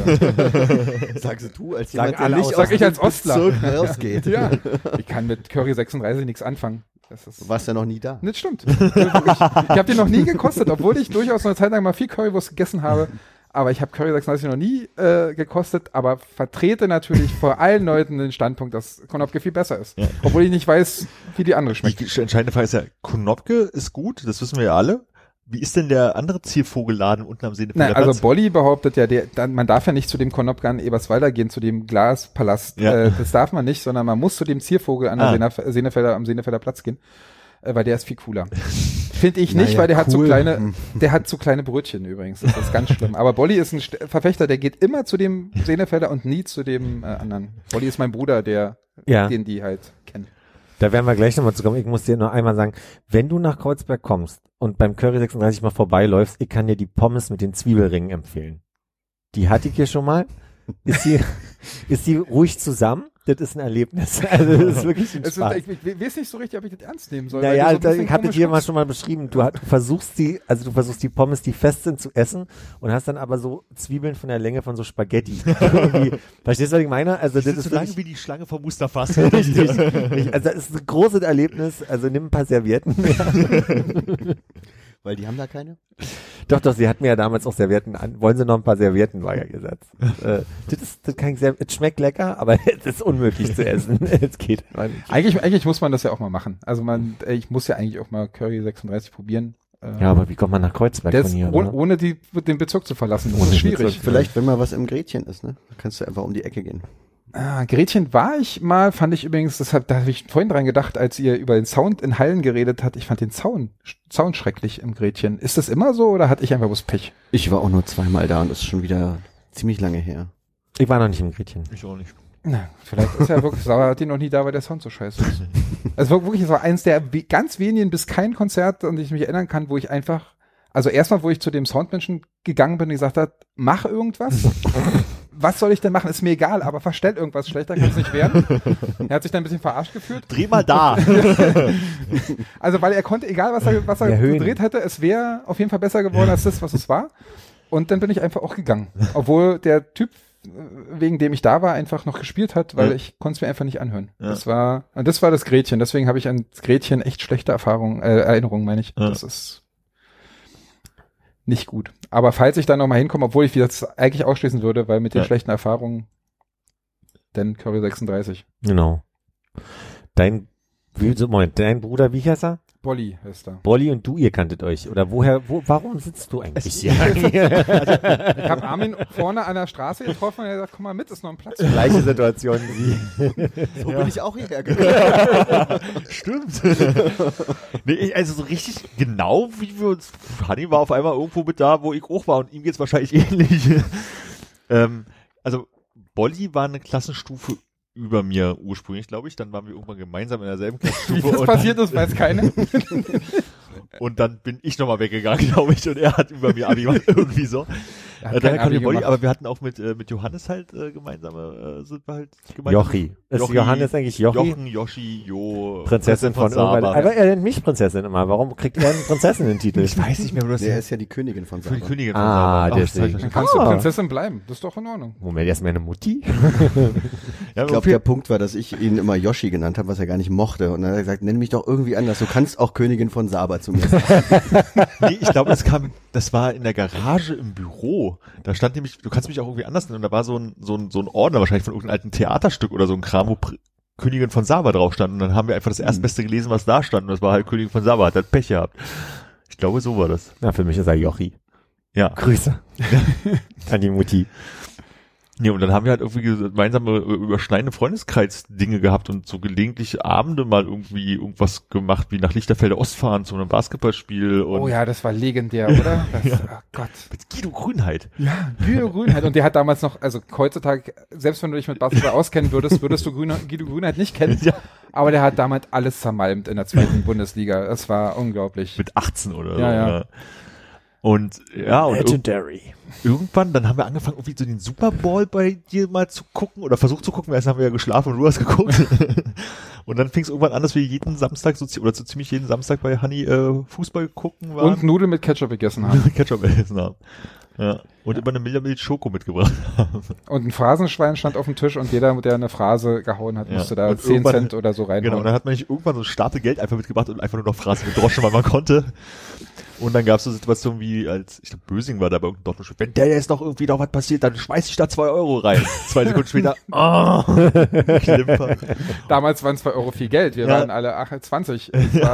Sagst du als jemand, der nicht sag ich als Ostler rausgeht. Ja. Ich kann mit Curry 36 nichts anfangen. Du warst ja noch nie da. Das stimmt. Ich habe die noch nie gekostet, obwohl ich durchaus eine Zeit lang mal viel Currywurst gegessen habe. aber ich habe Curry 36 noch nie gekostet, aber vertrete natürlich vor allen Leuten den Standpunkt, dass Konopke viel besser ist. Ja. Obwohl ich nicht weiß, wie die andere schmeckt. Die entscheidende Frage ist ja, Konopke ist gut, das wissen wir ja alle. Wie ist denn der andere Ziervogelladen unten am Seenefelder Platz? Also Bolli behauptet ja, man darf ja nicht zu dem Konopke an Eberswalder gehen, zu dem Glaspalast. Ja. Das darf man nicht, sondern man muss zu dem Ziervogel an der am Seenefelder Platz gehen, weil der ist viel cooler. Finde ich nicht, weil der hat zu kleine Brötchen übrigens. Das ist ganz schlimm. Aber Bolli ist ein Verfechter, der geht immer zu dem Seenefelder und nie zu dem anderen. Bolli ist mein Bruder, den die halt kennen. Da werden wir gleich nochmal zu kommen. Ich muss dir nur einmal sagen, wenn du nach Kreuzberg kommst und beim Curry 36 mal vorbeiläufst, ich kann dir die Pommes mit den Zwiebelringen empfehlen. Die hatte ich hier schon mal. Ist die ruhig zusammen? Das ist ein Erlebnis. Also das ist wirklich ein Spaß. Ich weiß nicht so richtig, ob ich das ernst nehmen soll. Naja, so ich hatte dir mal schon mal beschrieben, du versuchst die Pommes, die fest sind, zu essen und hast dann aber so Zwiebeln von der Länge von so Spaghetti. Verstehst du, was ich meine? Also das ist so lange wie die Schlange vom Mustafa. Richtig. Also das ist ein großes Erlebnis. Also nimm ein paar Servietten. Weil die haben da keine? Doch, sie hatten mir ja damals auch Servietten an. Wollen sie noch ein paar Servietten, war ja gesagt. Das kann ich es schmeckt lecker, aber es ist unmöglich zu essen. Es geht nicht. Eigentlich muss man das ja auch mal machen. Also ich muss ja eigentlich auch mal Curry 36 probieren. Ja, aber wie kommt man nach Kreuzberg von hier? Ohne den Bezirk zu verlassen. Das ist schwierig. Vielleicht, wenn mal was im Gretchen ist, ne? Dann kannst du einfach um die Ecke gehen. Gretchen war ich mal, fand ich übrigens, da habe ich vorhin dran gedacht, als ihr über den Sound in Hallen geredet habt, ich fand den Zaun schrecklich im Gretchen. Ist das immer so oder hatte ich einfach bloß Pech? Ich war auch nur zweimal da und das ist schon wieder ziemlich lange her. Ich war noch nicht im Gretchen. Ich auch nicht. Na, vielleicht ist ja wirklich, aber hat die noch nie da, weil der Sound so scheiße ist. Also wirklich, es war eines der ganz wenigen bis kein Konzert, an das ich mich erinnern kann, wo ich einfach, also erstmal, wo ich zu dem Soundmenschen gegangen bin und gesagt hat, mach irgendwas. Was soll ich denn machen? Ist mir egal, aber verstell irgendwas, schlechter kann es nicht werden. Er hat sich dann ein bisschen verarscht gefühlt. Dreh mal da. Also, weil er konnte, egal was er gedreht hätte, es wäre auf jeden Fall besser geworden als das, was es war. Und dann bin ich einfach auch gegangen. Obwohl der Typ, wegen dem ich da war, einfach noch gespielt hat, weil ich konnte es mir einfach nicht anhören. Ja. Das war das Gretchen. Deswegen habe ich an das Gretchen echt schlechte Erinnerungen, meine ich. Ja. Das ist nicht gut. Aber falls ich dann noch mal hinkomme, obwohl ich das eigentlich ausschließen würde, weil mit den schlechten Erfahrungen, dann Curry 36. Genau. Dein Bruder, wie heißt er? Bolli heißt er. Bolli und du, ihr kanntet euch. Oder warum sitzt du eigentlich hier? Ich habe Armin vorne an der Straße getroffen und er hat gesagt, komm mal mit, ist noch ein Platz. Gleiche Situation wie so bin ich auch hierher gekommen. Stimmt. Nee, also so richtig genau wie wir uns, Hanni war auf einmal irgendwo mit da, wo ich auch war und ihm geht's wahrscheinlich ähnlich. Also Bolli war eine Klassenstufe über mir ursprünglich, glaube ich. Dann waren wir irgendwann gemeinsam in derselben Klassenstufe. Wie das passiert ist, weiß keiner. Und dann bin ich nochmal weggegangen, glaube ich, und er hat über mir Abi gemacht, irgendwie so. Aber wir hatten auch mit Johannes halt sind wir halt gemeinsam. Jochi. Ist Johannes eigentlich Jochi? Jochen, Joshi, Jo. Prinzessin von Saba. Aber er nennt mich Prinzessin immer. Warum kriegt er einen Prinzessinnen-Titel? Ich weiß nicht mehr, wo das Der ist ja die Königin von Saba. Die Königin von Saba. Deswegen. Dann kannst du Prinzessin bleiben. Das ist doch in Ordnung. Moment, er ist meine Mutti? Ich glaube, der Punkt war, dass ich ihn immer Yoshi genannt habe, was er gar nicht mochte. Und dann hat er gesagt, nenn mich doch irgendwie anders. Du kannst auch Königin von Saba zu mir sagen. Nee, ich glaube, das war in der Garage im Büro. Da stand nämlich, du kannst mich auch irgendwie anders nennen. Und da war so ein Ordner wahrscheinlich von irgendeinem alten Theaterstück oder so ein Kram, wo Königin von Saba drauf stand. Und dann haben wir einfach das Erstbeste gelesen, was da stand. Und das war halt Königin von Saba. Hat halt Pech gehabt. Ich glaube, so war das. Ja, für mich ist er Jochi. Ja. Grüße an die Mutti. Nee, und dann haben wir halt irgendwie gemeinsame überschneidende Freundeskreis-Dinge gehabt und so gelegentlich Abende mal irgendwie irgendwas gemacht, wie nach Lichterfelde Ost fahren zu einem Basketballspiel. Und oh ja, das war legendär, oder? Ja. Oh Gott. Mit Guido Grünheit. Ja, Guido Grünheit. Und der hat damals noch, also heutzutage, selbst wenn du dich mit Basketball auskennen würdest du Guido Grünheit nicht kennen. Ja. Aber der hat damals alles zermalmt in der 2. Bundesliga. Das war unglaublich. Mit 18 oder so. Ja. Und Legendary. Irgendwann, dann haben wir angefangen, irgendwie so den Super Bowl bei dir mal zu gucken oder versucht zu gucken. Erst haben wir ja geschlafen und du hast geguckt. Und dann fing es irgendwann an, dass wir jeden Samstag so ziemlich jeden Samstag bei Hanni Fußball gucken waren. Und Nudeln mit Ketchup gegessen haben. Ja. Und immer eine Milch Schoko mitgebracht haben. Und ein Phrasenschwein stand auf dem Tisch und jeder, der eine Phrase gehauen hat, musste da Und 10 irgendwann- Cent oder so reinhauen. Genau, und dann hat man nicht irgendwann so Stapelgeld einfach mitgebracht und einfach nur noch Phrasen mit Droschen, weil man konnte. Und dann gab es so Situationen wie, als, ich glaube, Bösing war da bei irgendeinem Dortmund, wenn der jetzt noch irgendwie noch was passiert, dann schmeiß ich da 2 Euro rein. 2 Sekunden später, Klimper. Damals waren 2 Euro viel Geld. Wir Ja. waren alle 20.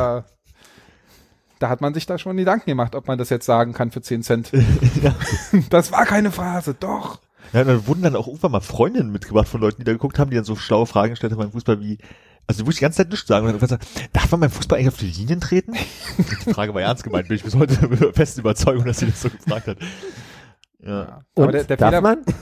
Da hat man sich da schon Gedanken gemacht, ob man das jetzt sagen kann für 10 Cent. Ja. Das war keine Phrase, doch. Ja, und dann wurden dann auch irgendwann mal Freundinnen mitgebracht von Leuten, die da geguckt haben, die dann so schlaue Fragen gestellt haben beim Fußball wie, also wo ich die ganze Zeit nichts sagen und dann gesagt, darf man beim Fußball eigentlich auf die Linien treten? Die Frage war ernst gemeint, bin ich bis heute fest Überzeugung, dass sie das so gefragt hat. Ja. Und Aber der darf Fehler, man?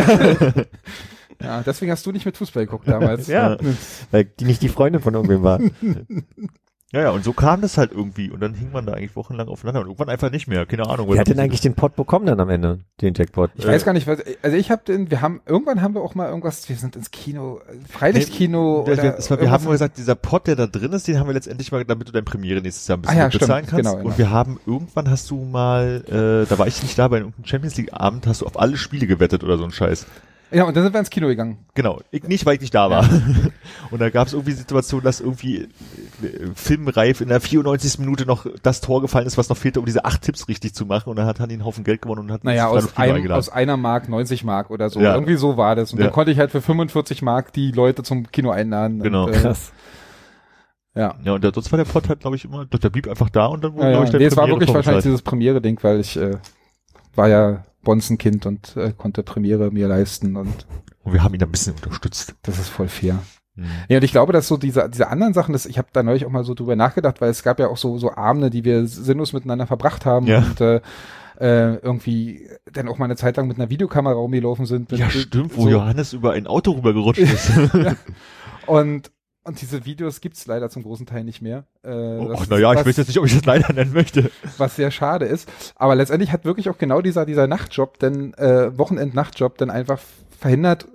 ja, deswegen hast du nicht mit Fußball geguckt damals. Ja, weil die nicht die Freundin von irgendwem war. Ja, und so kam das halt irgendwie und dann hing man da eigentlich wochenlang aufeinander und irgendwann einfach nicht mehr, keine Ahnung. Wer hat denn eigentlich den Pot bekommen dann am Ende, den Jackpot? Ich weiß gar nicht, also irgendwann haben wir auch mal irgendwas, wir sind ins Kino, Freilichtkino wir oder haben irgendwas- mal gesagt, dieser Pot, der da drin ist, den haben wir letztendlich mal, damit du deine Premiere nächstes Jahr ein bisschen Ah ja, bezahlen stimmt, kannst. genau. Und wir haben, irgendwann hast du mal, da war ich nicht da, bei irgendeinem Champions League Abend hast du auf alle Spiele gewettet oder so ein Scheiß. Ja, und dann sind wir ins Kino gegangen. Genau, ich nicht, weil ich nicht da war. Und da gab es irgendwie Situationen, dass irgendwie filmreif in der 94. Minute noch das Tor gefallen ist, was noch fehlte, um diese 8 Tipps richtig zu machen. Und dann hat Hanni einen Haufen Geld gewonnen und hat Naja, uns dann auf Kino eingeladen. aus einer Mark 90 Mark oder so. Ja. Irgendwie so war das. Und Ja. dann konnte ich halt für 45 Mark die Leute zum Kino einladen. Genau. Und, Krass. Ja. Ja, und sonst war der Pot halt, glaube ich, immer, der blieb einfach da und dann wurde, Ja, glaube ja. ich, der Nee, es war Premiere wirklich wahrscheinlich vorbezahlt. dieses Premiere-Ding, weil ich war ja Bonzenkind und konnte Premiere mir leisten und Und wir haben ihn ein bisschen unterstützt. das ist voll fair. Ja, und ich glaube, dass so diese anderen Sachen, ich habe da neulich auch mal so drüber nachgedacht, weil es gab ja auch so Abende, die wir sinnlos miteinander verbracht haben Ja. und irgendwie dann auch mal eine Zeit lang mit einer Videokamera rumgelaufen sind. Ja, stimmt, wo so. Johannes über ein Auto rübergerutscht ist. Und diese Videos gibt's leider zum großen Teil nicht mehr. Ach, naja, ich weiß jetzt nicht, ob ich das leider nennen möchte. Was sehr schade ist. Aber letztendlich hat wirklich auch genau dieser Nachtjob, Wochenend-Nachtjob, dann einfach verhindert,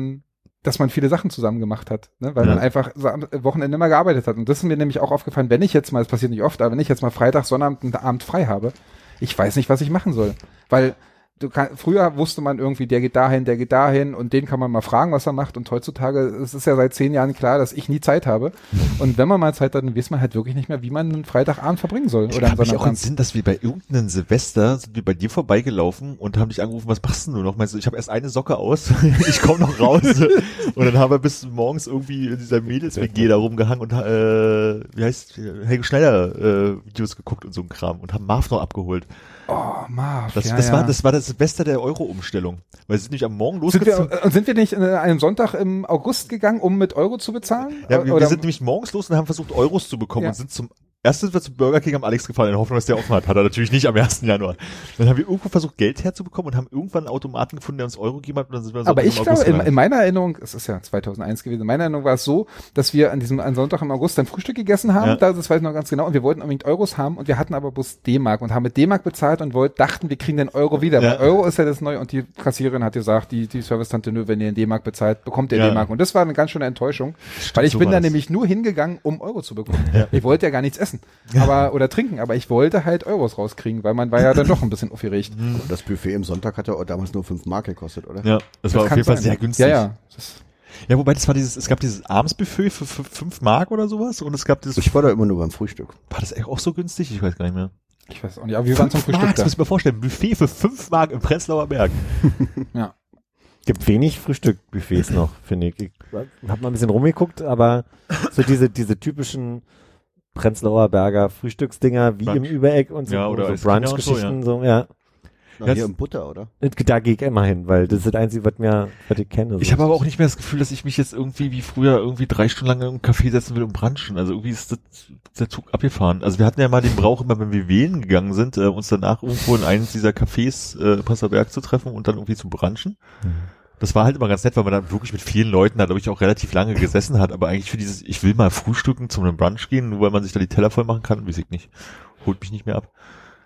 dass man viele Sachen zusammen gemacht hat, ne? Weil Ja. man einfach so am Wochenende immer gearbeitet hat. Und das ist mir nämlich auch aufgefallen, wenn ich jetzt mal, das passiert nicht oft, aber wenn ich jetzt mal Freitag, Sonnabend und Abend frei habe, ich weiß nicht, was ich machen soll. Weil früher wusste man irgendwie, der geht dahin und den kann man mal fragen, was er macht. Und heutzutage, es ist ja seit 10 Jahren klar, dass ich nie Zeit habe. Und wenn man mal Zeit hat, dann weiß man halt wirklich nicht mehr, wie man einen Freitagabend verbringen soll. Ich Oder einen habe mich auch im Sonnabend. Sinn, dass wir bei irgendeinem Silvester sind wir bei dir vorbeigelaufen und haben dich angerufen, was machst du noch? Meinst du, ich habe erst eine Socke aus, ich komme noch raus. Und dann haben wir bis morgens irgendwie in dieser Mädels-WG da rumgehangen und wie heißt Helge Schneider Videos geguckt und so ein Kram und haben Marv noch abgeholt. Oh, Marv, Das ja, war das Silvester der Euro-Umstellung. Weil es ist nicht am Morgen losgezogen. Sind wir nicht an einem Sonntag im August gegangen, um mit Euro zu bezahlen? Ja, wir Oder- sind nämlich morgens los und haben versucht, Euros zu bekommen Ja. und sind erst sind wir zu Burger King am Alex gefahren, in der Hoffnung, dass der offen hat. Hat er natürlich nicht am 1. Januar. Dann haben wir irgendwo versucht, Geld herzubekommen und haben irgendwann einen Automaten gefunden, der uns Euro gegeben hat und dann sind wir so aber im ich August glaube, gelandet. in meiner Erinnerung, es ist ja 2001 gewesen, in meiner Erinnerung war es so, dass wir an Sonntag im August dann Frühstück gegessen haben, Ja. das weiß ich noch ganz genau, und wir wollten unbedingt Euros haben und wir hatten aber bloß D-Mark und haben mit D-Mark bezahlt und dachten, wir kriegen den Euro wieder. Ja. Weil Euro ist ja das Neue und die Kassiererin hat gesagt, die Service-Tante, nö, wenn ihr in D-Mark bezahlt, bekommt ihr Ja. D-Mark. Und das war eine ganz schöne Enttäuschung, weil ich so bin war da das. nämlich nur hingegangen, um Euro zu bekommen. Ja. Ich wollte ja gar nichts essen oder trinken, aber ich wollte halt Euros rauskriegen, weil man war ja dann doch ein bisschen aufgeregt. Das Buffet im Sonntag hat ja auch damals nur 5 Mark gekostet, oder? Ja, das war auf kann jeden Fall sein. sehr günstig. Ja, ja. Ja, wobei es gab dieses Abendsbuffet für 5 Mark oder sowas und es gab dieses, Ich war da immer nur beim Frühstück. war das eigentlich auch so günstig? Ich weiß gar nicht mehr. Ich weiß auch nicht, aber wir waren zum 5 Mark, Frühstück das da. muss ich mir vorstellen. Buffet für 5 Mark im Prenzlauer Berg. Ja. Gibt wenig Frühstückbuffets noch, finde ich. Ich habe mal ein bisschen rumgeguckt, aber so diese typischen Prenzlauer Berger Frühstücksdinger wie Brunch. im Übereck und so, Ja, oder so als Kinder und Brunch-Geschichten, so, ja. Na, Ja, hier das- im Butter, oder? Da gehe ich immer hin, weil das ist das Einzige, was ich kenne. Ich habe aber auch nicht mehr das Gefühl, dass ich mich jetzt irgendwie wie früher irgendwie 3 Stunden lang im Café setzen will und brunchen. Also irgendwie ist der Zug abgefahren. Also wir hatten ja mal den Brauch immer, wenn wir wählen gegangen sind, uns danach irgendwo in eines dieser Cafés Prenzlauer Berg zu treffen und dann irgendwie zu brunchen. Das war halt immer ganz nett, weil man dann wirklich mit vielen Leuten da, glaube ich, auch relativ lange gesessen hat. Aber eigentlich für dieses, ich will mal frühstücken, zu einem Brunch gehen, nur weil man sich da die Teller voll machen kann, weiß ich nicht. Holt mich nicht mehr ab.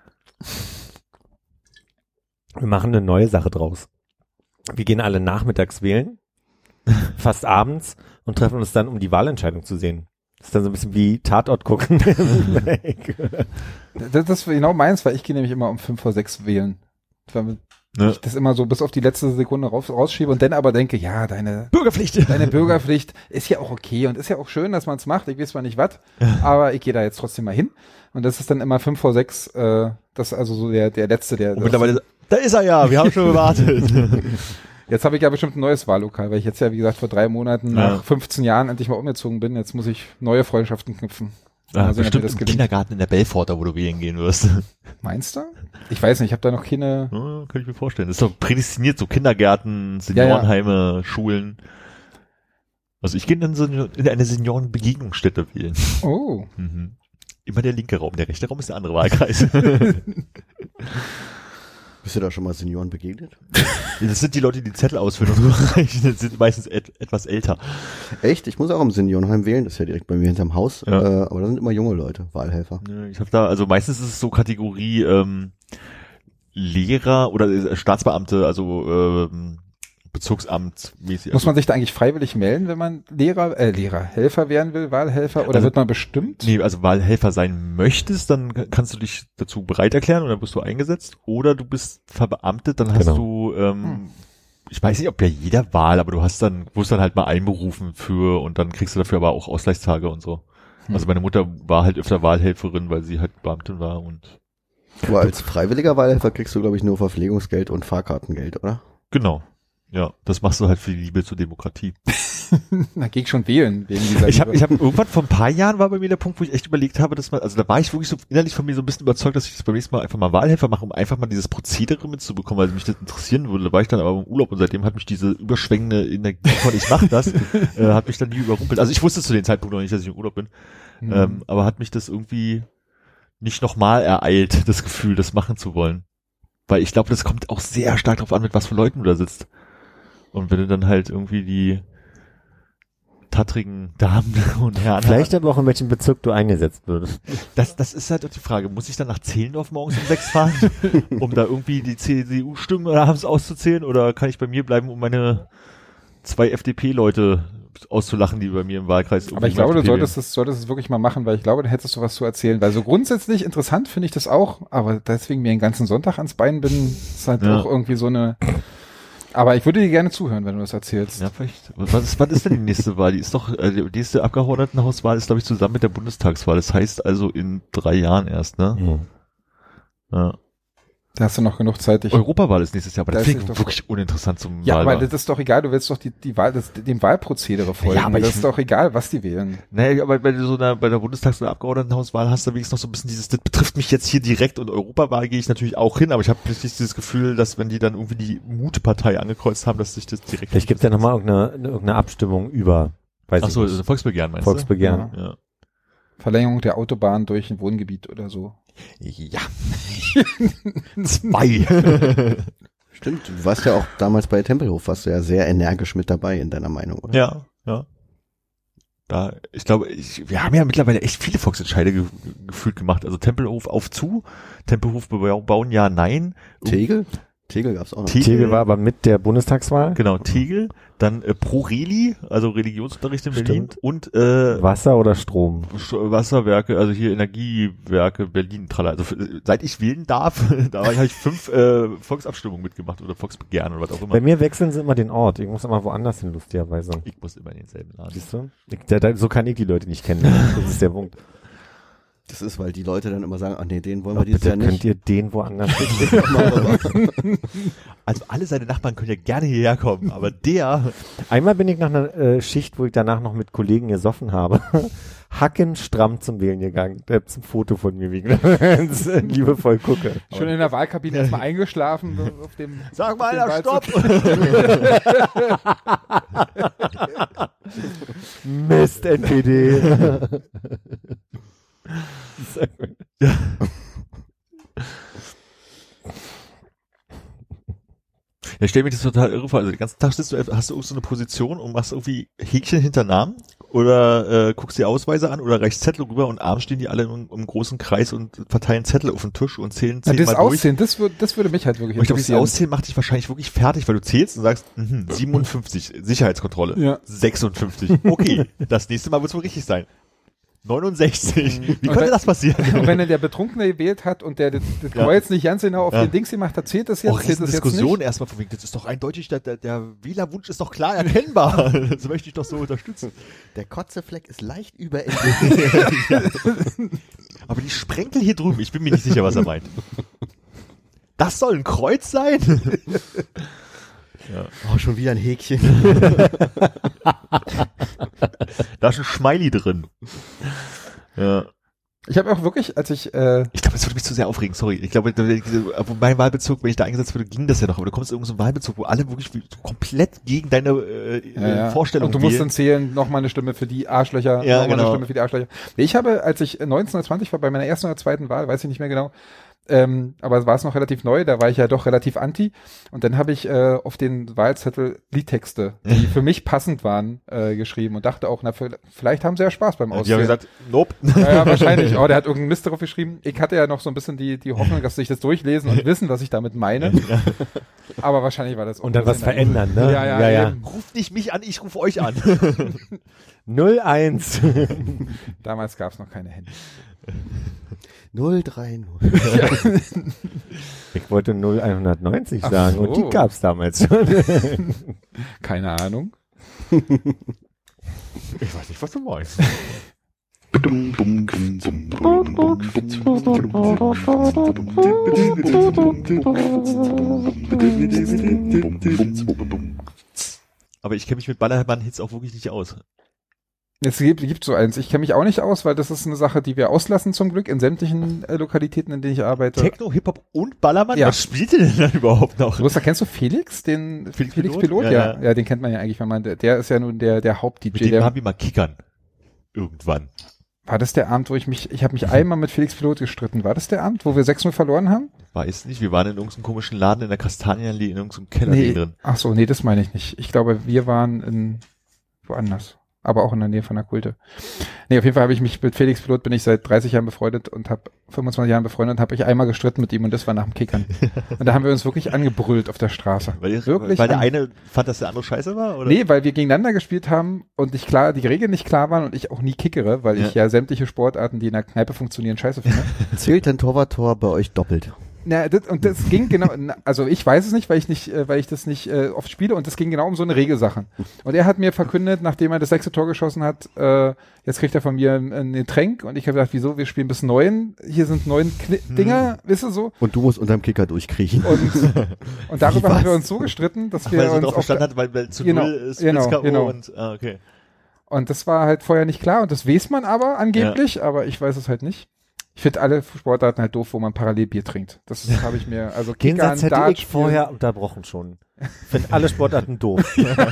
Wir machen eine neue Sache draus. Wir gehen alle nachmittags wählen, fast abends, und treffen uns dann, um die Wahlentscheidung zu sehen. Das ist dann so ein bisschen wie Tatort gucken. Das ist genau meins, weil ich gehe nämlich immer um 5 vor 6 wählen. weil Ne? ich das immer so bis auf die letzte Sekunde rausschiebe und dann aber denke, ja, deine Bürgerpflicht. Bürgerpflicht ist ja auch okay und ist ja auch schön, dass man es macht. Ich weiß zwar nicht was, aber ich gehe da jetzt trotzdem mal hin. Und das ist dann immer 5 vor 6, das ist also so der letzte, der. Und mittlerweile, da ist er ja, wir haben schon gewartet. Jetzt habe ich ja bestimmt ein neues Wahllokal, weil ich jetzt ja, wie gesagt, vor 3 Monaten nach 15 Jahren endlich mal umgezogen bin. Jetzt muss ich neue Freundschaften knüpfen. Ja, Mal sehen, ob mir bestimmt das im gelingt. Kindergarten in der Belforter, wo du wählen gehen wirst. Meinst du? Ich weiß nicht, ich habe da noch keine. Ja, kann ich mir vorstellen. Das ist doch prädestiniert, so Kindergärten, Seniorenheime, Schulen. Also ich gehe in eine Seniorenbegegnungsstätte wählen. Oh. Mhm. Immer der linke Raum, der rechte Raum ist der andere Wahlkreis. Bist du da schon mal Senioren begegnet? Das sind die Leute, die Zettel ausfüllen und überreichen. Das sind meistens etwas älter. Echt? Ich muss auch im Seniorenheim wählen, das ist ja direkt bei mir hinterm Haus. Ja. Aber da sind immer junge Leute, Wahlhelfer. Ich habe da, also meistens ist es so Kategorie Lehrer oder Staatsbeamte, also Bezirksamt mäßig. Muss man sich da eigentlich freiwillig melden, wenn man Helfer werden will, Wahlhelfer, oder Also, wird man bestimmt? Nee, also Wahlhelfer sein möchtest, dann kannst du dich dazu bereit erklären und dann wirst du eingesetzt. Oder du bist verbeamtet, dann hast du, ich weiß nicht, ob ja jeder Wahl, aber wirst dann halt mal einberufen für und dann kriegst du dafür aber auch Ausgleichstage und so. Also meine Mutter war halt öfter Wahlhelferin, weil sie halt Beamtin war und. Aber als freiwilliger Wahlhelfer kriegst du, glaube ich, nur Verpflegungsgeld und Fahrkartengeld, oder? Genau. Ja, das machst du halt für die Liebe zur Demokratie. Na, geh ich schon wählen, wegen dieser Ich habe Liebe. irgendwann vor ein paar Jahren war bei mir der Punkt, wo ich echt überlegt habe, dass man, also da war ich wirklich so innerlich von mir so ein bisschen überzeugt, dass ich das beim nächsten Mal einfach mal Wahlhelfer mache, um einfach mal dieses Prozedere mitzubekommen, weil mich das interessieren würde. Da war ich dann aber im Urlaub und seitdem hat mich diese überschwängende Energie von ich mach das, hat mich dann nie überrumpelt. Also ich wusste zu dem Zeitpunkt noch nicht, dass ich im Urlaub bin, aber hat mich das irgendwie nicht nochmal ereilt, das Gefühl, das machen zu wollen. Weil ich glaube, das kommt auch sehr stark drauf an, mit was für Leuten du da sitzt. Und wenn du dann halt irgendwie die tattrigen Damen und Herren Vielleicht aber auch in welchem Bezirk du eingesetzt würdest. Das ist halt auch die Frage. Muss ich dann nach Zehlendorf morgens um 6 fahren, um da irgendwie die CDU-Stimmen abends auszuzählen? Oder kann ich bei mir bleiben, um meine 2 FDP-Leute auszulachen, die bei mir im Wahlkreis Aber ich glaube, du solltest es wirklich mal machen, weil ich glaube, dann hättest du was zu erzählen. Weil so grundsätzlich interessant finde ich das auch, aber deswegen mir den ganzen Sonntag ans Bein binden, ist halt auch irgendwie so eine. Aber ich würde dir gerne zuhören, wenn du das erzählst. Ja, vielleicht. Was ist denn die nächste Wahl? Die ist doch, die nächste Abgeordnetenhauswahl ist, glaube ich, zusammen mit der Bundestagswahl. Das heißt also in 3 Jahren erst, ne? Mhm. Ja. Da hast du noch genug Zeit. Europawahl ist nächstes Jahr, aber Da das ist finde ich doch- wirklich uninteressant zum Ja, Wahlwahl. aber das ist doch egal, du willst doch die Wahl, dem Wahlprozedere folgen. Ja, aber das ich- ist doch egal, was die wählen. Naja, aber bei der Bundestags- oder Abgeordnetenhauswahl hast du wenigstens noch so ein bisschen dieses, das betrifft mich jetzt hier direkt und Europawahl gehe ich natürlich auch hin, aber ich habe plötzlich dieses Gefühl, dass wenn die dann irgendwie die Mutpartei angekreuzt haben, dass sich das direkt... Vielleicht gibt's ja nochmal irgendeine Abstimmung über, weiß Ach so, ich nicht, Volksbegehren meinst Volksbegehren. du? Ja. Verlängerung der Autobahn durch ein Wohngebiet oder so. Ja. 2. Stimmt, du warst ja auch damals bei Tempelhof, warst du ja sehr energisch mit dabei in deiner Meinung, oder? Ja, ja. Da, ich glaube, wir haben ja mittlerweile echt viele Volksentscheide gefühlt gemacht. Also Tempelhof auf zu, Tempelhof bauen ja, nein. Tegel? Tegel gab's auch noch. Tegel war aber mit der Bundestagswahl. Genau, Tegel, dann Pro-Reli, also Religionsunterricht in Berlin Stimmt. und Wasser oder Strom? Wasserwerke, also hier Energiewerke Berlin, tralla. Also seit ich wählen darf, da habe ich 5 Volksabstimmungen mitgemacht oder Volksbegehren oder was auch immer. Bei mir wechseln sie immer den Ort. Ich muss immer woanders hin, lustigerweise. Ich muss immer in denselben Laden. Siehst du? So kann ich die Leute nicht kennen. Das ist der Punkt. Das ist, weil die Leute dann immer sagen, ach nee, den wollen Oh, wir dieses bitte Jahr könnt nicht. ihr den woanders hin. Also alle seine Nachbarn können ja gerne hierher kommen, aber der... Einmal bin ich nach einer Schicht, wo ich danach noch mit Kollegen gesoffen habe, hackenstramm zum Wählen gegangen. Da gibt's ein Foto von mir, wie ich ganz liebevoll gucke. Schön in der Wahlkabine erstmal eingeschlafen auf dem. Sag mal auf einer, dem stopp! Mist, NPD. Sehr gut. Ja, ich stell mir das total irre vor. Also den ganzen Tag hast du irgend so eine Position und machst irgendwie Häkchen hinter Namen oder guckst die Ausweise an oder reichst Zettel rüber und abends stehen die alle im großen Kreis und verteilen Zettel auf den Tisch und zählen Na, 10 das Mal durch. Aussehen, das würde mich halt wirklich Und ich glaube, dieses interessieren. Auszählen macht dich wahrscheinlich wirklich fertig, weil du zählst und sagst, 57, Sicherheitskontrolle, Ja. 56, okay, das nächste Mal wird es wohl richtig sein. 69. Wie Und konnte wenn- das passieren? Und wenn dann der Betrunkene gewählt hat und der das Kreuz nicht ganz genau auf den Dings gemacht hat, zählt das jetzt, Auch zählt das jetzt Diskussion nicht? erstmal von wegen, das ist doch eindeutig, der Wählerwunsch ist doch klar erkennbar. Das möchte ich doch so unterstützen. Der Kotzefleck ist leicht überentwickelt. Aber die Sprenkel hier drüben, ich bin mir nicht sicher, was er meint. Das soll ein Kreuz sein? Oh, schon wieder ein Häkchen. Da ist ein Smiley drin. Ja. Ich habe auch wirklich, als ich, Ich glaube, das würde mich zu sehr aufregen, sorry. Ich glaube, mein Wahlbezirk, wenn ich da eingesetzt würde, ging das ja noch. Aber du kommst in irgendeinen Wahlbezirk, wo alle wirklich komplett gegen deine Vorstellung Und du musst wählen. dann zählen, nochmal eine Stimme für die Arschlöcher, Ja, nochmal genau. eine Stimme für die Arschlöcher. Nee, ich habe, als ich 1920 war, bei meiner ersten oder zweiten Wahl, weiß ich nicht mehr genau, aber war es noch relativ neu, da war ich ja doch relativ anti. Und dann habe ich auf den Wahlzettel Liedtexte, die für mich passend waren, geschrieben und dachte auch, na, vielleicht haben sie ja Spaß beim Die haben Auszählen. gesagt, nope. Ja, wahrscheinlich. Oh, der hat irgendeinen Mist drauf geschrieben. Ich hatte ja noch so ein bisschen die Hoffnung, dass sie sich das durchlesen und wissen, was ich damit meine. Aber wahrscheinlich war das auch Und dann ein was bisschen verändern, ne? Ja, eben. Ruft nicht mich an, ich rufe euch an. 01. Damals gab es noch keine Hände. 030. Ich wollte 0190 Ach sagen so. und die gab's damals schon. Keine Ahnung. Ich weiß nicht, was du meinst. Aber ich kenne mich mit Ballermann-Hits auch wirklich nicht aus. Es gibt so eins. Ich kenne mich auch nicht aus, weil das ist eine Sache, die wir auslassen zum Glück in sämtlichen Lokalitäten, in denen ich arbeite. Techno, Hip-Hop und Ballermann? Ja. Was spielt ihr denn dann überhaupt noch? Größer, kennst du Felix? Den Felix Felix Pilot? Pilot? Ja, Ja, ja. ja, den kennt man ja eigentlich, wenn man, der ist ja nun der Haupt-DJ. Mit dem Der, haben wir mal kickern. Irgendwann. war das der Abend, wo ich habe mich einmal mit Felix Pilot gestritten. War das der Abend, wo wir 6-0 verloren haben? Weiß nicht, wir waren in irgendeinem komischen Laden in der Kastanienallee in irgendeinem Keller drin. Ach so, nee, das meine ich nicht. Ich glaube, wir waren in woanders. Aber auch in der Nähe von der Kulte. Nee, auf jeden Fall habe ich mich mit Felix Pilot, bin ich seit 30 Jahren befreundet und habe 25 Jahren befreundet und habe ich einmal gestritten mit ihm und das war nach dem Kickern. Und da haben wir uns wirklich angebrüllt auf der Straße. Weil der eine fand, dass der andere scheiße war? Oder? Nee, weil wir gegeneinander gespielt haben und die Regeln nicht klar waren und ich auch nie kickere, weil ich ja sämtliche Sportarten, die in der Kneipe funktionieren, scheiße finde. Zählt ein Torwarttor bei euch doppelt? Na, das ging genau, also ich weiß es nicht, weil ich das nicht oft spiele und das ging genau um so eine Regelsache. Und er hat mir verkündet, nachdem er das 6. Tor geschossen hat, jetzt kriegt er von mir ein Getränk und ich habe gedacht, wieso, wir spielen bis 9, hier sind 9 Dinger, wisst ihr so? Und du musst unterm Kicker durchkriechen. Und darüber haben wir uns so gestritten, dass wir weil er so uns drauf verstanden hat, weil zu Genau, 0 ist genau, K.O. genau. und, okay. Und das war halt vorher nicht klar und das weiß man aber angeblich, aber ich weiß es halt nicht. Ich finde alle Sportarten halt doof, wo man parallel Bier trinkt. Das habe ich mir, also Den Satz hätte Dart ich vorher unterbrochen schon. Finde alle Sportarten doof.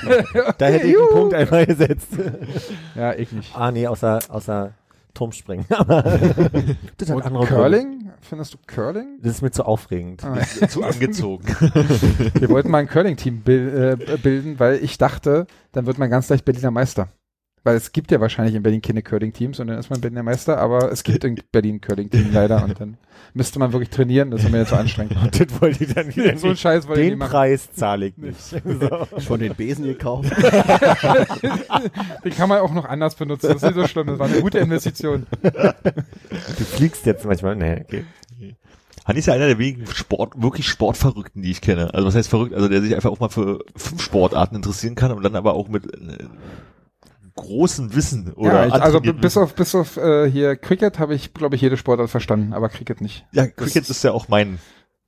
Da hätte ich einen Punkt einmal gesetzt. Ja, ich nicht. Ah, nee, außer Turmspringen. Aber das hat Und andere Gründe. Curling? Findest du Curling? Das ist mir zu aufregend. Ah, Zu angezogen. wir wollten mal ein Curling-Team bilden, weil ich dachte, dann wird man ganz leicht Berliner Meister. Weil es gibt ja wahrscheinlich in Berlin keine Curling-Teams und dann ist man Berliner Meister, aber es gibt in Berlin ein Curling-Team leider und dann müsste man wirklich trainieren, das ist mir jetzt zu anstrengend. Und das wollte ich dann wieder So einen nicht. Scheiß wollte ich nicht Den machen. Preis zahle ich nicht. So. Schon den Besen gekauft? Den kann man auch noch anders benutzen, das ist nicht so schlimm, das war eine gute Investition. Du fliegst jetzt manchmal. Nee, okay. Hanni ist ja einer der wenigen wirklich Sportverrückten, die ich kenne. Also was heißt verrückt? Also der sich einfach auch mal für 5 Sportarten interessieren kann und dann aber auch mit großem Wissen oder Ja, also antrainierten bis auf hier Cricket habe ich, glaube ich, jede Sportart verstanden, aber Cricket nicht. Ja, Cricket ist ja auch mein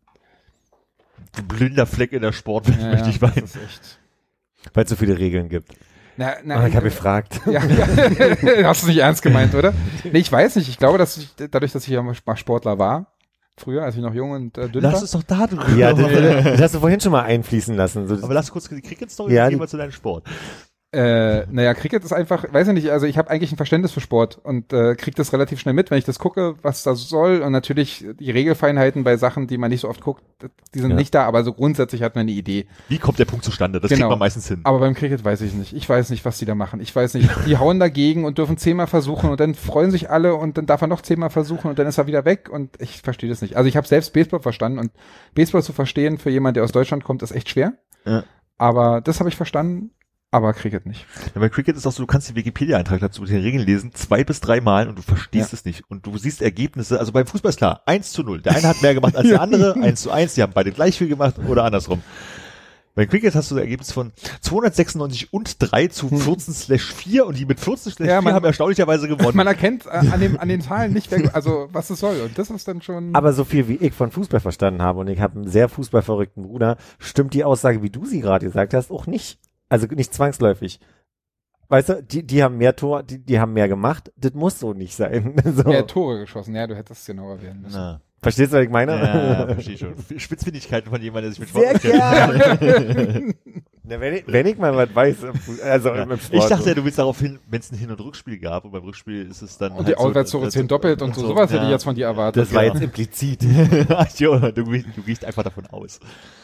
blinder Fleck in der Sportwelt, möchte ich meinen. Weil es so viele Regeln gibt. Na, Ich habe gefragt. ja, hast du nicht ernst gemeint, oder? Nee, ich weiß nicht. Ich glaube, dass dadurch, dass ich ja mal Sportler war, früher, als ich noch jung und dünn Lass war. es doch da drüber. Ja, das hast du vorhin schon mal einfließen lassen. So, Aber lass kurz die Cricket-Story Ja, und gehen wir zu deinem Sport. Naja, Cricket ist einfach, weiß ich nicht, also ich habe eigentlich ein Verständnis für Sport und kriege das relativ schnell mit, wenn ich das gucke, was da soll und natürlich die Regelfeinheiten bei Sachen, die man nicht so oft guckt, die sind nicht da, aber so grundsätzlich hat man eine Idee. Wie kommt der Punkt zustande? Das kriegt man meistens hin. Aber beim Cricket weiß ich nicht. Ich weiß nicht, was die da machen. Ich weiß nicht. Die hauen dagegen und dürfen 10-mal versuchen und dann freuen sich alle und dann darf er noch 10-mal versuchen und dann ist er wieder weg und ich verstehe das nicht. Also ich habe selbst Baseball verstanden und Baseball zu verstehen für jemanden, der aus Deutschland kommt, ist echt schwer. Ja. Aber das habe ich verstanden. aber Cricket nicht. Ja, bei Cricket ist auch so, du kannst den Wikipedia-Eintrag dazu mit den Regeln lesen, 2 bis 3 Mal und du verstehst es nicht. Und du siehst Ergebnisse, also beim Fußball ist klar, 1:0. Der eine hat mehr gemacht als der andere, 1:1, die haben beide gleich viel gemacht oder andersrum. Bei Cricket hast du das Ergebnis von 296 und 3 zu 14/4 und die mit 14/4 Ja, haben erstaunlicherweise gewonnen. Man erkennt an den Zahlen nicht, was es soll. Und das ist dann schon... Aber so viel wie ich von Fußball verstanden habe und ich habe einen sehr fußballverrückten Bruder, stimmt die Aussage, wie du sie gerade gesagt hast, auch nicht. Also nicht zwangsläufig. Weißt du, die haben mehr Tor, die haben mehr gemacht, das muss so nicht sein. So. Mehr Tore geschossen, ja, du hättest es genauer werden müssen. Na. Verstehst du, was ich meine? Ja, verstehe schon. Spitzfindigkeiten von jemandem, der sich mit Sehr Sport gerne. Na, wenn ich mal was weiß, also im Sport. Ich dachte ja, du willst darauf hin, wenn es ein Hin- und Rückspiel gab und beim Rückspiel ist es dann Und die Auswärtstore 10 doppelt und so, sowas hätte ich jetzt von dir erwartet. Das war jetzt implizit. Ach jo, du gehst einfach davon aus.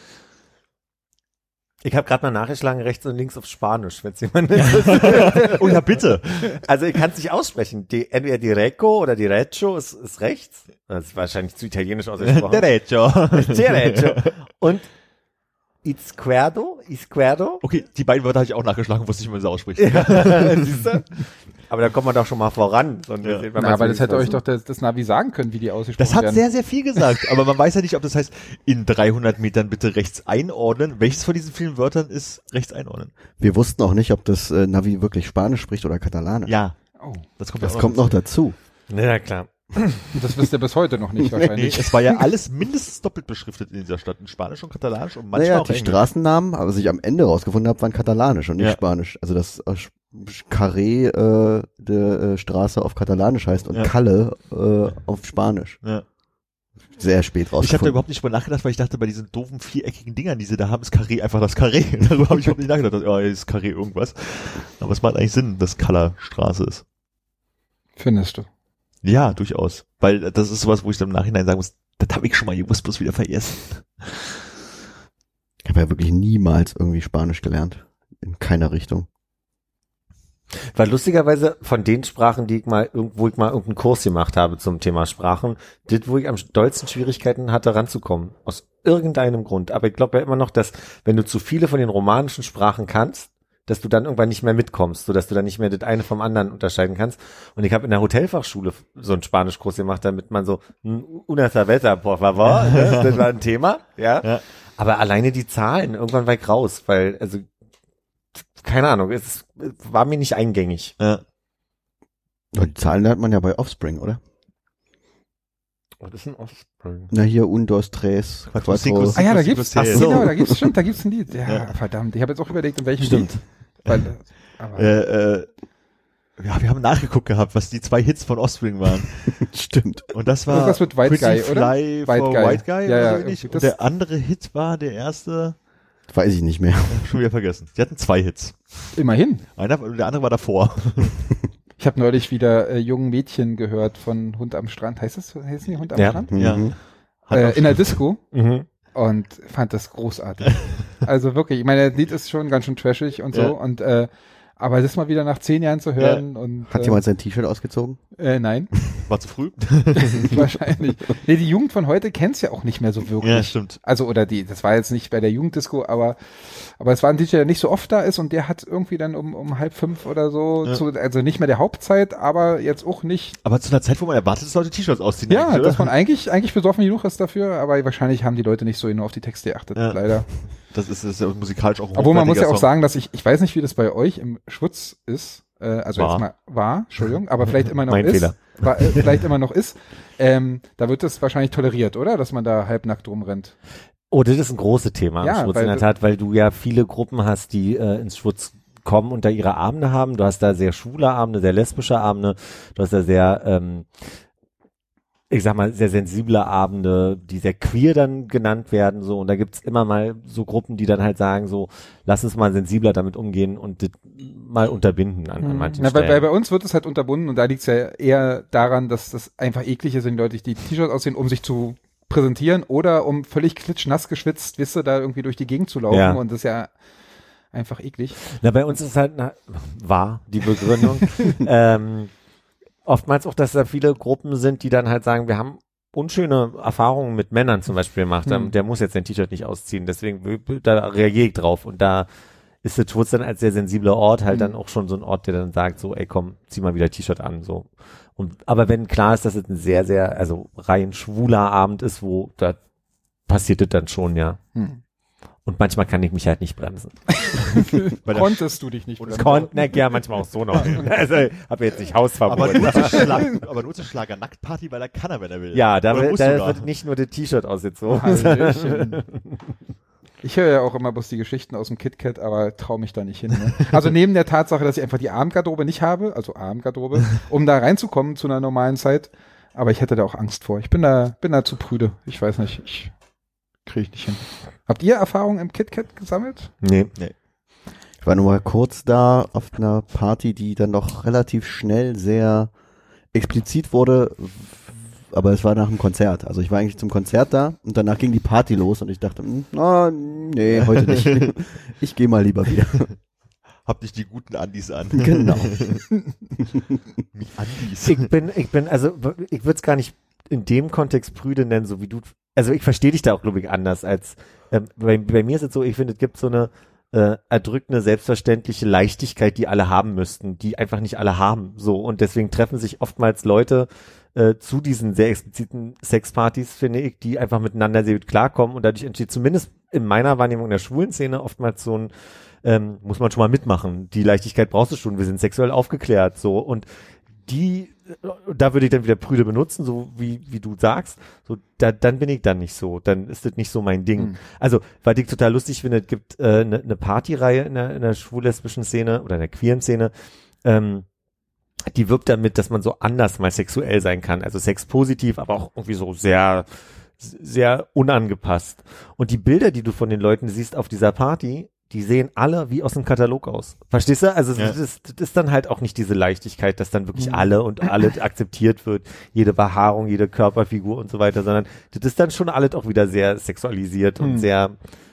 Ich habe gerade mal nachgeschlagen, rechts und links auf Spanisch, wenn es jemand Oh ja, bitte. Also ich kann es nicht aussprechen. Entweder die Reco oder die Reccio ist rechts. Das ist wahrscheinlich zu italienisch ausgesprochen. Derecho. Derecho. Und Izquierdo. Okay, die beiden Wörter habe ich auch nachgeschlagen, wusste nicht, wie man sie ausspricht. Siehst du? Aber da kommt man doch schon mal voran. Ja. Na, aber das hätte euch doch das Navi sagen können, wie die ausgesprochen Das hat werden. sehr, sehr viel gesagt, aber man weiß ja nicht, ob das heißt, in 300 Metern bitte rechts einordnen. Welches von diesen vielen Wörtern ist rechts einordnen? Wir wussten auch nicht, ob das Navi wirklich Spanisch spricht oder Katalanisch. Ja, Oh, das kommt, Das kommt noch dazu. Ja, klar. und das wisst ihr bis heute noch nicht Nee, wahrscheinlich. es war ja alles mindestens doppelt beschriftet in dieser Stadt, in Spanisch und Katalanisch und manchmal Naja, auch die Englisch. Straßennamen, aber was ich am Ende rausgefunden habe, waren katalanisch und nicht Ja. Spanisch. Also das Carré der Straße auf Katalanisch heißt und Ja. Kalle auf Spanisch. Ja. Sehr spät Ich habe da rausgefunden. überhaupt nicht drüber nachgedacht, weil ich dachte, bei diesen doofen viereckigen Dingern, die sie da haben, ist Carré einfach das Carré. Darüber habe ich überhaupt nicht nachgedacht. Oh, ist Carré irgendwas. Aber es macht eigentlich Sinn, dass Kaller Straße ist. Findest du? Ja, durchaus. Weil das ist sowas, wo ich dann im Nachhinein sagen muss, das habe ich schon mal gewusst, bloß wieder vergessen. Ich habe ja wirklich niemals irgendwie Spanisch gelernt. In keiner Richtung. Weil lustigerweise von den Sprachen, wo ich mal irgendeinen Kurs gemacht habe zum Thema Sprachen, das, wo ich am dollsten Schwierigkeiten hatte, ranzukommen. Aus irgendeinem Grund. Aber ich glaube ja immer noch, dass wenn du zu viele von den romanischen Sprachen kannst, dass du dann irgendwann nicht mehr mitkommst, sodass du dann nicht mehr das eine vom anderen unterscheiden kannst. Und ich habe in der Hotelfachschule so einen Spanischkurs gemacht, damit man so una cerveza, por favor, ne? Das war ein Thema, ja. Ja. Aber alleine die Zahlen, irgendwann war ich raus, weil, also, keine Ahnung, es war mir nicht eingängig. Ja. Die Zahlen lernt man ja bei Offspring, oder? Was ist ein Offspring? Na hier, un, dos, tres, Quattro, quattro. cinco, Ah ja, da Cinco, gibt's, Cinco, Ach so. genau, da gibt's ein Lied. Ja, verdammt, ich habe jetzt auch überlegt, in welchem Stimmt. Lied. Weil, aber Ja, wir haben nachgeguckt gehabt, was die 2 Hits von Offspring waren. Stimmt. Und das war Irgendwas mit White Pretty Guy, oder? Fly White for Guy. White Guy Ja, oder ja, so ähnlich. das- Und der andere Hit war der erste, Weiß ich nicht mehr. schon wieder vergessen. Die hatten 2 Hits. immerhin. Der andere war davor. Ich habe neulich wieder jungen Mädchen gehört von Hund am Strand. Heißt die Hund am Ja. Strand? Ja. Mhm. Hat In der Disco. Mhm. Und fand das großartig. Also wirklich, ich meine, das Lied ist schon ganz schön trashig und so. Ja. Und aber das mal wieder nach 10 Jahren zu hören und Hat jemand sein T-Shirt ausgezogen? nein, war zu früh. wahrscheinlich. Nee, die Jugend von heute kennt's ja auch nicht mehr so wirklich. Ja, stimmt. Also, oder das war jetzt nicht bei der Jugenddisco, aber es war ein DJ, der nicht so oft da ist und der hat irgendwie dann um 4:30 oder so, Ja. also nicht mehr der Hauptzeit, aber jetzt auch nicht, Aber zu einer Zeit, wo man erwartet, dass Leute T-Shirts ausziehen. ja, eigentlich, dass oder? man eigentlich besoffen genug ist dafür, aber wahrscheinlich haben die Leute nicht so genau auf die Texte geachtet, Ja. leider. Das ist ja musikalisch auch ein Obwohl man muss ja hochwertiger auch sagen, dass ich weiß nicht, wie das bei euch im Schwutz ist, also War. jetzt mal war, Entschuldigung, aber vielleicht immer noch Mein ist. Fehler. Vielleicht immer noch ist. Da wird das wahrscheinlich toleriert, oder? Dass man da halbnackt rumrennt. Oh, das ist ein großes Thema Ja, im Schwutz weil in der Tat, weil du ja viele Gruppen hast, die ins Schwutz kommen und da ihre Abende haben. Du hast da sehr schwule Abende, sehr lesbische Abende. Du hast da sehr, ich sag mal, sehr sensible Abende, die sehr queer dann genannt werden. So, und da gibt's immer mal so Gruppen, die dann halt sagen, so, lass uns mal sensibler damit umgehen und das mal unterbinden an manchen Na, weil Stellen. bei uns wird es halt unterbunden und da liegt es ja eher daran, dass das einfach eklig ist, wenn die Leute die T-Shirts aussehen, um sich zu präsentieren oder um völlig klitschnass geschwitzt, wisst ihr, da irgendwie durch die Gegend zu laufen Ja. und das ist ja einfach eklig. Na, bei uns ist halt, war die Begründung, oftmals auch, dass da viele Gruppen sind, die dann halt sagen, wir haben unschöne Erfahrungen mit Männern zum Beispiel gemacht, der muss jetzt sein T-Shirt nicht ausziehen, deswegen, da reagiere ich drauf und da ist der Schwutz dann als sehr sensibler Ort halt dann auch schon so ein Ort, der dann sagt so, ey komm, zieh mal wieder T-Shirt an, so. Aber wenn klar ist, dass es ein sehr, sehr, also rein schwuler Abend ist, wo da passiert es dann schon, ja. Und manchmal kann ich mich halt nicht bremsen. Konntest du dich nicht Ja, manchmal auch so noch. Also, hab jetzt nicht Hausverbot. Aber nur zur Schlager-Nackt-Party, weil er kann er, wenn er will. Ja, da wird nicht nur das T-Shirt ausgezogen. Ich höre ja auch immer bloß die Geschichten aus dem KitKat, aber traue mich da nicht hin. Ne? Also neben der Tatsache, dass ich einfach die Abendgarderobe nicht habe, also Abendgarderobe, um da reinzukommen zu einer normalen Zeit, aber ich hätte da auch Angst vor. Ich bin da zu prüde. Ich weiß nicht, kriege ich nicht hin. Habt ihr Erfahrungen im KitKat gesammelt? Nee. Ich war nur mal kurz da auf einer Party, die dann doch relativ schnell sehr explizit wurde, aber es war nach dem Konzert. Also ich war eigentlich zum Konzert da und danach ging die Party los und ich dachte, nee, heute nicht. Ich gehe mal lieber wieder. Hab nicht die guten Andis an. Genau. Mich Andis. Ich würde es gar nicht in dem Kontext prüde nennen, so wie du. Also ich verstehe dich da auch, glaube ich, anders als bei mir ist es so, ich finde, es gibt so eine erdrückende, selbstverständliche Leichtigkeit, die alle haben müssten, die einfach nicht alle haben. So, und deswegen treffen sich oftmals Leute zu diesen sehr expliziten Sexpartys, finde ich, die einfach miteinander sehr gut klarkommen und dadurch entsteht zumindest in meiner Wahrnehmung in der schwulen Szene oftmals so ein muss man schon mal mitmachen. Die Leichtigkeit brauchst du schon, wir sind sexuell aufgeklärt, so, und da würde ich dann wieder Prüde benutzen, so wie du sagst, so, dann bin ich dann nicht so, dann ist das nicht so mein Ding. Also, weil ich total lustig finde, es gibt eine Partyreihe in der schwul-lesbischen Szene oder in der queeren Szene, die wirkt damit, dass man so anders mal sexuell sein kann, also sexpositiv, aber auch irgendwie so sehr, sehr unangepasst. Und die Bilder, die du von den Leuten siehst auf dieser Party, die sehen alle wie aus einem Katalog aus. Verstehst du? Also das ist dann halt auch nicht diese Leichtigkeit, dass dann wirklich alle akzeptiert wird, jede Behaarung, jede Körperfigur und so weiter, sondern das ist dann schon alles auch wieder sehr sexualisiert und sehr,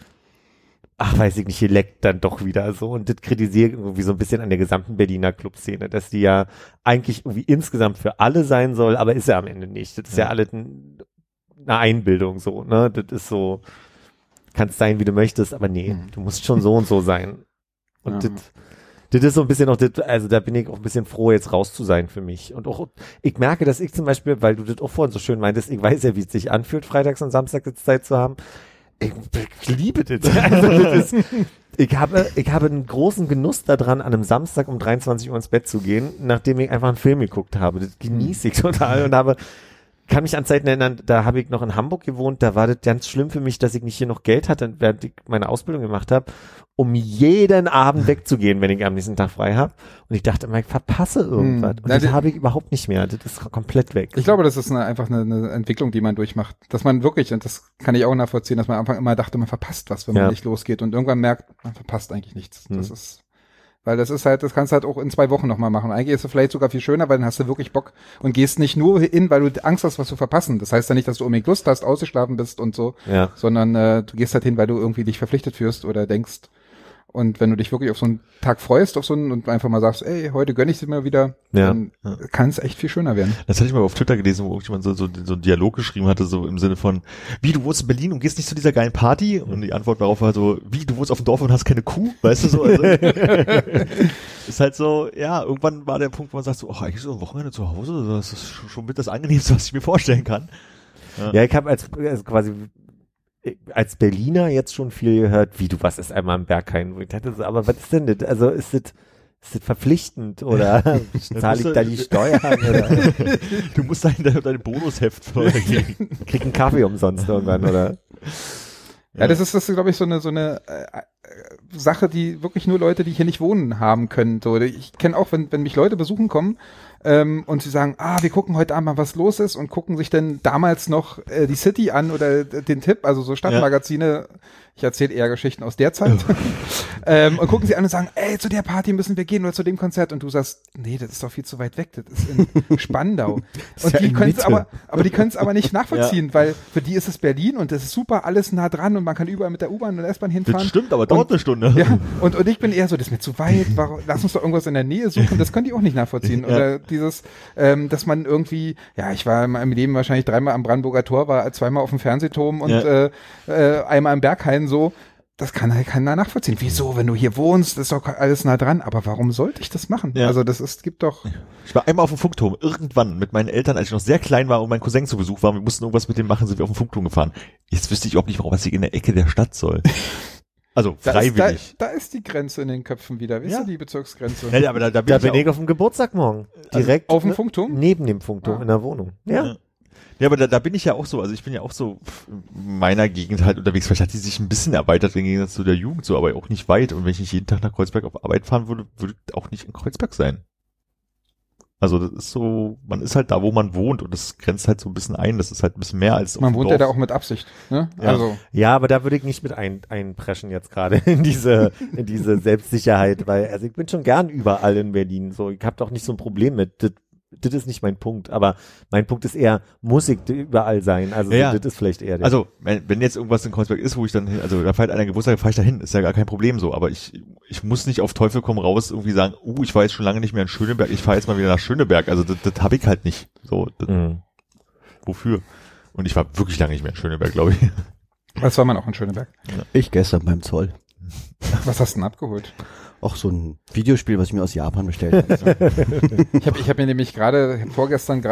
weiß ich nicht, hier leckt dann doch wieder so. Und das kritisiere ich irgendwie so ein bisschen an der gesamten Berliner Clubszene, dass die ja eigentlich irgendwie insgesamt für alle sein soll, aber ist ja am Ende nicht. Das ist ja alles eine Einbildung so, ne? Das ist so, kannst sein, wie du möchtest, aber nee, du musst schon so und so sein. Und das ist so ein bisschen auch, also da bin ich auch ein bisschen froh, jetzt raus zu sein für mich. Und auch, ich merke, dass ich zum Beispiel, weil du das auch vorhin so schön meintest, ich weiß ja, wie es sich anfühlt, freitags und samstags jetzt Zeit zu haben. Ich liebe das. Also das ist, ich habe einen großen Genuss daran, an einem Samstag um 23 Uhr ins Bett zu gehen, nachdem ich einfach einen Film geguckt habe. Das genieße ich total und kann mich an Zeiten erinnern, da habe ich noch in Hamburg gewohnt, da war das ganz schlimm für mich, dass ich nicht hier noch Geld hatte, während ich meine Ausbildung gemacht habe, um jeden Abend wegzugehen, wenn ich am nächsten Tag frei habe. Und ich dachte immer, ich verpasse irgendwas. Und das habe ich überhaupt nicht mehr. Das ist komplett weg. Ich glaube, das ist einfach eine Entwicklung, die man durchmacht. Dass man wirklich, und das kann ich auch nachvollziehen, dass man am Anfang immer dachte, man verpasst was, wenn man nicht losgeht. Und irgendwann merkt, man verpasst eigentlich nichts. Das ist... Weil das kannst du halt auch in 2 Wochen nochmal machen. Eigentlich ist es vielleicht sogar viel schöner, weil dann hast du wirklich Bock und gehst nicht nur hin, weil du Angst hast, was zu verpassen. Das heißt ja nicht, dass du unbedingt Lust hast, ausgeschlafen bist und so, sondern du gehst halt hin, weil du irgendwie dich verpflichtet fühlst oder denkst. Und wenn du dich wirklich auf so einen Tag freust, und einfach mal sagst, ey, heute gönn ich sie mir wieder, dann kann es echt viel schöner werden. Das hatte ich mal auf Twitter gelesen, wo irgendjemand so einen Dialog geschrieben hatte, so im Sinne von, wie, du wohnst in Berlin und gehst nicht zu dieser geilen Party? Und die Antwort darauf war so, wie, du wohnst auf dem Dorf und hast keine Kuh? Weißt du so? Also, ist halt so, ja, irgendwann war der Punkt, wo man sagt so, eigentlich so ein Wochenende zu Hause, das ist schon mit das Angenehmste, was ich mir vorstellen kann. Ja, ich habe als Berliner jetzt schon viel gehört, wie, du warst erst einmal am Berghain. Ich dachte so, aber was ist denn das? Also ist das verpflichtend oder zahle ich da die Steuern? Oder? Du musst deine Bonusheft kriegen. Krieg einen Kaffee umsonst irgendwann, oder? Ja, das ist glaube ich, so eine Sache, die wirklich nur Leute, die hier nicht wohnen, haben können. So, ich kenne auch, wenn mich Leute besuchen kommen, und sie sagen, wir gucken heute Abend mal, was los ist, und gucken sich dann damals noch die City an oder den Tipp, also so Stadtmagazine. Ich erzähle eher Geschichten aus der Zeit. Und gucken sie an und sagen, ey, zu der Party müssen wir gehen oder zu dem Konzert. Und du sagst, nee, das ist doch viel zu weit weg, das ist in Spandau. Und die können es aber nicht nachvollziehen, weil für die ist es Berlin und das ist super, alles nah dran und man kann überall mit der U-Bahn und S-Bahn hinfahren. Das stimmt, aber dauert eine Stunde. Ja, und ich bin eher so, das ist mir zu weit, lass uns doch irgendwas in der Nähe suchen, das können die auch nicht nachvollziehen. Oder dieses, dass man irgendwie, ich war in meinem Leben wahrscheinlich 3-mal am Brandenburger Tor, war 2-mal auf dem Fernsehturm und einmal im Berghain so. das kann halt keiner nachvollziehen. Wieso, wenn du hier wohnst, ist doch alles nah dran. Aber warum sollte ich das machen? Ja. Also gibt doch... Ich war einmal auf dem Funkturm, irgendwann mit meinen Eltern, als ich noch sehr klein war und mein Cousin zu Besuch war, wir mussten irgendwas mit dem machen, sind wir auf dem Funkturm gefahren. Jetzt wüsste ich überhaupt nicht, warum was ich in der Ecke der Stadt soll. Also freiwillig. Da ist die Grenze in den Köpfen wieder, weißt du, die Bezirksgrenze. Ja, aber da bin Da ich bin ja ich auf dem Geburtstag morgen. Direkt auf dem Funkturm? neben dem Funkturm in der Wohnung. Ja. Ja, aber da bin ich ja auch so, also ich bin ja auch so in meiner Gegend halt unterwegs, vielleicht hat die sich ein bisschen erweitert im Gegensatz zu der Jugend so, aber auch nicht weit. Und wenn ich nicht jeden Tag nach Kreuzberg auf Arbeit fahren würde, würde ich auch nicht in Kreuzberg sein. Also das ist so, man ist halt da, wo man wohnt und das grenzt halt so ein bisschen ein, das ist halt ein bisschen mehr als auf Man dem wohnt Dorf. ja da auch mit Absicht, ne? Ja. Also, Ja, aber da würde ich nicht mit einpreschen jetzt gerade in diese Selbstsicherheit, weil, also ich bin schon gern überall in Berlin, so, ich habe doch nicht so ein Problem mit, das ist nicht mein Punkt, aber mein Punkt ist eher, muss ich überall sein, also Ja. das ist vielleicht eher der. Also, wenn jetzt irgendwas in Kreuzberg ist, wo ich dann hin, also da feiert einer Geburtstag, fahre ich da hin, ist ja gar kein Problem so, aber ich muss nicht auf Teufel komm raus irgendwie sagen, ich war jetzt schon lange nicht mehr in Schöneberg, ich fahre jetzt mal wieder nach Schöneberg, also das habe ich halt nicht, so, wofür? Und ich war wirklich lange nicht mehr in Schöneberg, glaube ich. was war man auch in Schöneberg? Ich gestern beim Zoll. Was hast du denn abgeholt? Auch so ein Videospiel, was ich mir aus Japan bestellt habe. Ich hab mir nämlich vorgestern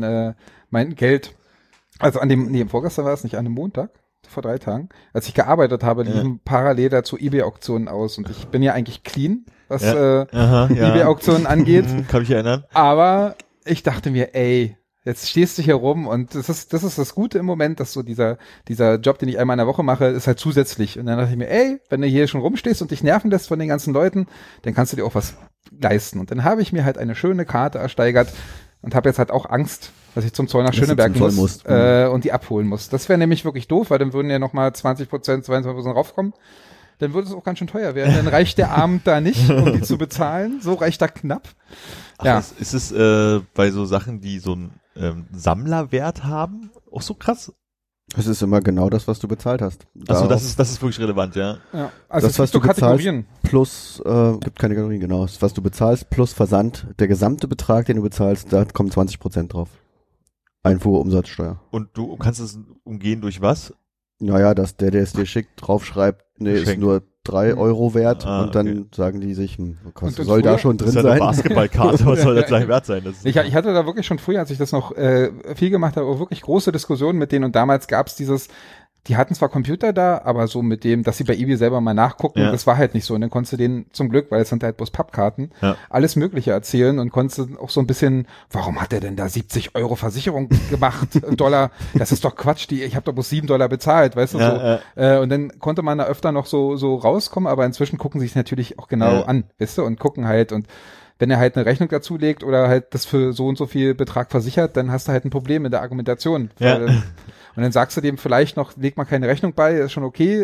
mein Geld, also vorgestern war es nicht, an dem Montag, vor 3 Tagen, als ich gearbeitet habe, liefen parallel dazu eBay-Auktionen aus und ich bin ja eigentlich clean, was eBay-Auktionen angeht, Kann mich erinnern. aber ich dachte mir, jetzt stehst du hier rum und das ist das Gute im Moment, dass so dieser Job, den ich einmal in der Woche mache, ist halt zusätzlich. Und dann dachte ich mir, wenn du hier schon rumstehst und dich nerven lässt von den ganzen Leuten, dann kannst du dir auch was leisten. Und dann habe ich mir halt eine schöne Karte ersteigert und habe jetzt halt auch Angst, dass ich zum Zoll nach Schöneberg muss und die abholen muss. Das wäre nämlich wirklich doof, weil dann würden ja nochmal 20%, 22% raufkommen. Dann würde es auch ganz schön teuer werden. Dann reicht der Abend da nicht, um die zu bezahlen. So reicht da knapp. Ach, ist es bei so Sachen, die so einen Sammlerwert haben, auch so krass? Das ist immer genau das, was du bezahlt hast. Achso, das ist wirklich relevant, ja. Also das, es was gibt du so Kategorien. Plus, gibt keine Kategorien, genau. Das, was du bezahlst plus Versand, der gesamte Betrag, den du bezahlst, da kommen 20% drauf. Einfuhr, Umsatzsteuer. Und du kannst es umgehen durch was? Naja, dass der es dir schickt, draufschreibt, ist Geschenk. nur 3 Euro wert und dann okay. sagen die sich, was Und soll da früher- schon drin Das ist ja eine sein? Basketballkarte, was soll das gleich wert sein? Das ist Ich hatte da wirklich schon früher, als ich das noch viel gemacht habe, auch wirklich große Diskussionen mit denen und damals gab's die hatten zwar Computer da, aber so mit dem, dass sie bei eBay selber mal nachgucken, Ja. das war halt nicht so. Und dann konntest du denen zum Glück, weil es sind halt bloß Pappkarten, alles Mögliche erzählen und konntest auch so ein bisschen, warum hat er denn da 70 Euro Versicherung gemacht, $? Das ist doch Quatsch, ich habe doch bloß $7 bezahlt, weißt du, so. Und dann konnte man da öfter noch so rauskommen, aber inzwischen gucken sie es natürlich auch genau an, weißt du, und gucken halt und wenn er halt eine Rechnung dazu legt oder halt das für so und so viel Betrag versichert, dann hast du halt ein Problem mit der Argumentation. Ja. Und dann sagst du dem vielleicht noch, leg mal keine Rechnung bei, ist schon okay.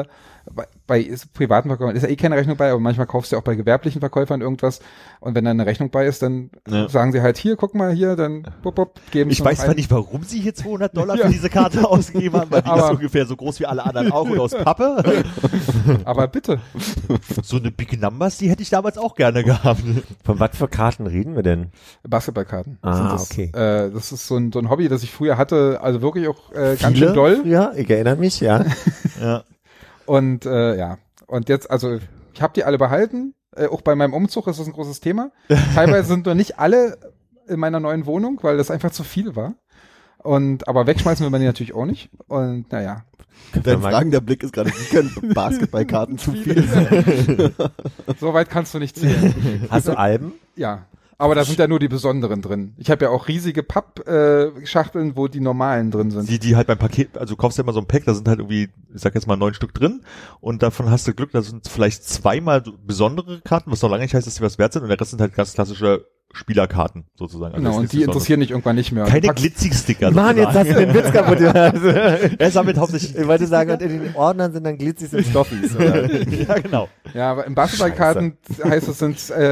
Bei privaten Verkäufern ist ja keine Rechnung bei, aber manchmal kaufst du ja auch bei gewerblichen Verkäufern irgendwas. Und wenn da eine Rechnung bei ist, dann sagen sie halt, hier, guck mal hier, dann geben Ich sie weiß noch zwar ein. nicht, warum sie hier $200 für diese Karte ausgegeben haben, weil die ist Aber- ungefähr so groß wie alle anderen auch und aus Pappe. Aber bitte. So eine Big Numbers, die hätte ich damals auch gerne gehabt. Von was für Karten reden wir denn? Basketballkarten. Ah, sind das. okay. Das ist so ein Hobby, das ich früher hatte, also wirklich auch ganz schön doll. Ja, ich erinnere mich, ja. Ja. Und und jetzt, also ich habe die alle behalten. Auch bei meinem Umzug ist das ein großes Thema. Teilweise sind noch nicht alle in meiner neuen Wohnung, weil das einfach zu viel war. Aber wegschmeißen will man die natürlich auch nicht. Und naja. Dein fragender Blick ist gerade, wie können Basketballkarten zu viel sein? So weit kannst du nicht zählen. Hast du Alben? Ja. Aber da sind ja nur die besonderen drin. Ich habe ja auch riesige Pappschachteln, wo die normalen drin sind. Die halt beim Paket, also du kaufst ja immer so ein Pack, da sind halt irgendwie, ich sag jetzt mal 9 Stück drin und davon hast du Glück, da sind vielleicht 2-mal besondere Karten, was noch lange nicht heißt, dass die was wert sind und der Rest sind halt ganz klassische Spielerkarten sozusagen. Also Genau, das ist und nichts die Besonderes. interessieren dich irgendwann nicht mehr. Keine Du packst- Glitzy-Sticker. Mann, jetzt hast du den Witz kaputt gemacht. Er sammelt hauptsächlich. Ich wollte sagen, und in den Ordnern sind dann Glitzis und Stoffis. Oder? Ja, genau. Ja, aber im Basketballkarten heißt es, sind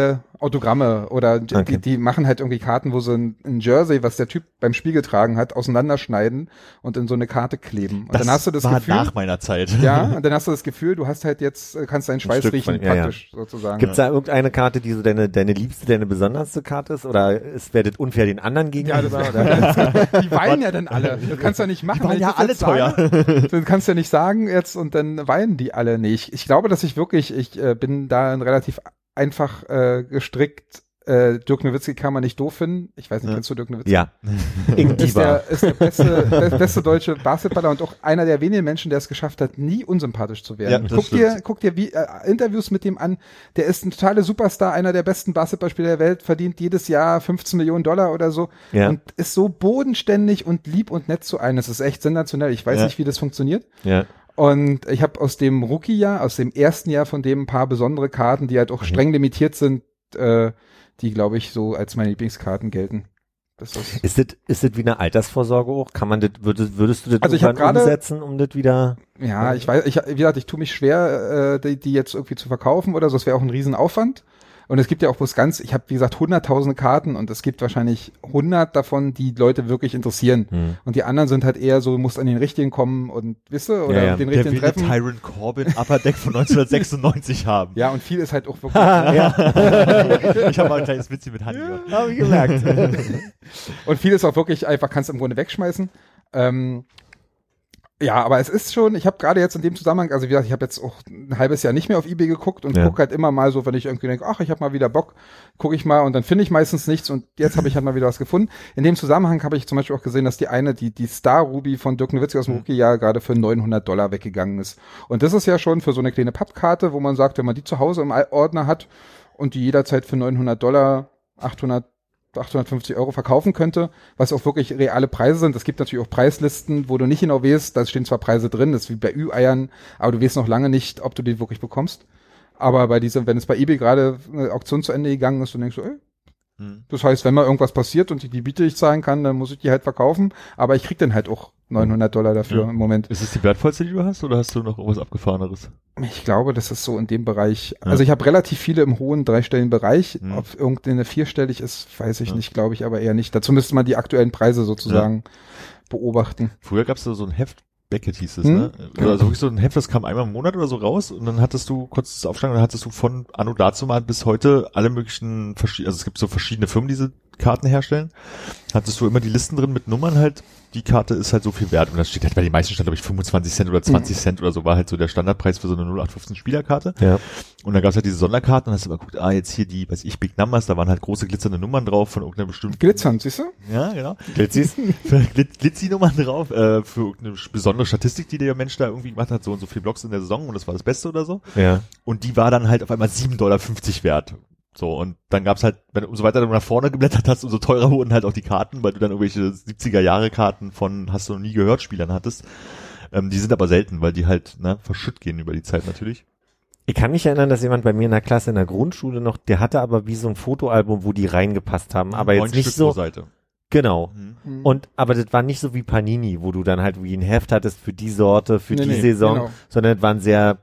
Autogramme oder die machen halt irgendwie Karten, wo sie ein Jersey, was der Typ beim Spiel getragen hat, auseinanderschneiden und in so eine Karte kleben. Und das dann hast du das war Gefühl, nach meiner Zeit. ja, und dann hast du das Gefühl, du hast halt jetzt, kannst deinen Schweiß riechen, praktisch sozusagen. Gibt's da irgendeine Karte, die so deine liebste, deine besonderste Karte ist? Oder werdet unfair den anderen gegenüber? Die weinen ja dann alle. Das kannst du ja nicht machen. Die waren ja alle teuer. Das kannst du ja nicht sagen jetzt und dann weinen die alle. Nee, ich glaube, dass ich bin da ein relativ einfach gestrickt. Dirk Nowitzki kann man nicht doof finden. Ich weiß nicht, kennst du Dirk Nowitzki? Ja. Ist der beste deutsche Basketballer und auch einer der wenigen Menschen, der es geschafft hat, nie unsympathisch zu werden. Ja, guck dir Interviews mit dem an. Der ist ein totaler Superstar, einer der besten Basketballspieler der Welt, verdient jedes Jahr $15 Millionen oder so und ist so bodenständig und lieb und nett zu einem. Das ist echt sensationell. Ich weiß nicht, wie das funktioniert. Ja. Und ich habe aus dem Rookie-Jahr, aus dem ersten Jahr von dem ein paar besondere Karten, die halt auch streng limitiert sind, die, glaube ich, so als meine Lieblingskarten gelten. Ist das wie eine Altersvorsorge auch? Kann man das, würdest du das also umsetzen, um das wieder? Ja, ich weiß, wie gesagt, ich tue mich schwer, die jetzt irgendwie zu verkaufen oder so. Das wäre auch ein Riesenaufwand. Und es gibt ja auch ich habe wie gesagt 100.000 Karten und es gibt wahrscheinlich 100 davon, die Leute wirklich interessieren. Und die anderen sind halt eher so, du musst an den richtigen kommen und oder den richtigen treffen. Der will Tyron Corbin Upper Deck von 1996 haben. Ja, und viel ist halt auch wirklich. Ich habe mal ein kleines Witzchen mit Hanni. Ja, habe ich gemerkt. Und viel ist auch wirklich einfach, kannst du im Grunde wegschmeißen. Ja, aber es ist schon, ich habe gerade jetzt in dem Zusammenhang, also wie gesagt, ich habe jetzt auch ein halbes Jahr nicht mehr auf eBay geguckt und gucke halt immer mal so, wenn ich irgendwie denke, ach, ich habe mal wieder Bock, gucke ich mal und dann finde ich meistens nichts und jetzt habe ich halt mal wieder was gefunden. In dem Zusammenhang habe ich zum Beispiel auch gesehen, dass die Star Ruby von Dirk Nowitzki aus dem Rookie-Jahr gerade für $900 weggegangen ist. Und das ist ja schon für so eine kleine Pappkarte, wo man sagt, wenn man die zu Hause im Ordner hat und die jederzeit für $900, 850 € verkaufen könnte, was auch wirklich reale Preise sind. Es gibt natürlich auch Preislisten, wo du nicht genau weißt, da stehen zwar Preise drin, das ist wie bei Ü-Eiern, aber du weißt noch lange nicht, ob du die wirklich bekommst. Aber wenn es bei eBay gerade eine Auktion zu Ende gegangen ist, dann denkst du, das heißt, wenn mal irgendwas passiert und ich die Miete nicht zahlen kann, dann muss ich die halt verkaufen, aber ich krieg dann halt auch $900 dafür im Moment. Ist es die wertvollste, die du hast, oder hast du noch irgendwas Abgefahreneres? Ich glaube, das ist so in dem Bereich. Ja. Also ich habe relativ viele im hohen dreistelligen Bereich. Ob irgendeine vierstellig ist, weiß ich nicht, glaube ich, aber eher nicht. Dazu müsste man die aktuellen Preise sozusagen beobachten. Früher gab es so ein Heft, Beckett hieß es, ne? Also wirklich so ein Heft, das kam einmal im Monat oder so raus und dann hattest du kurz das Aufschlagen, dann hattest du von anno dazu mal bis heute alle möglichen, also es gibt so verschiedene Firmen, die diese Karten herstellen, hattest du immer die Listen drin mit Nummern halt, die Karte ist halt so viel wert und das steht halt bei den meisten stand, glaube ich, 25 Cent oder 20 Cent oder so, war halt so der Standardpreis für so eine 0815 Spielerkarte. Ja. Und dann gab's halt diese Sonderkarten und hast du mal geguckt, jetzt hier die, weiß ich, Big Numbers, da waren halt große glitzernde Nummern drauf von irgendeiner bestimmten. Glitzern, siehst du? Ja, genau. Glitzi-Nummern drauf, für irgendeine besondere Statistik, die der Mensch da irgendwie gemacht hat, so und so viele Blocks in der Saison und das war das Beste oder so. Ja. Und die war dann halt auf einmal $7,50 wert. So, und dann gab's halt, wenn du umso weiter du nach vorne geblättert hast, umso teurer wurden halt auch die Karten, weil du dann irgendwelche 70er-Jahre-Karten von hast du noch nie gehört Spielern hattest. Die sind aber selten, weil die halt verschütt gehen über die Zeit natürlich. Ich kann mich erinnern, dass jemand bei mir in der Klasse in der Grundschule noch, der hatte aber wie so ein Fotoalbum, wo die reingepasst haben, aber jetzt nicht so. Seite. Genau. Aber das war nicht so wie Panini, wo du dann halt wie ein Heft hattest für die Sorte, für die Saison, sondern es waren sehr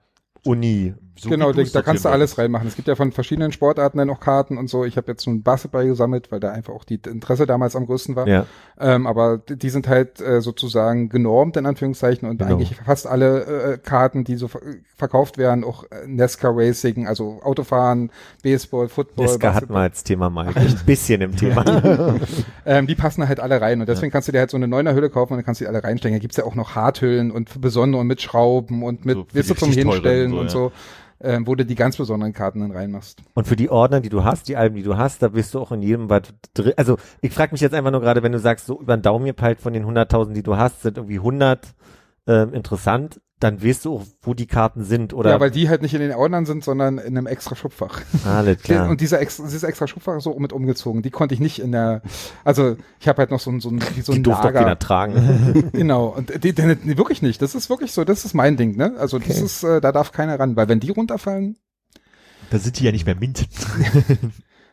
So genau, da kannst du alles reinmachen. Es gibt ja von verschiedenen Sportarten dann auch Karten und so. Ich habe jetzt nun Basketball gesammelt, weil da einfach auch die Interesse damals am größten war. Ja. Aber die sind halt sozusagen genormt in Anführungszeichen und eigentlich fast alle Karten, die so verkauft werden, auch NASCAR Racing, also Autofahren, Baseball, Football. NASCAR hatten wir als Thema mal ein bisschen im Thema. Die passen halt alle rein und deswegen kannst du dir halt so eine 9er Hülle kaufen und dann kannst du die alle reinstecken. Da gibt's ja auch noch Harthüllen und besondere und mit Schrauben und mit so zum Hinstellen und so. Wo du die ganz besonderen Karten dann reinmachst. Und für die Ordner, die du hast, die Alben, die du hast, da bist du auch in jedem was drin. Also ich frage mich jetzt einfach nur gerade, wenn du sagst, so über den Daumen gepeilt von den 100.000, die du hast, sind irgendwie 100 interessant, dann weißt du auch, wo die Karten sind, oder? Ja, weil die halt nicht in den Ordnern sind, sondern in einem extra Schubfach. Alles klar. Und dieses extra Schubfach ist so mit umgezogen. Die konnte ich nicht in der, also ich habe halt noch so ein die durfte auch keiner tragen. Genau. Und die wirklich nicht. Das ist wirklich so, das ist mein Ding, ne? Also das ist, da darf keiner ran, weil wenn die runterfallen. Da sind die ja nicht mehr mint.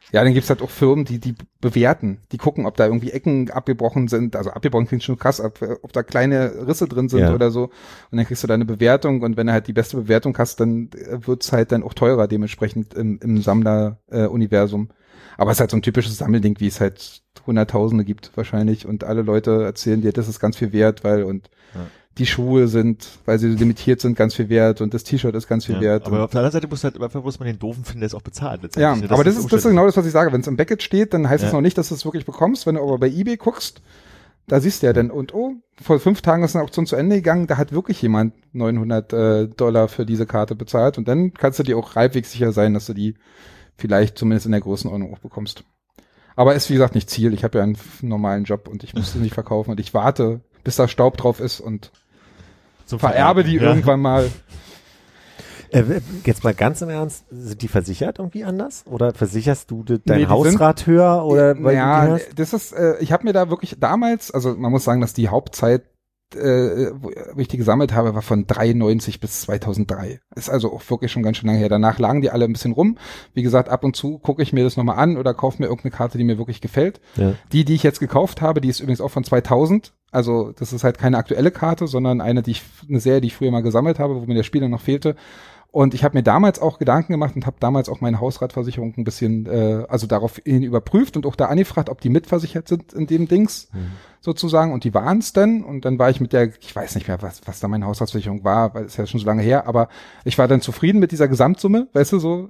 Ja, dann gibt's halt auch Firmen, die bewerten, die gucken, ob da irgendwie Ecken abgebrochen sind, also abgebrochen klingt schon krass, ob da kleine Risse drin sind oder so, und dann kriegst du da eine Bewertung, und wenn du halt die beste Bewertung hast, dann wird's halt dann auch teurer dementsprechend im Sammler-Universum. Aber es ist halt so ein typisches Sammelding, wie es halt Hunderttausende gibt wahrscheinlich, und alle Leute erzählen dir, das ist ganz viel wert, die Schuhe sind, weil sie limitiert sind, ganz viel wert, und das T-Shirt ist ganz viel wert. Aber auf der anderen Seite muss man den doofen finden, der es auch bezahlt. Ja, aber das ist genau das, was ich sage. Wenn es im Package steht, dann heißt es noch nicht, dass du es wirklich bekommst. Wenn du aber bei eBay guckst, da siehst du ja dann, und vor 5 Tagen ist eine Auktion zu Ende gegangen, da hat wirklich jemand $900 für diese Karte bezahlt, und dann kannst du dir auch halbwegs sicher sein, dass du die vielleicht zumindest in der Größenordnung auch bekommst. Aber ist, wie gesagt, nicht Ziel. Ich habe ja einen normalen Job und ich muss sie nicht verkaufen, und ich warte, bis da Staub drauf ist, und vererbe die irgendwann mal. Jetzt mal ganz im Ernst, sind die versichert irgendwie anders? Oder versicherst du dein Hausrat höher? Oder weil ja, das ist, ich habe mir da wirklich damals, also man muss sagen, dass die Hauptzeit, wo ich die gesammelt habe, war von 93 bis 2003. Ist also auch wirklich schon ganz schön lange her. Danach lagen die alle ein bisschen rum. Wie gesagt, ab und zu gucke ich mir das nochmal an oder kaufe mir irgendeine Karte, die mir wirklich gefällt. Ja. Die ich jetzt gekauft habe, die ist übrigens auch von 2000. Also das ist halt keine aktuelle Karte, sondern eine Serie, die ich früher mal gesammelt habe, wo mir der Spieler noch fehlte. Und ich habe mir damals auch Gedanken gemacht und habe damals auch meine Hausratversicherung ein bisschen, also daraufhin überprüft und auch da angefragt, ob die mitversichert sind in dem Dings sozusagen. Und die waren es dann. Und dann war ich mit ich weiß nicht mehr, was da meine Hausratsversicherung war, weil es ja schon so lange her. Aber ich war dann zufrieden mit dieser Gesamtsumme, weißt du so.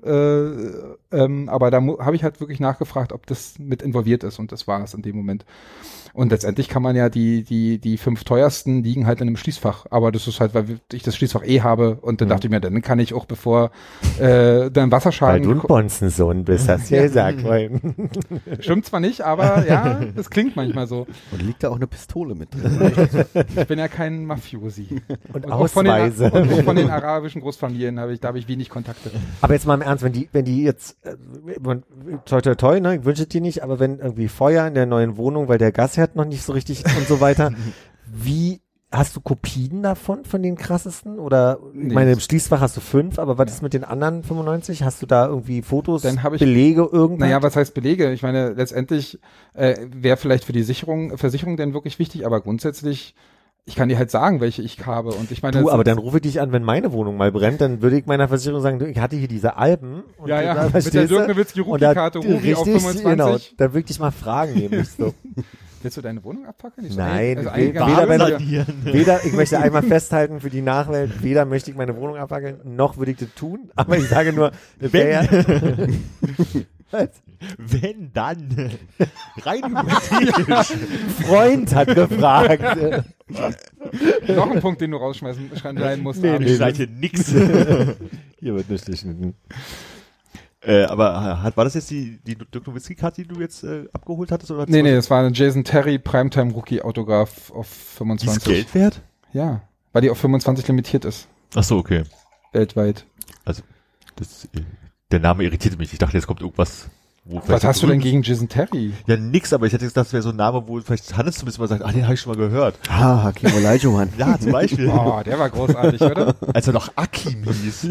Aber da habe ich halt wirklich nachgefragt, ob das mit involviert ist. Und das war es in dem Moment. Und letztendlich kann man ja die 5 teuersten liegen halt in einem Schließfach. Aber das ist halt, weil ich das Schließfach habe. Und dann dachte ich mir, dann kann ich auch, bevor dann Wasserschaden... Weil du ein Bonzensohn bist, hast du ja gesagt vorhin. Stimmt zwar nicht, aber ja, das klingt manchmal so. Und liegt da auch eine Pistole mit drin? Ich bin ja kein Mafiosi. Und Ausweise. Auch von den arabischen Großfamilien habe ich wenig Kontakte. Aber jetzt mal im Ernst, wenn die jetzt, toi toi toi, ne, ich wünsche es dir nicht, aber wenn irgendwie Feuer in der neuen Wohnung, weil der Gasherd noch nicht so richtig und so weiter, wie, hast du Kopien davon, von den krassesten? Oder, ich meine, im Schließfach hast du 5, aber was ist mit den anderen 95? Hast du da irgendwie Fotos, Belege, irgendwas? Naja, was heißt Belege? Ich meine, letztendlich wäre vielleicht für die Versicherung denn wirklich wichtig, aber grundsätzlich, ich kann dir halt sagen, welche ich habe. Und ich meine, aber dann rufe ich dich an, wenn meine Wohnung mal brennt, dann würde ich meiner Versicherung sagen, ich hatte hier diese Alben. Und ja, mit der Dirk Nowitzki Rookie-Karte, Ruby auf 25. Genau, da würde ich dich mal fragen, nämlich so. Willst du deine Wohnung abfackeln? Nein, weder, ich möchte einmal festhalten für die Nachwelt, weder möchte ich meine Wohnung abfackeln, noch würde ich das tun, aber ich sage nur, wenn dann, rein hypothetisch. Freund hat gefragt. Noch ein Punkt, den du rausschmeißen musst. Nee, ich sage hier nix. Hier wird nicht geschnitten. Aber war das jetzt die Dirk Nowitzki-Karte, die du jetzt abgeholt hattest? Oder nee, das war eine Jason Terry Primetime Rookie Autograph auf 25. Die ist Geld wert? Ja, weil die auf 25 limitiert ist. Ach so, okay. Weltweit. Also, der Name irritierte mich. Ich dachte, jetzt kommt irgendwas. Was hast du denn gegen Jason Terry? Ja, nix, aber ich hätte gesagt, das wäre so ein Name, wo vielleicht Hannes zumindest mal sagt, den habe ich schon mal gehört. Hakim Olajuwon. Ja, zum Beispiel. Oh, der war großartig, oder? Als er noch Akim hieß.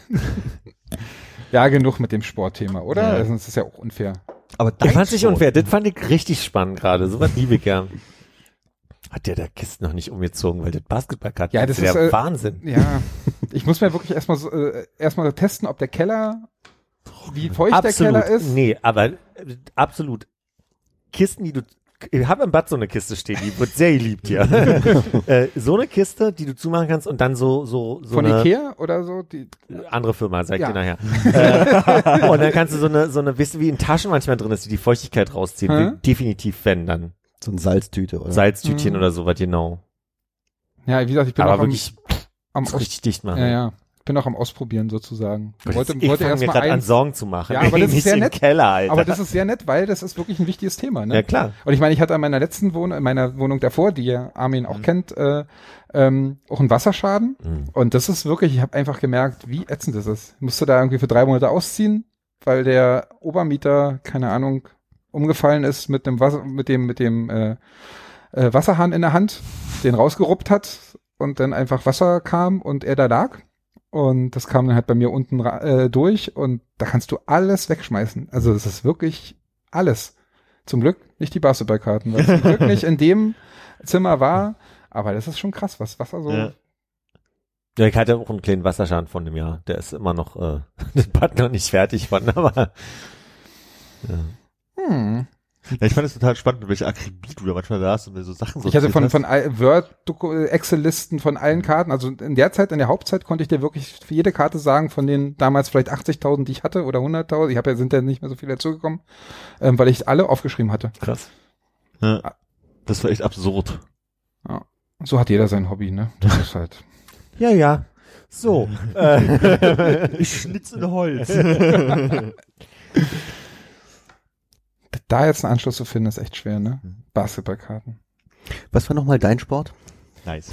Ja, genug mit dem Sportthema, oder? Ja. Also, das ist ja auch unfair. Aber das fand ich unfair. Das fand ich richtig spannend gerade. So was liebe ich gern. Hat der Kisten noch nicht umgezogen, weil das Basketballkarte das ist der Wahnsinn. Ja, ich muss mir wirklich erstmal testen, ob der Keller, wie feucht der Keller ist. Nee, aber absolut. Kisten, die du, ich habe im Bad so eine Kiste stehen, die wird sehr geliebt hier. So eine Kiste, die du zumachen kannst und dann so von eine Ikea oder so? andere Firma, sag ich dir nachher. Und dann kannst du so eine, weißt du, wie in Taschen manchmal drin ist, die Feuchtigkeit rausziehen. Definitiv wenn dann. So eine Salztüte, oder? Salztütchen oder sowas, genau. Ja, wie gesagt, ich bin aber auch wirklich richtig dicht machen. Ja. Ich bin auch am Ausprobieren sozusagen. Ich wollte erst mir gerade an Sorgen zu machen. Ja, aber das ist sehr nett. Keller, Alter. Aber das ist sehr nett, weil das ist wirklich ein wichtiges Thema, ne? Ja, klar. Und ich meine, ich hatte an meiner letzten Wohnung, in meiner Wohnung davor, die ja Armin auch kennt, auch einen Wasserschaden. Und das ist wirklich, ich habe einfach gemerkt, wie ätzend das ist. Ich musste da irgendwie für 3 Monate ausziehen, weil der Obermieter, keine Ahnung, umgefallen ist mit dem Wasserhahn in der Hand, den rausgeruppt hat und dann einfach Wasser kam und er da lag. Und das kam dann halt bei mir unten durch und da kannst du alles wegschmeißen. Also das ist wirklich alles. Zum Glück nicht die Basketballkarten, weil es zum Glück nicht in dem Zimmer war. Aber das ist schon krass, was Wasser so... Ja. Ja, ich hatte auch einen kleinen Wasserschaden von dem Jahr. Der ist immer noch, den Bad noch nicht fertig von, aber ja. Ja, ich fand es total spannend, welche Akribie du da manchmal da hast und mir so Sachen so. Ich hatte von Word-Excel-Listen von allen Karten, also in der Hauptzeit konnte ich dir wirklich für jede Karte sagen, von den damals vielleicht 80.000, die ich hatte oder 100.000, sind ja nicht mehr so viele dazugekommen, weil ich alle aufgeschrieben hatte. Krass. Ja, das war echt absurd. Ja. So hat jeder sein Hobby, ne? Das ist halt. Ja. So. Ich schnitze Holz. Da jetzt einen Anschluss zu finden, ist echt schwer, ne? Basketballkarten. Was war nochmal dein Sport? Nice.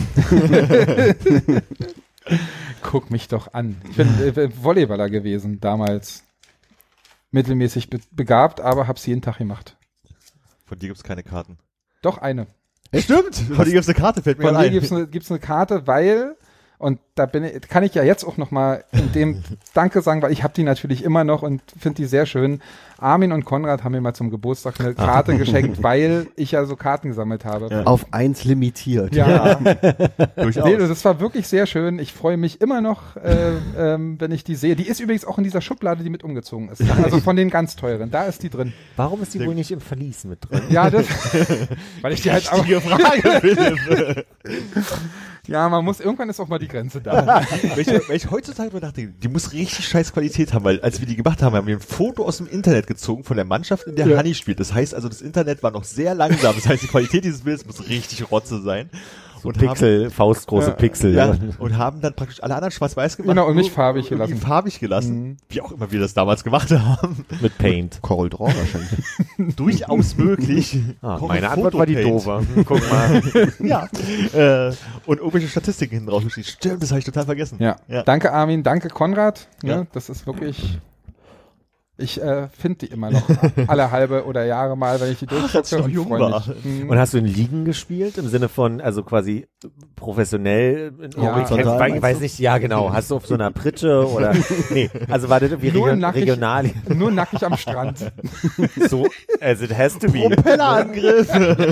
Guck mich doch an. Ich bin Volleyballer gewesen, damals. Mittelmäßig begabt, aber hab's jeden Tag gemacht. Von dir gibt's keine Karten. Doch, eine. Stimmt, von dir gibt's eine Karte, fällt mir Von ein. mir gibt's eine Karte, weil, und da kann ich ja jetzt auch nochmal in dem Danke sagen, weil ich habe die natürlich immer noch und finde die sehr schön. Armin und Konrad haben mir mal zum Geburtstag eine Karte geschenkt, weil ich ja so Karten gesammelt habe. Ja. Auf 1 limitiert. Ja, Durchaus. nee, das war wirklich sehr schön. Ich freue mich immer noch, wenn ich die sehe. Die ist übrigens auch in dieser Schublade, die mit umgezogen ist. Also von den ganz teuren. Da ist die drin. Warum ist die wohl nicht im Verlies mit drin? Ja, das, weil ich die halt auch, Frage, Philipp. ja, irgendwann ist auch mal die Grenze da. Wenn ich heutzutage drüber nachdenke, die muss richtig scheiß Qualität haben, weil als wir die gemacht haben wir ein Foto aus dem Internet gezogen von der Mannschaft, in der Hanni spielt. Das heißt also, das Internet war noch sehr langsam. Das heißt, die Qualität dieses Bildes muss richtig Rotze sein. So Pixel, faustgroße Pixel. Ja, und haben dann praktisch alle anderen schwarz-weiß gemacht. Genau, und mich farbig und gelassen. Farbig gelassen. Wie auch immer wir das damals gemacht haben. Mit Paint. Coral Draw wahrscheinlich. Durchaus möglich. Meine Antwort war die doofe. Guck mal. Ja. Und irgendwelche Statistiken hinten drauf geschrieben. Stimmt, das habe ich total vergessen. Ja. Ja. Danke Armin, danke Konrad. Ja. Ja. Das ist wirklich, ich finde die immer noch alle halbe oder Jahre mal, wenn ich die durchgucke. als du noch und jung freu war. mich. Und hast du in Ligen gespielt? Im Sinne von, also quasi professionell? Ja. Horizontal, Ich weiß nicht, ja genau. Hast du auf so einer Pritsche oder, nee, also war das irgendwie Nur nackig. regional? Nur nackig am Strand. So, as it has to be. Propellerangriff.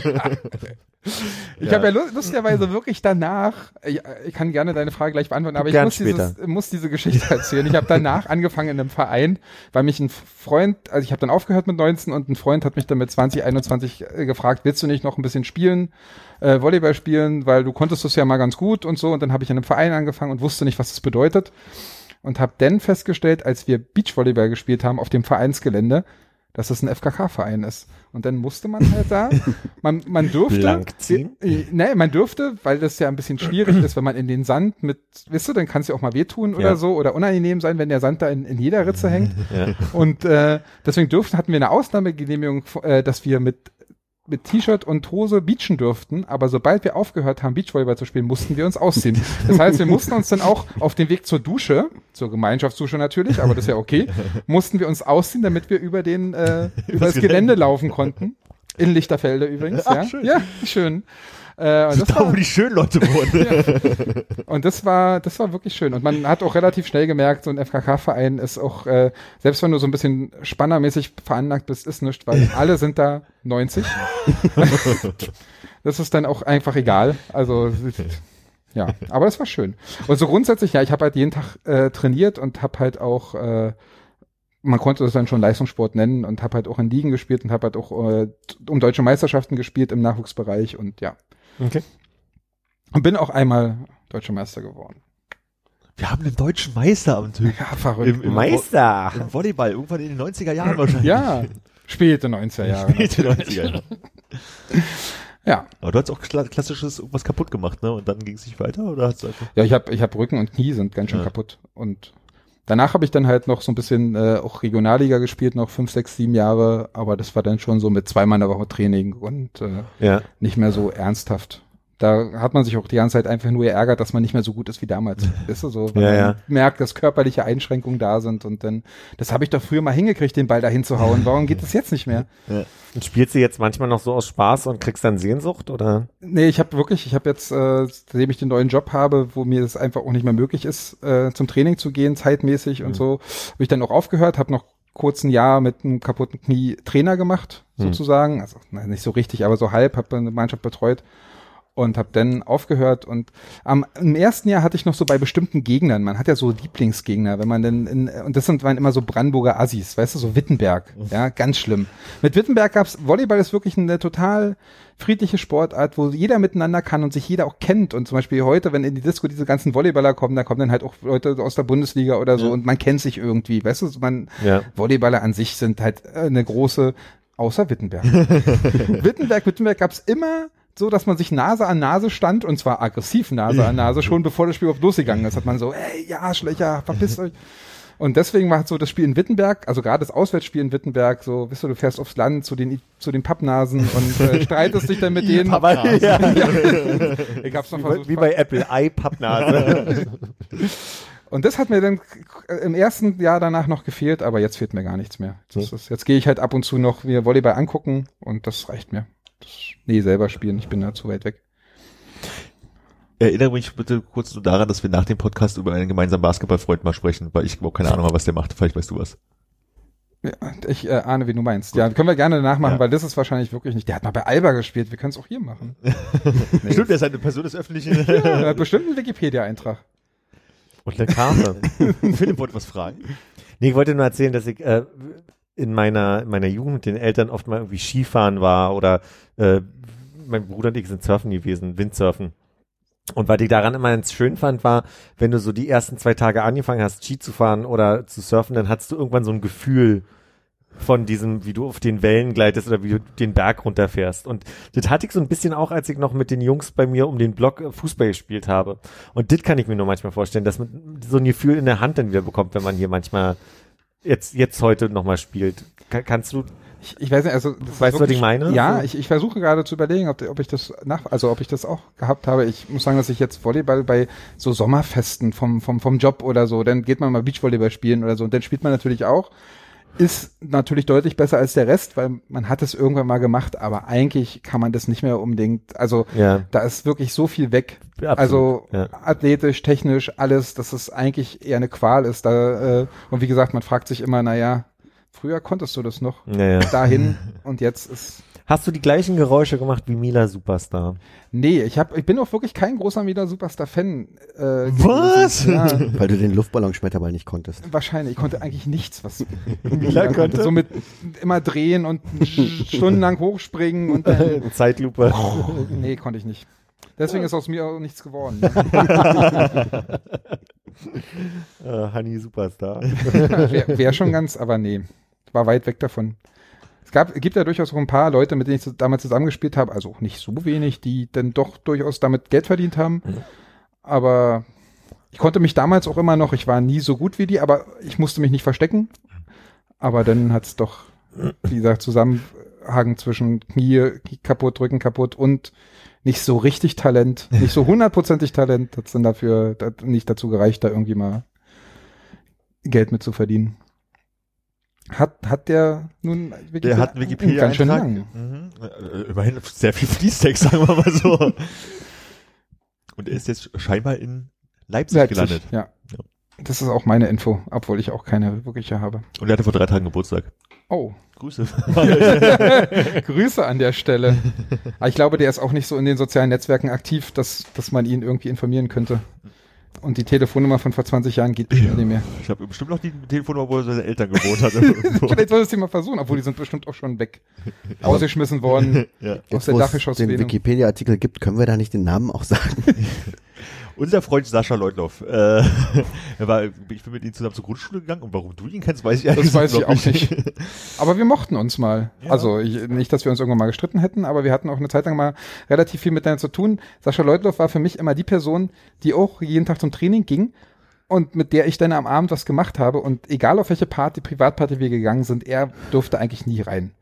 Ich habe ja lustigerweise wirklich danach, ich kann gerne deine Frage gleich beantworten, aber ich muss diese Geschichte erzählen. Ich habe danach angefangen in einem Verein, weil mich ein Freund, also ich habe dann aufgehört mit 19 und ein Freund hat mich dann mit 20, 21 gefragt, willst du nicht noch ein bisschen spielen, Volleyball spielen, weil du konntest das ja mal ganz gut und so. Und dann habe ich in einem Verein angefangen und wusste nicht, was das bedeutet. Und habe dann festgestellt, als wir Beachvolleyball gespielt haben auf dem Vereinsgelände, dass das ein FKK-Verein ist. Und dann musste man halt da, man durfte, Blank ziehen? man durfte, weil das ja ein bisschen schwierig ist, wenn man in den Sand mit, weißt du, dann kann es ja auch mal wehtun oder so oder unangenehm sein, wenn der Sand da in jeder Ritze hängt. Ja. Und deswegen hatten wir eine Ausnahmegenehmigung, dass wir mit T-Shirt und Hose beachen durften, aber sobald wir aufgehört haben, Beachvolleyball zu spielen, mussten wir uns ausziehen. Das heißt, wir mussten uns dann auch auf dem Weg zur Dusche, zur Gemeinschaftsdusche natürlich, aber das ist ja okay, mussten wir uns ausziehen, damit wir über das Gelände laufen konnten. In Lichterfelde übrigens, Ach, ja. schön. Ja, schön. Und Das das da, wo war, die schönen Leute wohnen. und das war wirklich schön. Und man hat auch relativ schnell gemerkt, so ein FKK-Verein ist auch, selbst wenn du so ein bisschen spannermäßig veranlagt bist, ist nichts, weil alle sind da 90. Das ist dann auch einfach egal. Also, ja, aber das war schön. Und so grundsätzlich, ja, ich habe halt jeden Tag trainiert und habe halt auch, man konnte das dann schon Leistungssport nennen und habe halt auch in Ligen gespielt und habe halt auch um deutsche Meisterschaften gespielt im Nachwuchsbereich und ja. Okay. Und bin auch einmal deutscher Meister geworden. Wir haben einen deutschen Meister am Typ. Ja, verrückt. Im Meister. Im Volleyball, irgendwann in den 90er Jahren wahrscheinlich. Ja, späte 90er Jahre. Späte 90er Jahre. Ja. Aber du hast auch klassisches irgendwas kaputt gemacht, ne? Und dann ging es nicht weiter, oder hast du einfach... Ja, ich hab Rücken und Knie sind ganz schön kaputt. Und danach habe ich dann halt noch so ein bisschen auch Regionalliga gespielt, noch 5, 6, 7 Jahre, aber das war dann schon so mit 2-mal in der Woche Training und nicht mehr so ernsthaft Da hat man sich auch die ganze Zeit einfach nur geärgert, dass man nicht mehr so gut ist wie damals. Weißt du, so, wenn man merkt, dass körperliche Einschränkungen da sind und dann, das habe ich doch früher mal hingekriegt, den Ball da hinzuhauen. Warum geht das jetzt nicht mehr? Ja. Und spielst du jetzt manchmal noch so aus Spaß und kriegst dann Sehnsucht, oder? Nee, ich habe jetzt, seitdem ich den neuen Job habe, wo mir das einfach auch nicht mehr möglich ist, zum Training zu gehen, zeitmäßig und so, habe ich dann auch aufgehört, habe noch kurz ein Jahr mit einem kaputten Knie Trainer gemacht, sozusagen. Also nicht so richtig, aber so halb, habe eine Mannschaft betreut. Und habe dann aufgehört und im ersten Jahr hatte ich noch so bei bestimmten Gegnern, man hat ja so Lieblingsgegner, wenn man dann und das waren immer so Brandenburger Assis, weißt du, so Wittenberg, ja, ganz schlimm. Mit Wittenberg gab's, Volleyball ist wirklich eine total friedliche Sportart, wo jeder miteinander kann und sich jeder auch kennt und zum Beispiel heute, wenn in die Disco diese ganzen Volleyballer kommen, da kommen dann halt auch Leute aus der Bundesliga oder so und man kennt sich irgendwie, weißt du, Volleyballer an sich sind halt eine große, außer Wittenberg. Wittenberg gab's immer so, dass man sich Nase an Nase stand und zwar aggressiv Nase an Nase, schon bevor das Spiel überhaupt losgegangen ist, hat man so, ey, ja, Schlecher, verpisst euch. Und deswegen war so das Spiel in Wittenberg, also gerade das Auswärtsspiel in Wittenberg, so, weißt du fährst aufs Land zu den Pappnasen und streitest dich dann mit denen. Ja. Ich hab's noch versucht. Wie bei Apple, Pappnase. Und das hat mir dann im ersten Jahr danach noch gefehlt, aber jetzt fehlt mir gar nichts mehr. Jetzt gehe ich halt ab und zu noch mir Volleyball angucken und das reicht mir. Selber spielen, ich bin da zu weit weg. Erinnere mich bitte kurz nur daran, dass wir nach dem Podcast über einen gemeinsamen Basketballfreund mal sprechen, weil ich überhaupt keine Ahnung habe, was der macht. Vielleicht weißt du was. Ja, ich ahne, wie du meinst. Ja, können wir gerne nachmachen, weil das ist wahrscheinlich wirklich nicht. Der hat mal bei Alba gespielt, wir können es auch hier machen. Stimmt, der ist eine Person des Öffentlichen. Ja, bestimmt ein Wikipedia-Eintrag. Und eine Karte. Philipp wollte was fragen. Nee, ich wollte nur erzählen, dass ich in meiner Jugend mit den Eltern oft mal irgendwie Skifahren war oder mein Bruder und ich sind surfen gewesen, Windsurfen. Und was ich daran immer ganz schön fand, war, wenn du so die ersten 2 Tage angefangen hast, Ski zu fahren oder zu surfen, dann hattest du irgendwann so ein Gefühl von diesem, wie du auf den Wellen gleitest oder wie du den Berg runterfährst. Und das hatte ich so ein bisschen auch, als ich noch mit den Jungs bei mir um den Block Fußball gespielt habe. Und das kann ich mir nur manchmal vorstellen, dass man so ein Gefühl in der Hand dann wieder bekommt, wenn man hier manchmal jetzt heute nochmal spielt. Kannst du... Ich weiß nicht, also weißt du, was ich meine? Ja, ich versuche gerade zu überlegen, ob ich das ob ich das auch gehabt habe. Ich muss sagen, dass ich jetzt Volleyball bei so Sommerfesten vom Job oder so, dann geht man mal Beachvolleyball spielen oder so und dann spielt man natürlich auch. Ist natürlich deutlich besser als der Rest, weil man hat es irgendwann mal gemacht, aber eigentlich kann man das nicht mehr unbedingt, also da ist wirklich so viel weg. Absolut, also athletisch, technisch, alles, dass es eigentlich eher eine Qual ist. Und wie gesagt, man fragt sich immer, früher konntest du das noch dahin und jetzt ist... Hast du die gleichen Geräusche gemacht wie Mila Superstar? Nee, ich bin auch wirklich kein großer Mila Superstar-Fan. Was? Ja. Weil du den Luftballonschmetterball nicht konntest. Wahrscheinlich. Ich konnte eigentlich nichts, was Mila konnte. So mit immer drehen und stundenlang hochspringen und dann... Zeitlupe. Nee, konnte ich nicht. Deswegen ist aus mir auch nichts geworden. Honey Superstar. Wär schon ganz, aber nee. War weit weg davon. Gibt ja durchaus auch ein paar Leute, mit denen ich damals zusammengespielt habe, also auch nicht so wenig, die dann doch durchaus damit Geld verdient haben. Aber ich konnte mich damals auch immer noch, ich war nie so gut wie die, aber ich musste mich nicht verstecken. Aber dann hat's doch, wie gesagt, Zusammenhang zwischen Knie kaputt, Rücken kaputt und nicht so richtig Talent, nicht so 100%ig Talent, hat's dann dafür nicht dazu gereicht, da irgendwie mal Geld mit zu verdienen. Hat der nun Der hat einen Wikipedia-Eintrag. Immerhin sehr viel Fließtext, sagen wir mal so. Und er ist jetzt scheinbar in Leipzig gelandet. Ja. Das ist auch meine Info, obwohl ich auch keine wirkliche habe. Und er hatte vor 3 Tagen Geburtstag. Oh. Grüße. Grüße an der Stelle. Aber ich glaube, der ist auch nicht so in den sozialen Netzwerken aktiv, dass man ihn irgendwie informieren könnte. Und die Telefonnummer von vor 20 Jahren geht nicht mehr. Ich habe bestimmt noch die Telefonnummer, wo er seine Eltern gewohnt hat. Vielleicht soll es die mal versuchen, obwohl die sind bestimmt auch schon weg. Ausgeschmissen worden. Aus der Dachgeschoss. Wenn es den Wikipedia-Artikel gibt, können wir da nicht den Namen auch sagen? Unser Freund Sascha Leutloff. Ich bin mit ihm zusammen zur Grundschule gegangen und warum du ihn kennst, weiß ich eigentlich nicht. Das weiß ich auch nicht. Aber wir mochten uns mal. Ja. Also nicht, dass wir uns irgendwann mal gestritten hätten, aber wir hatten auch eine Zeit lang mal relativ viel miteinander zu tun. Sascha Leutloff war für mich immer die Person, die auch jeden Tag zum Training ging und mit der ich dann am Abend was gemacht habe. Und egal auf welche Privatparty wir gegangen sind, er durfte eigentlich nie rein.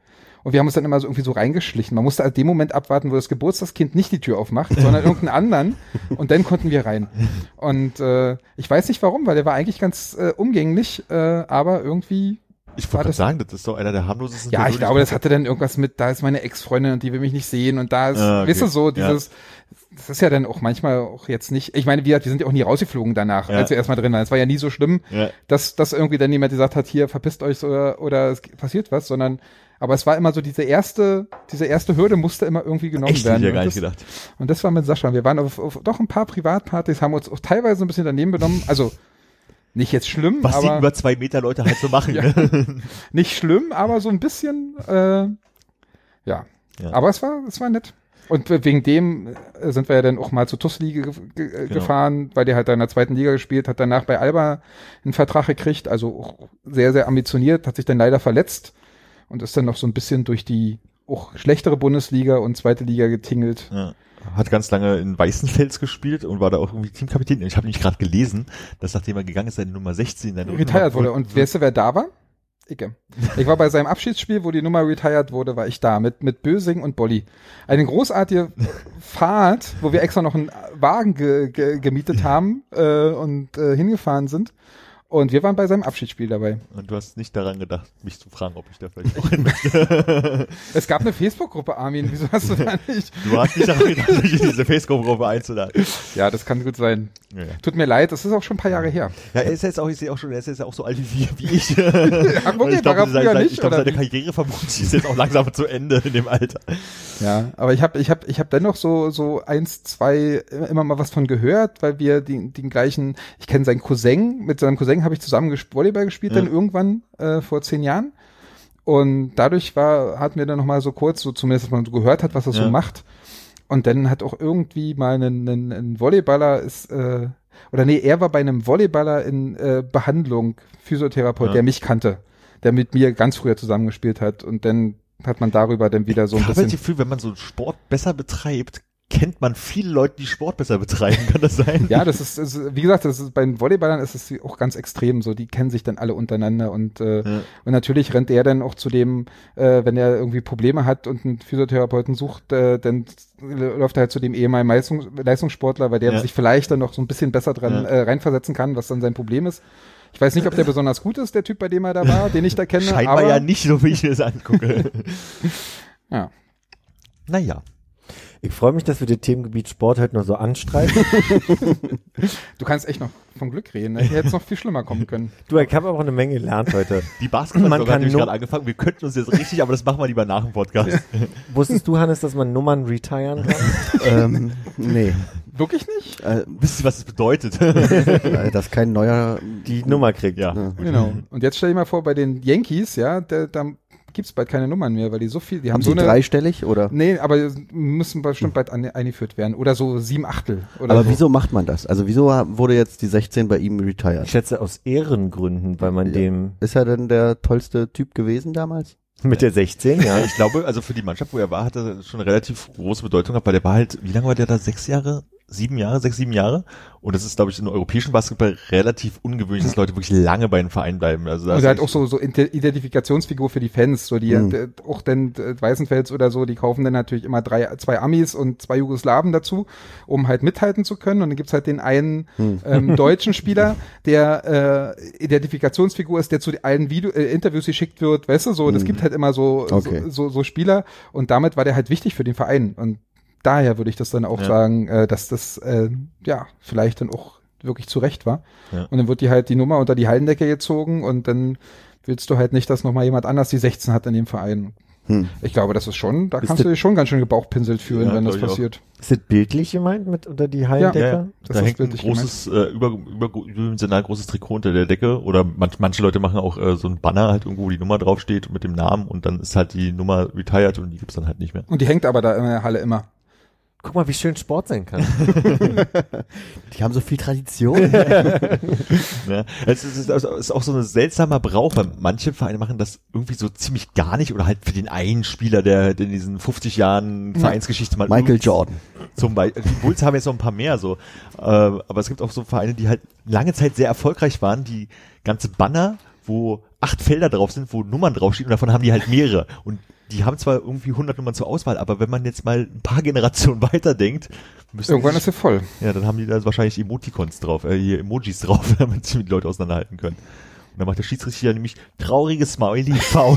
Und wir haben uns dann immer so irgendwie so reingeschlichen. Man musste halt dem Moment abwarten, wo das Geburtstagskind nicht die Tür aufmacht, sondern irgendeinen anderen. Und dann konnten wir rein. Und ich weiß nicht warum, weil der war eigentlich ganz umgänglich, aber irgendwie Ich wollte sagen, das ist doch einer der harmlosesten. Ja, ich glaube, das hatte dann irgendwas mit, da ist meine Ex-Freundin und die will mich nicht sehen und da ist, okay. weißt du, so dieses, das ist ja dann auch manchmal auch jetzt nicht, ich meine, wir sind ja auch nie rausgeflogen danach, als wir erstmal drin waren. Es war ja nie so schlimm, dass irgendwie dann jemand gesagt hat, hier, verpisst euch oder es passiert was, sondern, aber es war immer so, diese erste Hürde musste immer irgendwie genommen Echt, werden. hätte ich ja gar nicht gedacht. Und das war mit Sascha. Wir waren auf doch ein paar Privatpartys, haben uns auch teilweise ein bisschen daneben benommen, also, nicht jetzt schlimm, was aber die über 2 Meter Leute halt so machen. Ne? nicht schlimm, aber so ein bisschen, ja. Aber es war nett. Und wegen dem sind wir ja dann auch mal zur TuS-Liga gefahren, weil der halt da in der 2. Liga gespielt, hat danach bei Alba einen Vertrag gekriegt, also auch sehr, sehr ambitioniert, hat sich dann leider verletzt und ist dann noch so ein bisschen durch die auch schlechtere Bundesliga und 2. Liga getingelt. Ja. Hat ganz lange in Weißenfels gespielt und war da auch irgendwie Teamkapitän. Ich habe nämlich gerade gelesen, dass nachdem er gegangen ist, seine Nummer 16 dann retired wurde. Und weißt du, wer da war? Ich war bei seinem Abschiedsspiel, wo die Nummer retired wurde, war ich da mit Bösing und Bolli. Eine großartige Fahrt, wo wir extra noch einen Wagen gemietet haben und hingefahren sind. Und wir waren bei seinem Abschiedsspiel dabei. Und du hast nicht daran gedacht, mich zu fragen, ob ich da vielleicht auch hin möchte. Es gab eine Facebook-Gruppe, Armin. Wieso hast du da nicht? Du hast nicht daran gedacht, mich in diese Facebook-Gruppe einzuladen. Ja, das kann gut sein. Ja. Tut mir leid, das ist auch schon ein paar Jahre her. Ja, er ist jetzt auch, ich sehe auch schon, er ist jetzt auch so alt wie ich. Ja, okay, ich glaube, seine Karriere vermutlich ist jetzt auch langsam zu Ende in dem Alter. Ja, aber ich hab dennoch so 1, 2 immer mal was von gehört, weil wir den gleichen, ich kenne seinen Cousin, mit seinem Cousin habe ich zusammen Volleyball gespielt, dann irgendwann vor 10 Jahren. Und dadurch hatten wir dann noch mal so kurz, so zumindest, dass man so gehört hat, was er so macht. Und dann hat auch irgendwie mal ein Volleyballer er war bei einem Volleyballer in Behandlung, Physiotherapeut, der mich kannte, der mit mir ganz früher zusammengespielt hat. Und dann hat man darüber dann wieder so ein bisschen. Ich habe das Gefühl, wenn man so einen Sport besser betreibt, kennt man viele Leute, die Sport besser betreiben. Kann das sein? Ja, das ist wie gesagt, bei den Volleyballern ist es auch ganz extrem so. Die kennen sich dann alle untereinander und natürlich rennt er dann auch zu dem, wenn er irgendwie Probleme hat und einen Physiotherapeuten sucht, dann läuft er halt zu dem ehemaligen Leistungssportler, weil der sich vielleicht dann noch so ein bisschen besser dran reinversetzen kann, was dann sein Problem ist. Ich weiß nicht, ob der besonders gut ist, der Typ, bei dem er da war, den ich da kenne. Scheinbar aber ja nicht, so wie ich mir das angucke. Ja. Naja. Ich freue mich, dass wir das Themengebiet Sport halt nur so anstreifen. Du kannst echt noch vom Glück reden. Ne? Hier hätte es noch viel schlimmer kommen können. Du, ich habe aber auch eine Menge gelernt heute. Die Basketball-Folge hat nämlich gerade angefangen. Wir könnten uns jetzt richtig, aber das machen wir lieber nach dem Podcast. Wusstest du, Hannes, dass man Nummern retiren kann? Nee. Wirklich nicht? Wisst ihr, was das bedeutet? Dass kein neuer die Nummer kriegt. Ja. Genau. Und jetzt stell dir mal vor, bei den Yankees, ja, da gibt's bald keine Nummern mehr, weil die so viel, die haben so sie eine dreistellig oder? Nee, aber müssen bestimmt bald eingeführt werden oder so 7/8 oder Aber so. wieso macht man das? Also wieso wurde jetzt die 16 bei ihm retired? Ich schätze aus Ehrengründen, weil man dem Ist er denn der tollste Typ gewesen damals? mit der 16, ja. Ich glaube, also für die Mannschaft, wo er war, hat er schon eine relativ große Bedeutung gehabt, weil der war halt, wie lange war der da? 6 Jahre? 7 Jahre, 6, 7 Jahre. Und das ist, glaube ich, im europäischen Basketball relativ ungewöhnlich, dass Leute wirklich lange bei einem Verein bleiben. Also und er hat auch so Identifikationsfigur für die Fans, so die auch dann Weißenfels oder so, die kaufen dann natürlich immer 2 Amis und 2 Jugoslawen dazu, um halt mithalten zu können. Und dann gibt's halt den einen deutschen Spieler, der Identifikationsfigur ist, der zu allen Interviews geschickt wird, weißt du, so, das gibt halt immer so Spieler und damit war der halt wichtig für den Verein. Und daher würde ich das dann auch sagen, dass das vielleicht dann auch wirklich zu Recht war. Ja. Und dann wird die Nummer unter die Hallendecke gezogen und dann willst du halt nicht, dass nochmal jemand anders die 16 hat in dem Verein. Ich glaube, das ist schon, da kannst du dich schon ganz schön gebauchpinselt fühlen, wenn das passiert. Ist das bildlich gemeint mit unter die Hallendecke? Ja. Da hängt ein großes, überdimensional großes Trikot unter der Decke oder manche Leute machen auch so ein Banner halt irgendwo, wo die Nummer draufsteht mit dem Namen und dann ist halt die Nummer retired und die gibt's dann halt nicht mehr. Und die hängt aber da in der Halle immer. Guck mal, wie schön Sport sein kann. Die haben so viel Tradition. Ja, es ist auch so ein seltsamer Brauch, weil manche Vereine machen das irgendwie so ziemlich gar nicht oder halt für den einen Spieler, der in diesen 50 Jahren Vereinsgeschichte mal Michael Jordan. Zum Beispiel. Die Bulls haben jetzt noch ein paar mehr so. Aber es gibt auch so Vereine, die halt lange Zeit sehr erfolgreich waren, die ganze Banner, wo 8 Felder drauf sind, wo Nummern draufstehen und davon haben die halt mehrere. Und die haben zwar irgendwie 100 Nummern zur Auswahl, aber wenn man jetzt mal ein paar Generationen weiterdenkt, Irgendwann ist sie voll. ja, dann haben die da wahrscheinlich Emoticons drauf, hier Emojis drauf, damit sie mit Leuten auseinanderhalten können. Und dann macht der Schiedsrichter nämlich trauriges Smiley faul.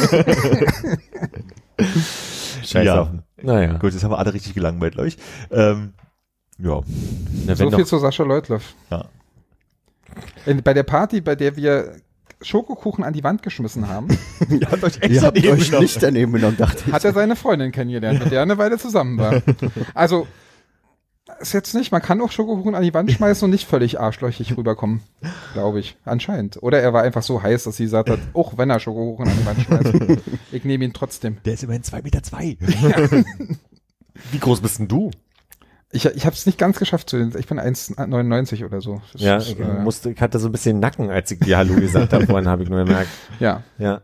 Scheiße. Ja. Naja. Gut, jetzt haben wir alle richtig gelangweilt, glaube ich. Ja. Na, wenn So doch, viel zu Sascha Leutloff. Ja. Bei der Party, bei der wir Schokokuchen an die Wand geschmissen haben, Ihr habt euch Ihr habt euch nicht daneben genommen, dachte ich. hat er seine Freundin kennengelernt, mit der er eine Weile zusammen war. Also, ist jetzt nicht, man kann auch Schokokuchen an die Wand schmeißen und nicht völlig arschlöchig rüberkommen, glaube ich, anscheinend. Oder er war einfach so heiß, dass sie gesagt hat, auch wenn er Schokokuchen an die Wand schmeißt, ich nehme ihn trotzdem. Der ist immerhin 2,2 Meter. wie groß bist denn du? Ich habe es nicht ganz geschafft, ich bin 1,99 oder so. Das Ja, ist, ich hatte so ein bisschen Nacken, als ich dir Hallo gesagt habe, vorhin habe ich nur gemerkt. ja. Ja.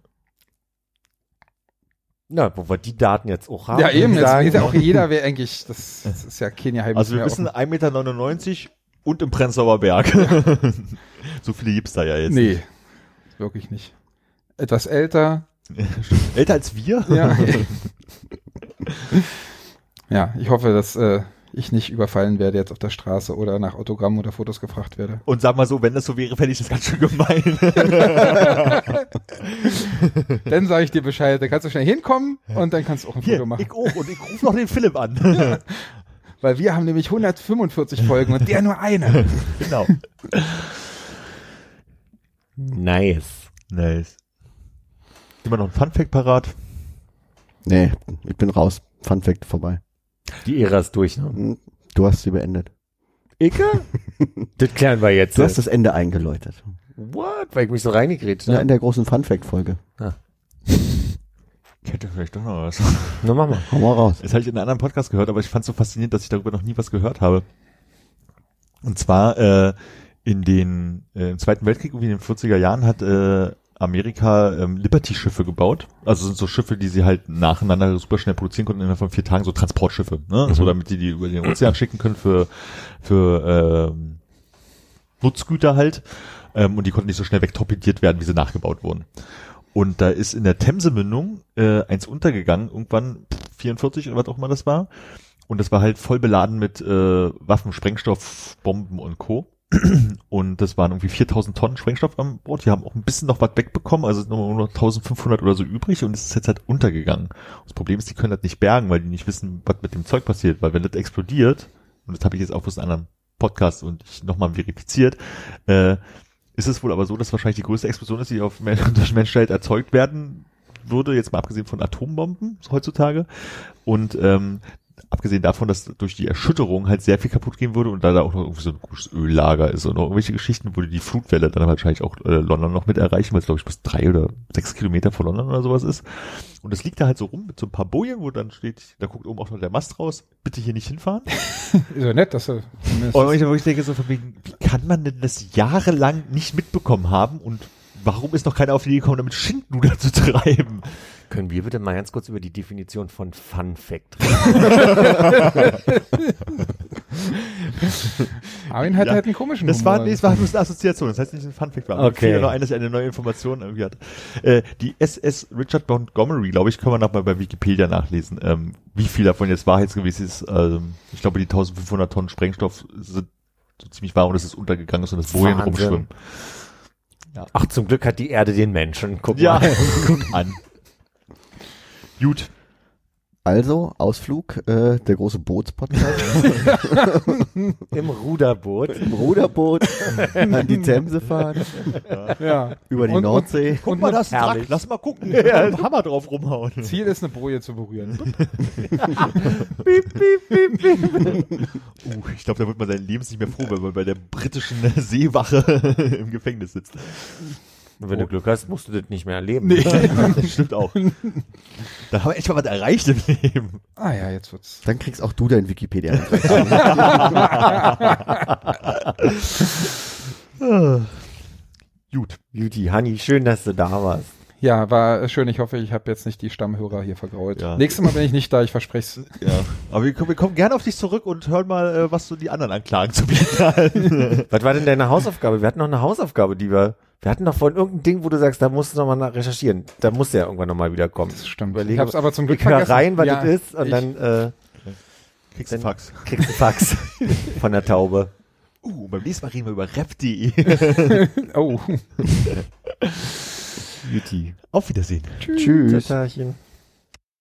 Na, wo wir die Daten jetzt auch haben. Ja, eben, würde ich jetzt sagen. weiß ja auch jeder, wer eigentlich, das ist ja kein Geheimnis Also wir mehr wissen offen. 1,99 Meter und im Prenzlauer Berg. So viele gibt's da ja jetzt. Nee, wirklich nicht. Etwas älter, Älter als wir? ja. Ja, ich hoffe, dass ich nicht überfallen werde jetzt auf der Straße oder nach Autogramm oder Fotos gefragt werde. Und sag mal so, wenn das so wäre, fände ich das ganz schön gemein. Dann sage ich dir Bescheid, dann kannst du schnell hinkommen und dann kannst du auch ein Hier, Foto machen. ich auch. Und ich rufe noch den Philipp an. Weil wir haben nämlich 145 Folgen und der nur eine. Genau. Nice. Nice. Immer noch ein Funfact parat. Nee, ich bin raus. Fun Fact vorbei. Die Ära ist durch, ne? Du hast sie beendet. Icke? Das klären wir jetzt. Du hast das Ende eingeläutet. What? Weil ich mich so reingekriegt Ja, habe. in der großen Fun Fact Folge. Ich hätte vielleicht doch noch was. Na, mach mal. Hau mal raus. Das habe ich in einem anderen Podcast gehört, aber ich fand es so faszinierend, dass ich darüber noch nie was gehört habe. Und zwar im Zweiten Weltkrieg, irgendwie in den 40er Jahren, hat Amerika Liberty-Schiffe gebaut. Also sind so Schiffe, die sie halt nacheinander super schnell produzieren konnten, innerhalb von 4 Tagen, so Transportschiffe, ne? So damit die über den Ozean schicken können für Nutzgüter halt. Und die konnten nicht so schnell wegtorpediert werden, wie sie nachgebaut wurden. Und da ist in der Themse-Mündung eins untergegangen, irgendwann 44 oder was auch immer das war. Und das war halt voll beladen mit Waffen, Sprengstoff, Bomben und Co. Und das waren irgendwie 4000 Tonnen Sprengstoff an Bord. Die haben auch ein bisschen noch was wegbekommen, also nur noch 1500 oder so übrig und es ist jetzt halt untergegangen. Und das Problem ist, die können das nicht bergen, weil die nicht wissen, was mit dem Zeug passiert. Weil wenn das explodiert, und das habe ich jetzt auch aus einem anderen Podcast und ich nochmal verifiziert, ist es wohl aber so, dass wahrscheinlich die größte Explosion ist, die durch Menschheit erzeugt werden würde, jetzt mal abgesehen von Atombomben heutzutage. Und abgesehen davon, dass durch die Erschütterung halt sehr viel kaputt gehen würde und da auch noch irgendwie so ein komisches Öllager ist und noch irgendwelche Geschichten, würde die Flutwelle dann wahrscheinlich auch London noch mit erreichen, weil es glaube ich bis 3 oder 6 Kilometer von London oder sowas ist. Und das liegt da halt so rum mit so ein paar Bojen, wo dann steht, da guckt oben auch noch der Mast raus, bitte hier nicht hinfahren. Ist ja nett, dass du Und ich wirklich denke so von wegen, wie kann man denn das jahrelang nicht mitbekommen haben und warum ist noch keiner auf die Idee gekommen, damit Schindluder zu treiben? Können wir bitte mal ganz kurz über die Definition von Fun Fact reden? Armin hat Ja, halt einen komischen Das war Humor. bloß eine Assoziation, das heißt nicht ein Funfact war. Okay. Mir noch ein, dass ich eine neue Information irgendwie hatte. Die SS Richard Montgomery, glaube ich, können wir noch mal bei Wikipedia nachlesen, wie viel davon jetzt wahrheitsgemäß ist. Ich glaube, die 1500 Tonnen Sprengstoff sind so ziemlich wahr und es ist untergegangen ist und das Bojen Wahnsinn. rumschwimmen. Ach, zum Glück hat die Erde den Menschen. Guck Ja, mal. guck an. Gut. Also, Ausflug, der große Bootspodcast Im Ruderboot. im Ruderboot an die Themse fahren, Ja. über die Und- Nordsee. Guck mal, da ist ein herrlich. Drack, lass mal gucken. Ja. Hammer drauf rumhauen. Ziel ist, eine Boje zu berühren. Ich glaube, da wird man sein Lebens nicht mehr froh, wenn man bei der britischen Seewache im Gefängnis sitzt. Und wenn du Glück hast, musst du das nicht mehr erleben. Nee, das stimmt auch. Da haben wir echt mal was erreicht im Leben. Ah ja, jetzt wird's. Dann kriegst auch du dein Wikipedia. Gut. Juti, Hanni, schön, dass du da warst. Ja, war schön. Ich hoffe, ich habe jetzt nicht die Stammhörer hier vergrault. Ja. Nächstes Mal bin ich nicht da, ich verspreche es. Ja. Aber wir kommen gerne auf dich zurück und hören mal, was so die anderen Anklagen zu bieten haben. Was war denn deine Hausaufgabe? Wir hatten noch eine Hausaufgabe, die wir Wir hatten doch vorhin irgendein Ding, wo du sagst, da musst du nochmal recherchieren. Da muss der irgendwann nochmal wieder kommen. Das stimmt. Überlegen, Ich hab's aber zum Glück ich hör vergessen. rein, was Ja, das ist, und ich- dann Kriegst du Fax. kriegst du Fax von der Taube. Beim nächsten Mal reden wir über rap.de. Oh. Juti. Auf Wiedersehen. Tschüss. Tschüss.